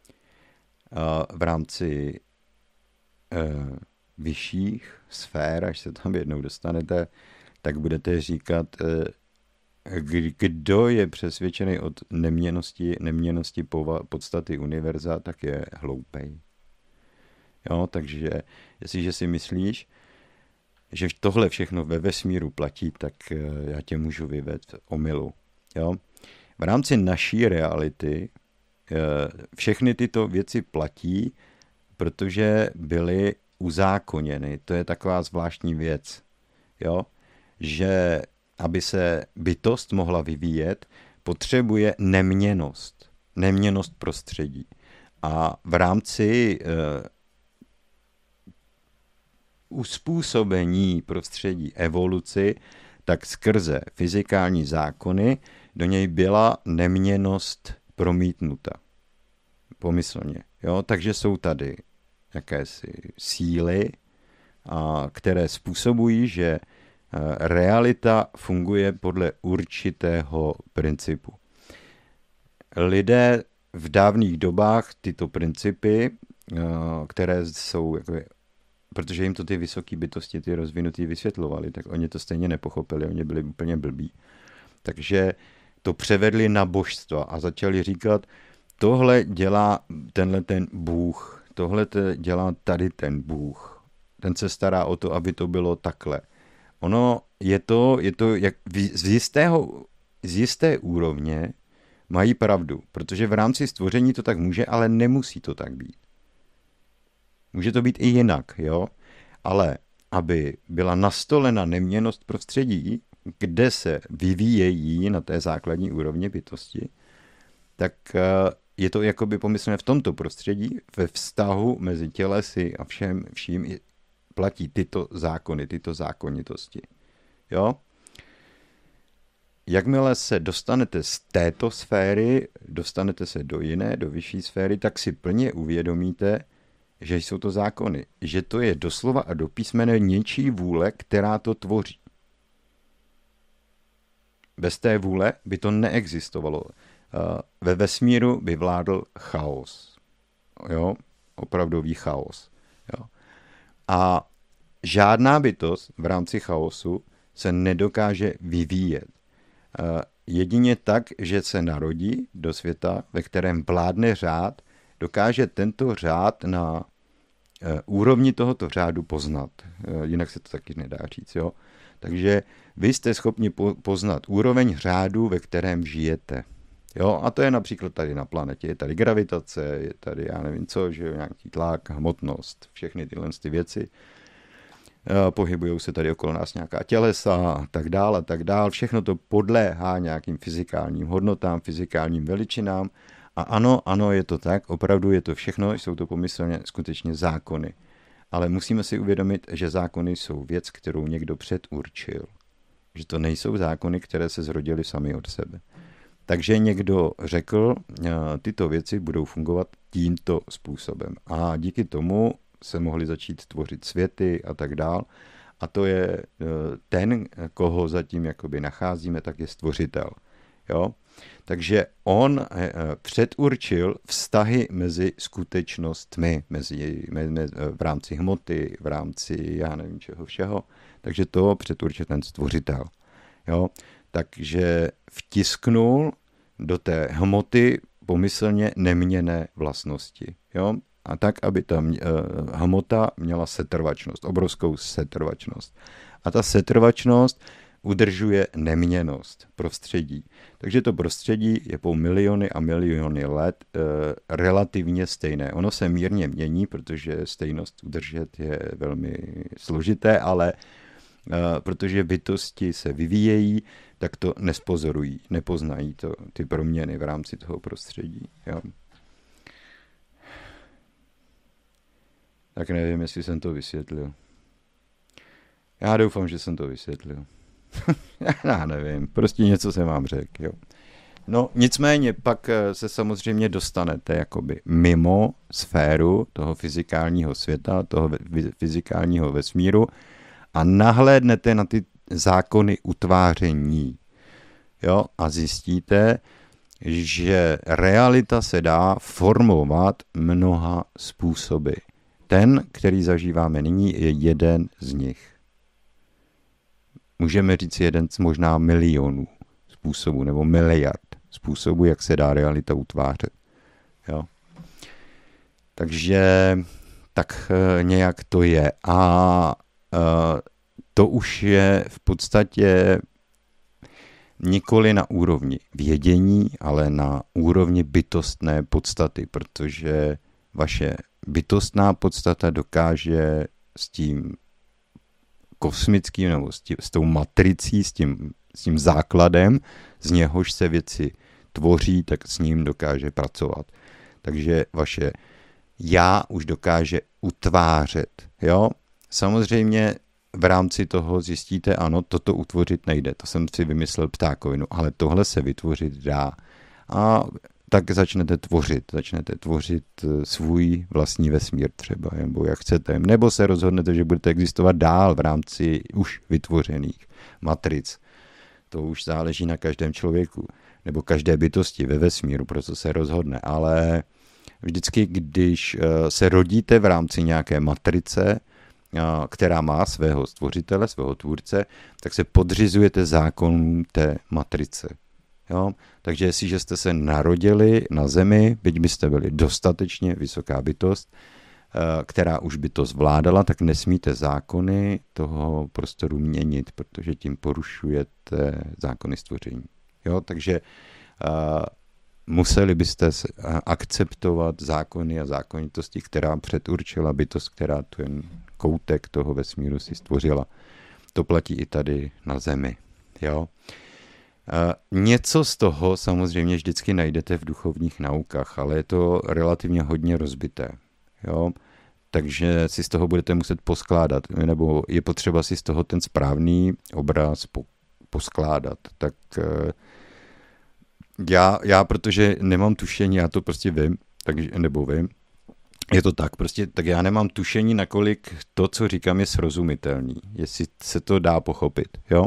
V rámci vyšších sfér, až se tam jednou dostanete, tak budete říkat, kdo je přesvědčený od neměnnosti podstaty univerza, tak je hloupej. Jo, takže jestliže si myslíš, že tohle všechno ve vesmíru platí, tak já tě můžu vyvést omylu. Jo? V rámci naší reality všechny tyto věci platí, protože byly uzákoněny. To je taková zvláštní věc, jo? Že aby se bytost mohla vyvíjet, potřebuje neměnnost prostředí. A v rámci uspůsobení prostředí evoluci, tak skrze fyzikální zákony do něj byla neměnnost promítnuta. Pomyslně. Jo? Takže jsou tady jakési síly, které způsobují, že realita funguje podle určitého principu. Lidé v dávných dobách tyto principy, které jsou, protože jim to ty vysoké bytosti, ty rozvinutý vysvětlovali, tak oni to stejně nepochopili, oni byli úplně blbí. Takže to převedli na božstva a začali říkat, tohle dělá tenhle ten Bůh, tohle dělá tady ten Bůh. Ten se stará o to, aby to bylo takhle. Ono je to jak z jisté úrovně mají pravdu, protože v rámci stvoření to tak může, ale nemusí to tak být. Může to být i jinak, jo? Ale aby byla nastolena neměnnost prostředí, kde se vyvíjejí na té základní úrovni bytosti, tak je to jakoby pomyslné v tomto prostředí, ve vztahu mezi tělesy a vším platí tyto zákony, tyto zákonitosti. Jo? Jakmile se dostanete z této sféry, dostanete se do jiné, do vyšší sféry, tak si plně uvědomíte, že jsou to zákony. Že to je doslova a do písmene něčí vůle, která to tvoří. Bez té vůle by to neexistovalo. Ve vesmíru by vládl chaos. Jo? Opravdový chaos. Jo? A žádná bytost v rámci chaosu se nedokáže vyvíjet. Jedině tak, že se narodí do světa, ve kterém vládne řád, dokáže tento řád na úrovni tohoto řádu poznat. Jinak se to taky nedá říct. Jo? Takže vy jste schopni poznat úroveň řádu, ve kterém žijete. Jo? A to je například tady na planetě. Je tady gravitace, je tady, já nevím co, že jo, nějaký tlak, hmotnost, všechny tyhle věci. Pohybují se tady okolo nás nějaká tělesa a tak dál. Všechno to podléhá nějakým fyzikálním hodnotám, fyzikálním veličinám. A ano, je to tak, opravdu je to všechno, jsou to pomyslně skutečně zákony. Ale musíme si uvědomit, že zákony jsou věc, kterou někdo předurčil. Že to nejsou zákony, které se zrodily sami od sebe. Takže někdo řekl, tyto věci budou fungovat tímto způsobem. A díky tomu se mohly začít tvořit světy a tak dál. A to je ten, koho zatím jakoby nacházíme, tak je stvořitel. Jo? Takže on předurčil vztahy mezi skutečnostmi, v rámci hmoty, v rámci já nevím čeho všeho. Takže to předurčil ten stvořitel. Jo? Takže vtisknul do té hmoty pomyslně neměnné vlastnosti. Jo? A tak, aby ta hmota měla setrvačnost, obrovskou setrvačnost. A ta setrvačnost udržuje neměnnost prostředí. Takže to prostředí je po miliony a miliony let relativně stejné. Ono se mírně mění, protože stejnost udržet je velmi složité, ale protože bytosti se vyvíjejí, tak to nespozorují, nepoznají ty proměny v rámci toho prostředí. Jo. Tak nevím, jestli jsem to vysvětlil. Já doufám, že jsem to vysvětlil. Já nevím, prostě něco jsem vám řekl. Jo. No nicméně pak se samozřejmě dostanete jakoby mimo sféru toho fyzikálního světa, toho fyzikálního vesmíru a nahlédnete na ty zákony utváření. Jo, a zjistíte, že realita se dá formovat mnoha způsoby. Ten, který zažíváme nyní, je jeden z nich. Můžeme říct jeden z možná milionů způsobů, nebo miliard způsobů, jak se dá realita utvářet. Jo? Takže tak nějak to je. A to už je v podstatě nikoli na úrovni vědění, ale na úrovni bytostné podstaty, protože vaše bytostná podstata dokáže s tím kosmickým nebo s tou matricí, s tím základem, z něhož se věci tvoří, tak s ním dokáže pracovat. Takže vaše já už dokáže utvářet. Jo? Samozřejmě v rámci toho zjistíte, ano, toto utvořit nejde. To jsem si vymyslel ptákovinu, ale tohle se vytvořit dá. A tak začnete tvořit svůj vlastní vesmír třeba, nebo jak chcete. Nebo se rozhodnete, že budete existovat dál v rámci už vytvořených matric. To už záleží na každém člověku, nebo každé bytosti ve vesmíru, pro co se rozhodne. Ale vždycky, když se rodíte v rámci nějaké matrice, která má svého stvořitele, svého tvůrce, tak se podřizujete zákonům té matrice. Jo? Takže jestliže jste se narodili na Zemi, byť byste byli dostatečně vysoká bytost, která už by to zvládala, tak nesmíte zákony toho prostoru měnit, protože tím porušujete zákony stvoření. Jo? Takže museli byste akceptovat zákony a zákonitosti, která předurčila bytost, která ten koutek toho vesmíru si stvořila. To platí i tady na Zemi. Jo? Něco z toho samozřejmě vždycky najdete v duchovních naukách, ale je to relativně hodně rozbité. Jo? Takže si z toho budete muset poskládat, nebo je potřeba si z toho ten správný obraz poskládat. Tak já, protože nemám tušení, já to prostě vím, nebo vím, je to tak, prostě, tak já nemám tušení, nakolik to, co říkám, je srozumitelný, jestli se to dá pochopit, jo.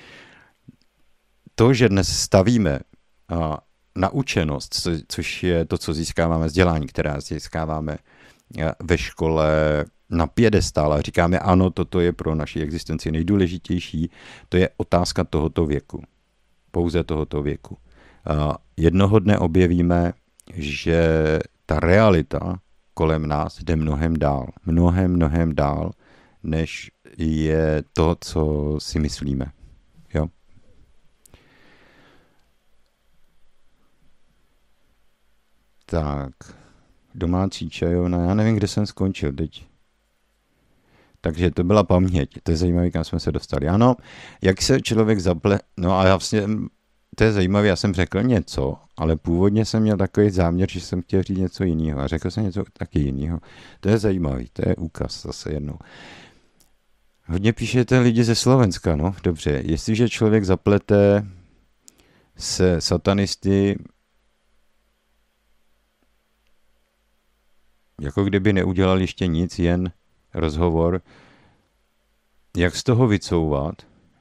To, že dnes stavíme naučenost, což je to, co získáváme, vzdělání, které získáváme ve škole na piedestál a říkáme, ano, toto je pro naši existenci nejdůležitější, to je otázka tohoto věku, pouze tohoto věku. Jednoho dne objevíme, že ta realita kolem nás jde mnohem dál, než je to, co si myslíme. Jo? Tak, domácí čajovna, já nevím, kde jsem skončil teď. Takže to byla paměť, to je zajímavé, kam jsme se dostali. Ano, jak se člověk no a vlastně, to je zajímavé, já jsem řekl něco, ale původně jsem měl takový záměr, že jsem chtěl říct něco jiného a řekl jsem něco taky jiného. To je zajímavý, to je úkaz zase jednou. Hodně píšete lidi ze Slovenska, no dobře. Jestliže člověk zaplete se satanisty, jako kdyby neudělal ještě nic, jen rozhovor, jak z toho vycouvat,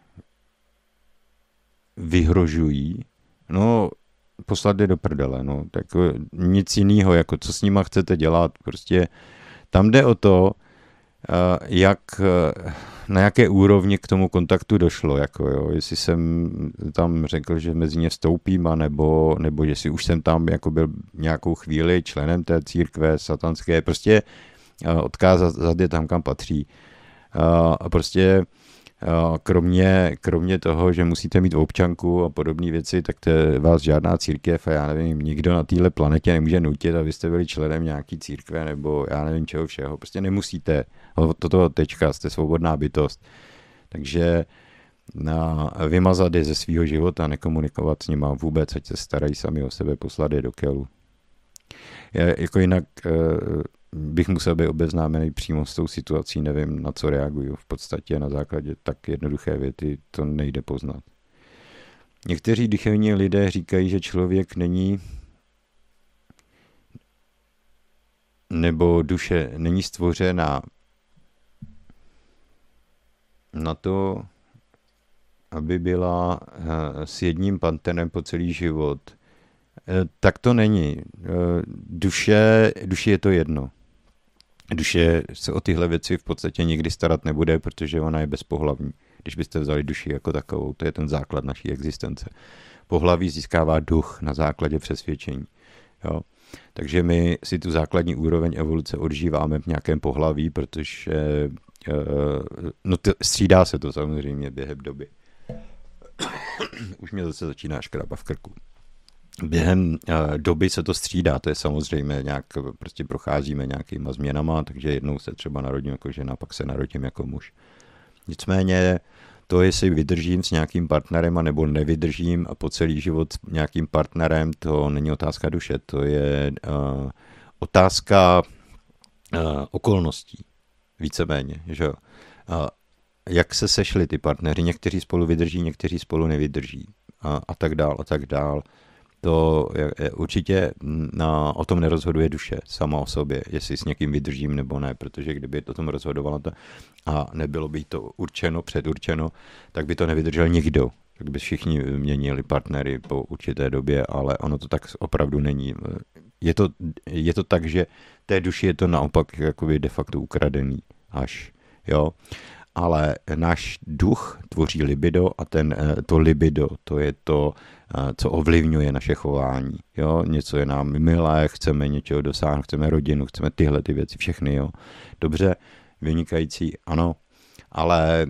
vyhrožují, no poslat je do prdele, no, tak nic jiného, jako co s nima chcete dělat, prostě tam jde o to, jak, na jaké úrovni k tomu kontaktu došlo, jako jo, jestli jsem tam řekl, že mezi ně vstoupím, nebo jestli už jsem tam jako byl nějakou chvíli členem té církve satanské, prostě odkázat je tam, kam patří. Prostě kromě toho, že musíte mít občanku a podobné věci, tak to vás žádná církev a já nevím, nikdo na téhle planetě nemůže nutit, abyste byli členem nějaký církve nebo já nevím čeho všeho. Prostě nemusíte. Toto tečka, jste svobodná bytost. Takže vymazat je ze svého života, nekomunikovat s nima vůbec, ať se starají sami o sebe, poslat je do kelu. Jako jinak bych musel být obeznámený přímo s tou situací, nevím, na co reaguju. V podstatě na základě tak jednoduché věty to nejde poznat. Někteří duchovní lidé říkají, že člověk není, nebo duše není stvořena na to, aby byla s jedním panternem po celý život. Tak to není. Duše je to jedno. Duše se o tyhle věci v podstatě nikdy starat nebude, protože ona je bezpohlavní. Když byste vzali duši jako takovou, to je ten základ naší existence. Pohlaví získává duch na základě přesvědčení. Jo? Takže my si tu základní úroveň evoluce odžíváme v nějakém pohlaví, protože No střídá se to samozřejmě během doby. Už mě zase začíná škrábat v krku. Během doby se to střídá, to je samozřejmě nějak, prostě procházíme nějakýma změnama, takže jednou se třeba narodím jako žena, pak se narodím jako muž. Nicméně to, jestli vydržím s nějakým partnerem a nebo nevydržím a po celý život s nějakým partnerem, to není otázka duše, to je otázka okolností, víceméně, že jo. Jak se sešli ty partneři, někteří spolu vydrží, někteří spolu nevydrží a tak dál. To je určitě o tom nerozhoduje duše sama o sobě, jestli s někým vydržím nebo ne, protože kdyby o tom rozhodovala a nebylo by to předurčeno, tak by to nevydržel nikdo. Tak by všichni měnili partnery po určité době, ale ono to tak opravdu není. Je to tak, že té duši je to naopak jakoby de facto ukradený až, jo. Ale náš duch tvoří libido a to libido, to je to, co ovlivňuje naše chování. Jo? Něco je nám milé, chceme něčeho dosáhnout, chceme rodinu, chceme tyhle ty věci, všechny. Jo? Dobře, vynikající, ano, ale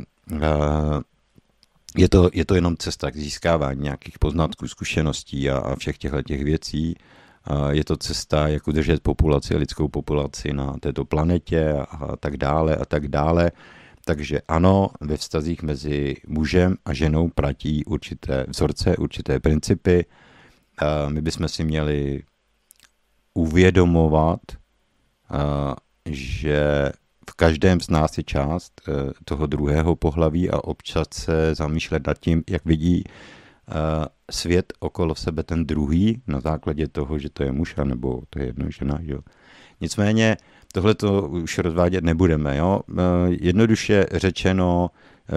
je to jenom cesta k získávání nějakých poznatků, zkušeností a všech těch věcí. Je to cesta, jak udržet lidskou populaci na této planetě a tak dále. Takže ano, ve vztazích mezi mužem a ženou platí určité vzorce, určité principy. My bychom si měli uvědomovat, že v každém z nás je část toho druhého pohlaví a občas se zamýšlet nad tím, jak vidí svět okolo sebe ten druhý na základě toho, že to je muž nebo to je jedna žena. Jo. Nicméně tohle to už rozvádět nebudeme. Jo? Jednoduše řečeno,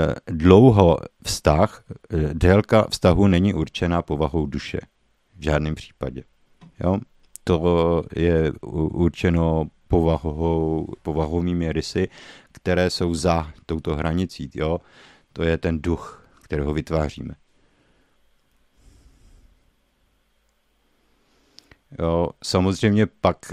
délka vztahu není určená povahou duše. V žádném případě. Jo? To je určeno povahovými rysy, které jsou za touto hranicí. Jo? To je ten duch, kterého vytváříme. Jo, samozřejmě pak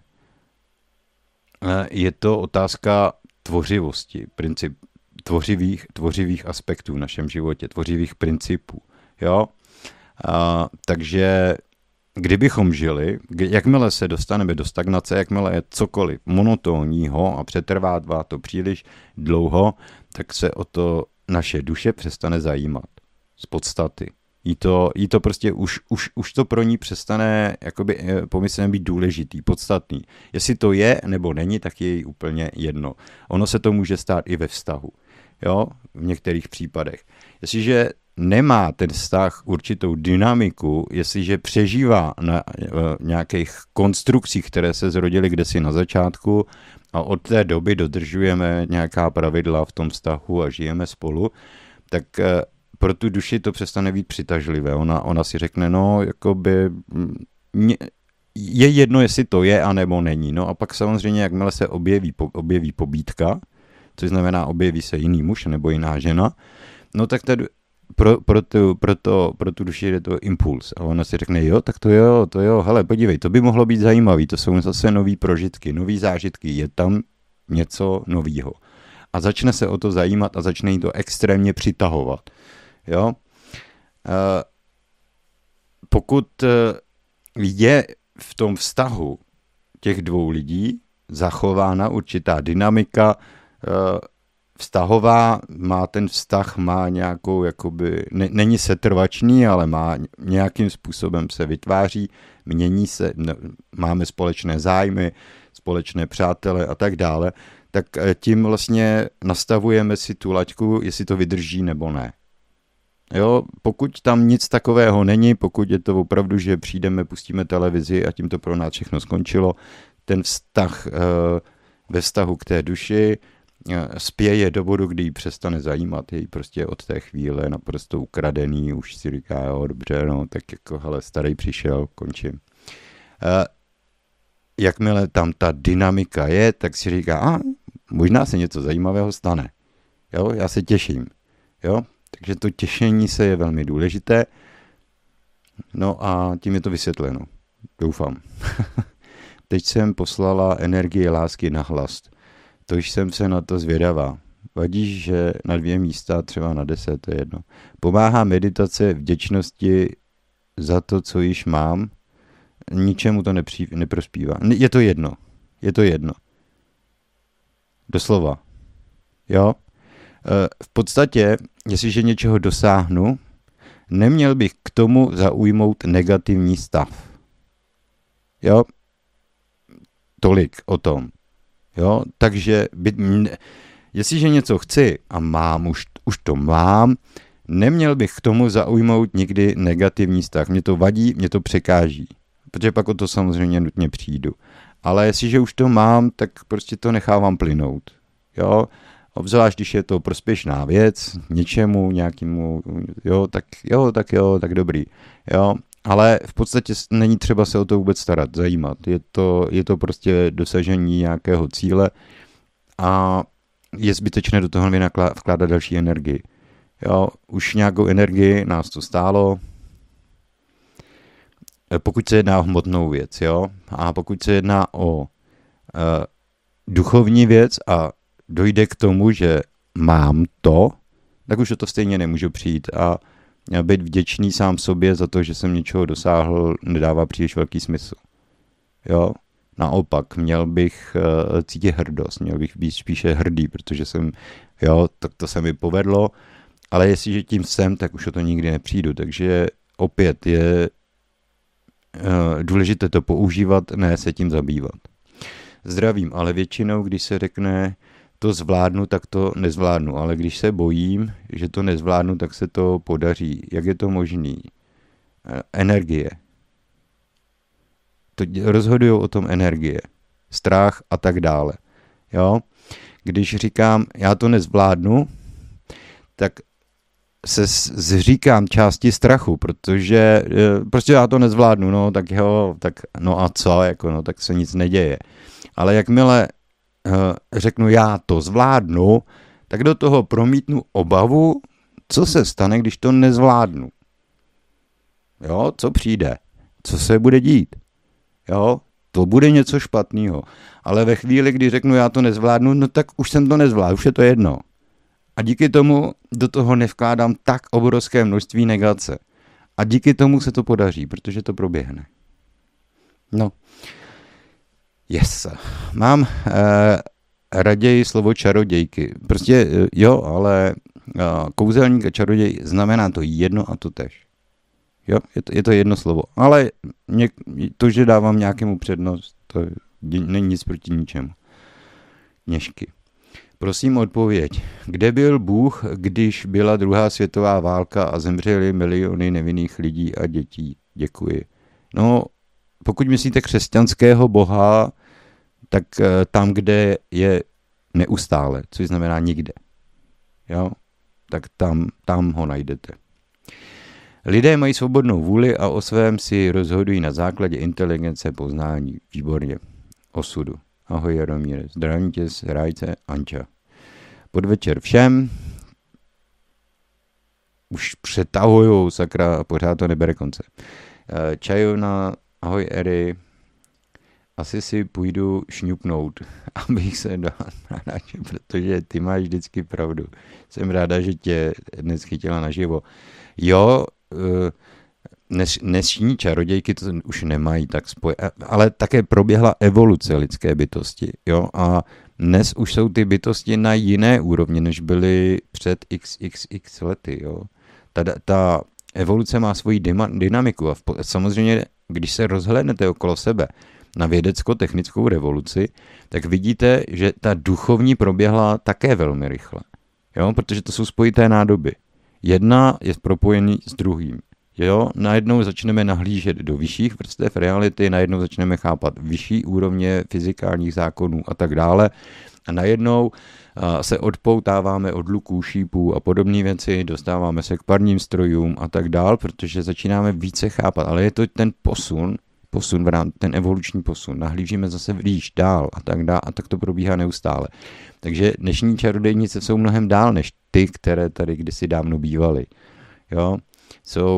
je to otázka tvořivosti, princip tvořivých aspektů v našem životě, tvořivých principů. Jo? Takže kdybychom žili, jakmile se dostaneme do stagnace, jakmile je cokoliv monotónního a přetrvá to příliš dlouho, tak se o to naše duše přestane zajímat z podstaty. Jí to prostě už to pro ní přestane jakoby pomyslně být důležitý, podstatný. Jestli to je nebo není, tak je jí úplně jedno. Ono se to může stát i ve vztahu, jo, v některých případech. Jestliže nemá ten vztah určitou dynamiku, jestliže přežívá na nějakých konstrukcích, které se zrodily kdesi na začátku a od té doby dodržujeme nějaká pravidla v tom vztahu a žijeme spolu, tak pro tu duši to přestane být přitažlivé. Ona si řekne, no, jakoby je jedno, jestli to je, anebo není. No a pak samozřejmě, jakmile se objeví pobídka, což znamená, objeví se jiný muž nebo jiná žena, no tak pro tu duši je to impuls. A ona si řekne, jo, tak to jo, hele, podívej, to by mohlo být zajímavý, to jsou zase nový prožitky, nový zážitky, je tam něco novýho. A začne se o to zajímat a začne jí to extrémně přitahovat. Jo? Pokud je v tom vztahu těch dvou lidí zachována určitá dynamika vztahová, má nějakou, jakoby, není setrvačný, ale nějakým způsobem se vytváří, mění se, máme společné zájmy, společné přátele a tak dále, tak tím vlastně nastavujeme si tu laťku, jestli to vydrží nebo ne. Jo, pokud tam nic takového není, pokud je to opravdu, že přijdeme, pustíme televizi a tím to pro nás všechno skončilo, ten vztah ve vztahu k té duši spěje do bodu, kdy ji přestane zajímat, je prostě od té chvíle naprosto ukradený, už si říká, jo, dobře, no, tak jako, hele, starý přišel, končím. Jakmile tam ta dynamika je, tak si říká, možná se něco zajímavého stane. Jo, já se těším. Jo, takže to těšení se je velmi důležité. No a tím je to vysvětleno. Doufám. Teď jsem poslala energii lásky na hlas. To jsem se na to zvědavá. Vadí, že na 2 místa, třeba na 10, to je jedno. Pomáhá meditace vděčnosti za to, co již mám. Ničemu to neprospívá. Je to jedno. Je to jedno. Doslova. Jo? V podstatě, jestliže něčeho dosáhnu, neměl bych k tomu zaujmout negativní stav. Jo? Tolik o tom. Jo? Takže jestliže něco chci a mám, už to mám, neměl bych k tomu zaujmout nikdy negativní stav. Mě to vadí, mě to překáží. Protože pak o to samozřejmě nutně přijdu. Ale jestliže už to mám, tak prostě to nechávám plynout. Jo? Obzvlášť, když je to prospěšná věc, něčemu, nějakému, tak dobrý. Jo? Ale v podstatě není třeba se o to vůbec starat, zajímat. Je to prostě dosažení nějakého cíle a je zbytečné do toho vkládat další energii. Jo? Už nějakou energii nás to stálo, pokud se jedná o hmotnou věc, jo? A pokud se jedná o duchovní věc a dojde k tomu, že mám to, tak už o to stejně nemůžu přijít a být vděčný sám sobě za to, že jsem něčeho dosáhl, nedává příliš velký smysl. Jo? Naopak, měl bych cítit hrdost, měl bych být spíše hrdý, protože to se mi povedlo, ale jestliže tím jsem, tak už o to nikdy nepřijdu, takže opět je důležité to používat, ne se tím zabývat. Zdravím, ale většinou, když se řekne to zvládnu, tak to nezvládnu, ale když se bojím, že to nezvládnu, tak se to podaří. Jak je to možný? Energie. To rozhodují o tom energie, strach a tak dále. Jo? Když říkám, já to nezvládnu, tak se zříkám části strachu, protože prostě já to nezvládnu, no a co, tak se nic neděje. Ale jakmile řeknu, já to zvládnu, tak do toho promítnu obavu, co se stane, když to nezvládnu. Jo, co přijde, co se bude dít. Jo, to bude něco špatného. Ale ve chvíli, kdy řeknu, já to nezvládnu, no tak už jsem to nezvládl, už je to jedno. A díky tomu do toho nevkládám tak obrovské množství negace. A díky tomu se to podaří, protože to proběhne. No. Yes. Mám raději slovo čarodějky. Prostě jo, ale kouzelník a čaroděj znamená to jedno a to tež. Jo, je to jedno slovo. Ale to, že dávám nějakému přednost, to není nic proti ničemu. Něžky. Prosím odpověď. Kde byl Bůh, když byla 2. světová válka a zemřely miliony nevinných lidí a dětí? Děkuji. No, pokud myslíte křesťanského Boha, tak tam, kde je neustále, což znamená nikde. Jo? Tak tam ho najdete. Lidé mají svobodnou vůli a o svém si rozhodují na základě inteligence, poznání. Výborně. Osudu. Ahoj Jaromíre. Zdravím tě z Rájce Anča. Podvečer všem. Už přetahujou, sakra, a pořád to nebere konce. Čajovna, ahoj Eri. Asi si půjdu šňupnout, abych se dohádal, protože ty máš vždycky pravdu. Jsem ráda, že tě dnes chytila naživo. Jo, dnešní čarodějky to už nemají tak ale také proběhla evoluce lidské bytosti. Jo? A dnes už jsou ty bytosti na jiné úrovni, než byly před xxx lety. Jo? Ta evoluce má svoji dynamiku a samozřejmě, když se rozhlédnete okolo sebe na vědecko-technickou revoluci, tak vidíte, že ta duchovní proběhla také velmi rychle. Jo? Protože to jsou spojité nádoby. Jedna je propojený s druhým. Jo? Najednou začneme nahlížet do vyšších vrstev reality, najednou začneme chápat vyšší úrovně fyzikálních zákonů a tak dále. A najednou se odpoutáváme od luků, šípů a podobné věci, dostáváme se k parním strojům a tak dále, protože začínáme více chápat. Ale je to ten posun ten evoluční posun. Nahlížíme zase výš, dál a tak dále a tak to probíhá neustále. Takže dnešní čarodějnice jsou mnohem dál než ty, které tady kdysi dávno bývaly. Jo? Jsou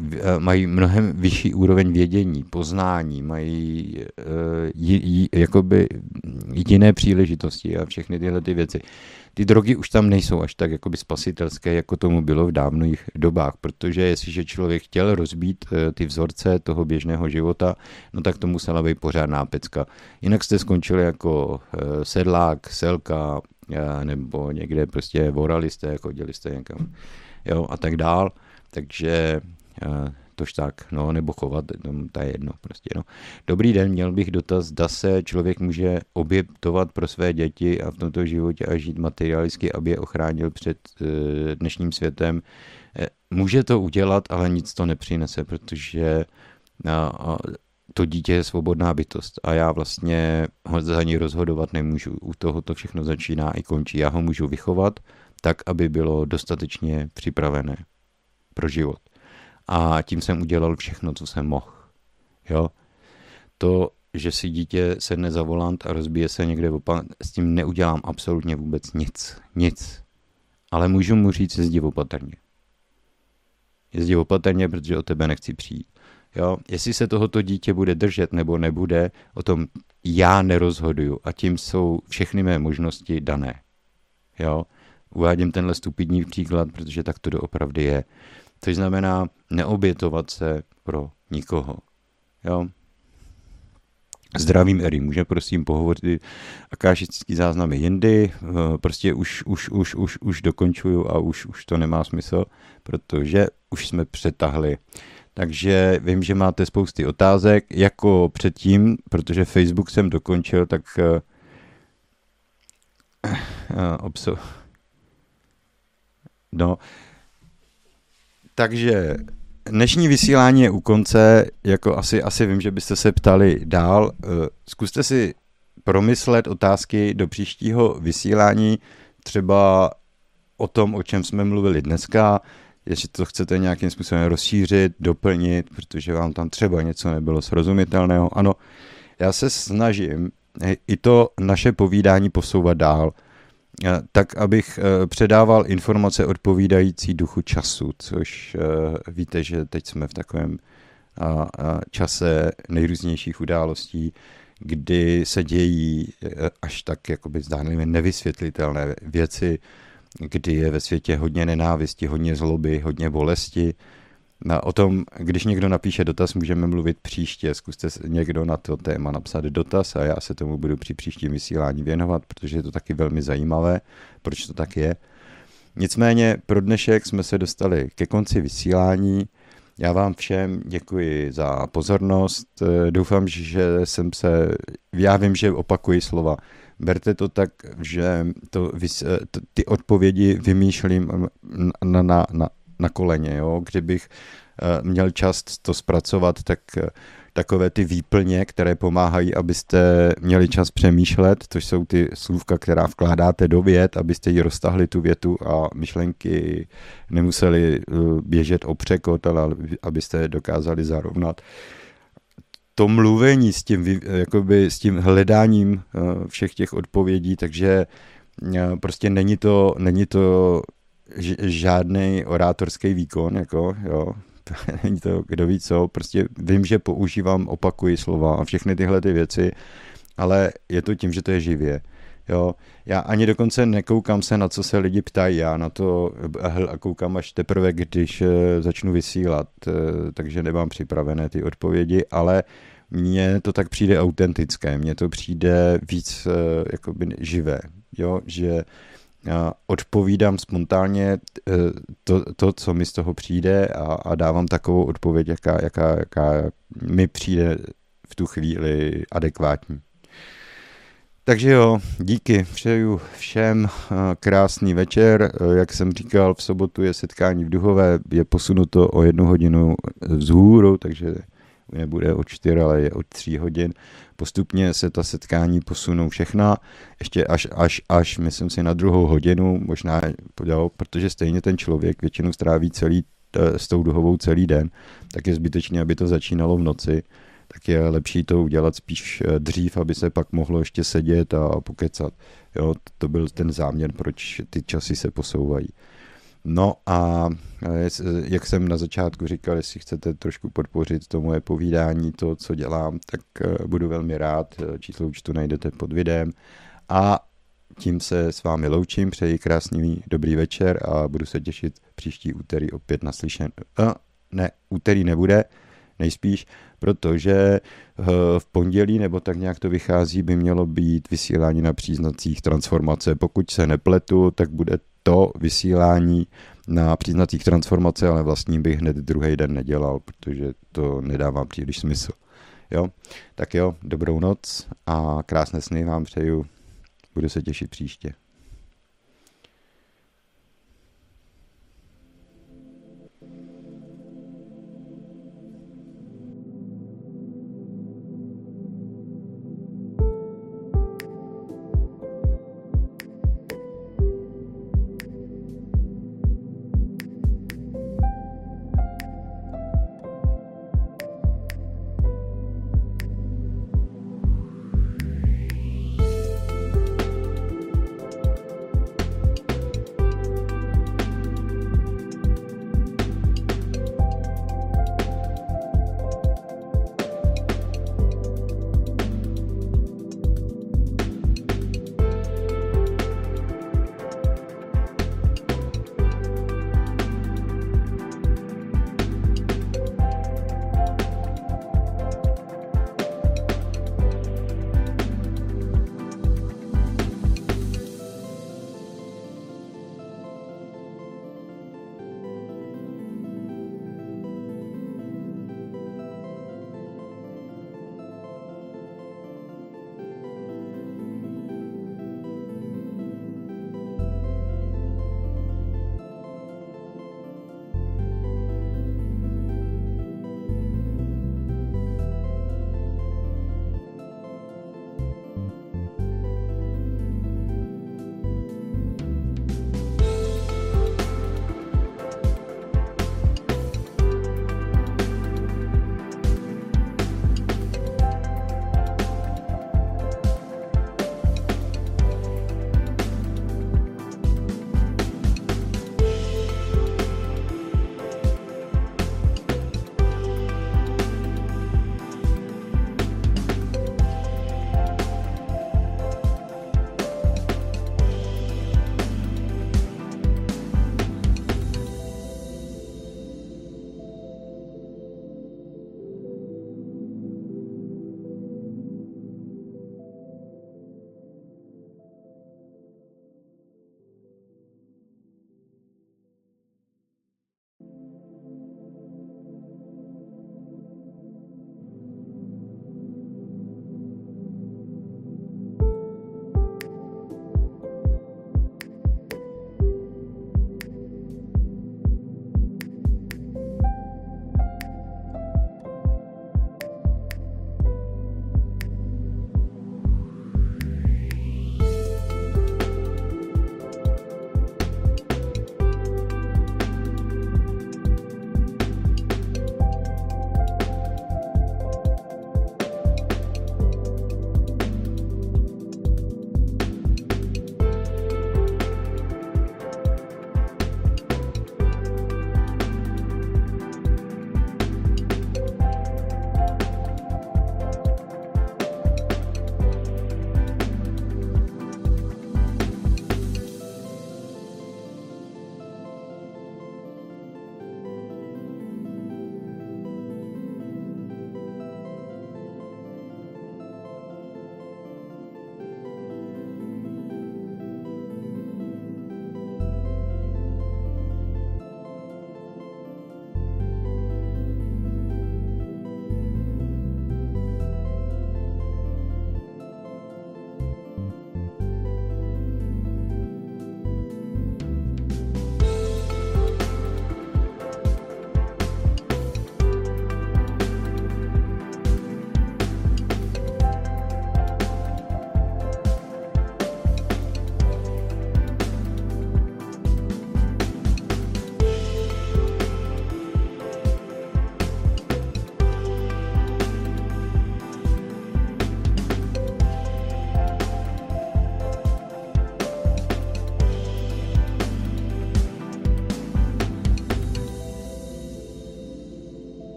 mají mnohem vyšší úroveň vědění, poznání, mají jakoby jiné příležitosti a všechny tyhle ty věci. Ty drogy už tam nejsou až tak jakoby spasitelské, jako tomu bylo v dávných dobách, protože jestliže člověk chtěl rozbít ty vzorce toho běžného života, no tak to musela být pořádná pecka. Jinak jste skončili jako sedlák, selka, nebo někde prostě vorali jste, chodili jste někam, jo, a tak dál. Takže tož tak, no, nebo chovat, no, to je jedno prostě, no. Dobrý den, měl bych dotaz, zda se člověk může obětovat pro své děti a v tomto životě a žít materialisticky, aby je ochránil před dnešním světem. Může to udělat, ale nic to nepřinese, protože to dítě je svobodná bytost a já vlastně ho za ní rozhodovat nemůžu. U toho to všechno začíná i končí. Já ho můžu vychovat tak, aby bylo dostatečně připravené pro život. A tím jsem udělal všechno, co jsem mohl. Jo? To, že si dítě sedne za volant a rozbije se někde s tím neudělám absolutně vůbec nic. Ale můžu mu říct, jezdi opatrně. Jezdi opatrně, protože o tebe nechci přijít. Jo? Jestli se tohoto dítě bude držet nebo nebude, o tom já nerozhoduju a tím jsou všechny mé možnosti dané. Jo? Uvádím tenhle stupidní příklad, protože tak to doopravdy je. Což znamená neobětovat se pro nikoho. Jo? Zdravím Eri, může prosím pohovořit akášický záznamy jindy, prostě už dokončuju a už to nemá smysl, protože už jsme přetahli. Takže vím, že máte spousty otázek, jako předtím, protože Facebook jsem dokončil, tak no, takže dnešní vysílání je u konce, jako asi vím, že byste se ptali dál. Zkuste si promyslet otázky do příštího vysílání, třeba o tom, o čem jsme mluvili dneska, jestli to chcete nějakým způsobem rozšířit, doplnit, protože vám tam třeba něco nebylo srozumitelného. Ano, já se snažím i to naše povídání posouvat dál, tak abych předával informace odpovídající duchu času, což víte, že teď jsme v takovém čase nejrůznějších událostí, kdy se dějí až tak jakoby zdánlivě nevysvětlitelné věci, kdy je ve světě hodně nenávisti, hodně zloby, hodně bolesti. O tom, když někdo napíše dotaz, můžeme mluvit příště. Zkuste někdo na to téma napsat dotaz a já se tomu budu při příštím vysílání věnovat, protože je to taky velmi zajímavé, proč to tak je. Nicméně pro dnešek jsme se dostali ke konci vysílání. Já vám všem děkuji za pozornost. Doufám, že já vím, že opakuji slova. Berte to tak, že ty odpovědi vymýšlím na koleně. Jo? Kdybych měl čas to zpracovat, tak takové ty výplně, které pomáhají, abyste měli čas přemýšlet, to jsou ty slůvka, která vkládáte do vět, abyste ji roztahli tu větu a myšlenky nemuseli běžet o překot, ale abyste dokázali zarovnat. To mluvení s tím hledáním všech těch odpovědí, takže prostě není to žádný orátorský výkon, jako, jo, není to kdo ví co, prostě vím, že opakuji slova a všechny tyhle ty věci, ale je to tím, že to je živě. Jo. Já ani dokonce nekoukám se, na co se lidi ptají, já na to koukám až teprve, když začnu vysílat, takže nemám připravené ty odpovědi, ale mně to tak přijde autentické, mně to přijde víc jakoby živé, jo, že odpovídám spontánně to, co mi z toho přijde a dávám takovou odpověď, jaká mi přijde v tu chvíli adekvátní. Takže jo, díky, přeju všem krásný večer. Jak jsem říkal, v sobotu je setkání v Duhové, je posunuto o 1 hodinu vzhůru, takže nebude od 4, ale je od 3 hodin. Postupně se ta setkání posunou všechna, ještě až myslím si na 2. hodinu, možná, jo, protože stejně ten člověk většinou stráví s tou Duhovou celý den, tak je zbytečné, aby to začínalo v noci, tak je lepší to udělat spíš dřív, aby se pak mohlo ještě sedět a pokecat. Jo, to byl ten záměr, proč ty časy se posouvají. No a jak jsem na začátku říkal, jestli chcete trošku podpořit to moje povídání, to, co dělám, tak budu velmi rád. Číslo účtu najdete pod videem. A tím se s vámi loučím, přeji krásný dobrý večer a budu se těšit příští úterý opět naslyšen. Ne, úterý nebude, nejspíš, protože v pondělí, nebo tak nějak to vychází, by mělo být vysílání na příznacích transformace. Pokud se nepletu, tak bude to vysílání na příznacích transformace, ale vlastně bych hned druhý den nedělal, protože to nedává příliš smysl. Jo? Tak jo, dobrou noc a krásné sny vám přeju. Budu se těšit příště.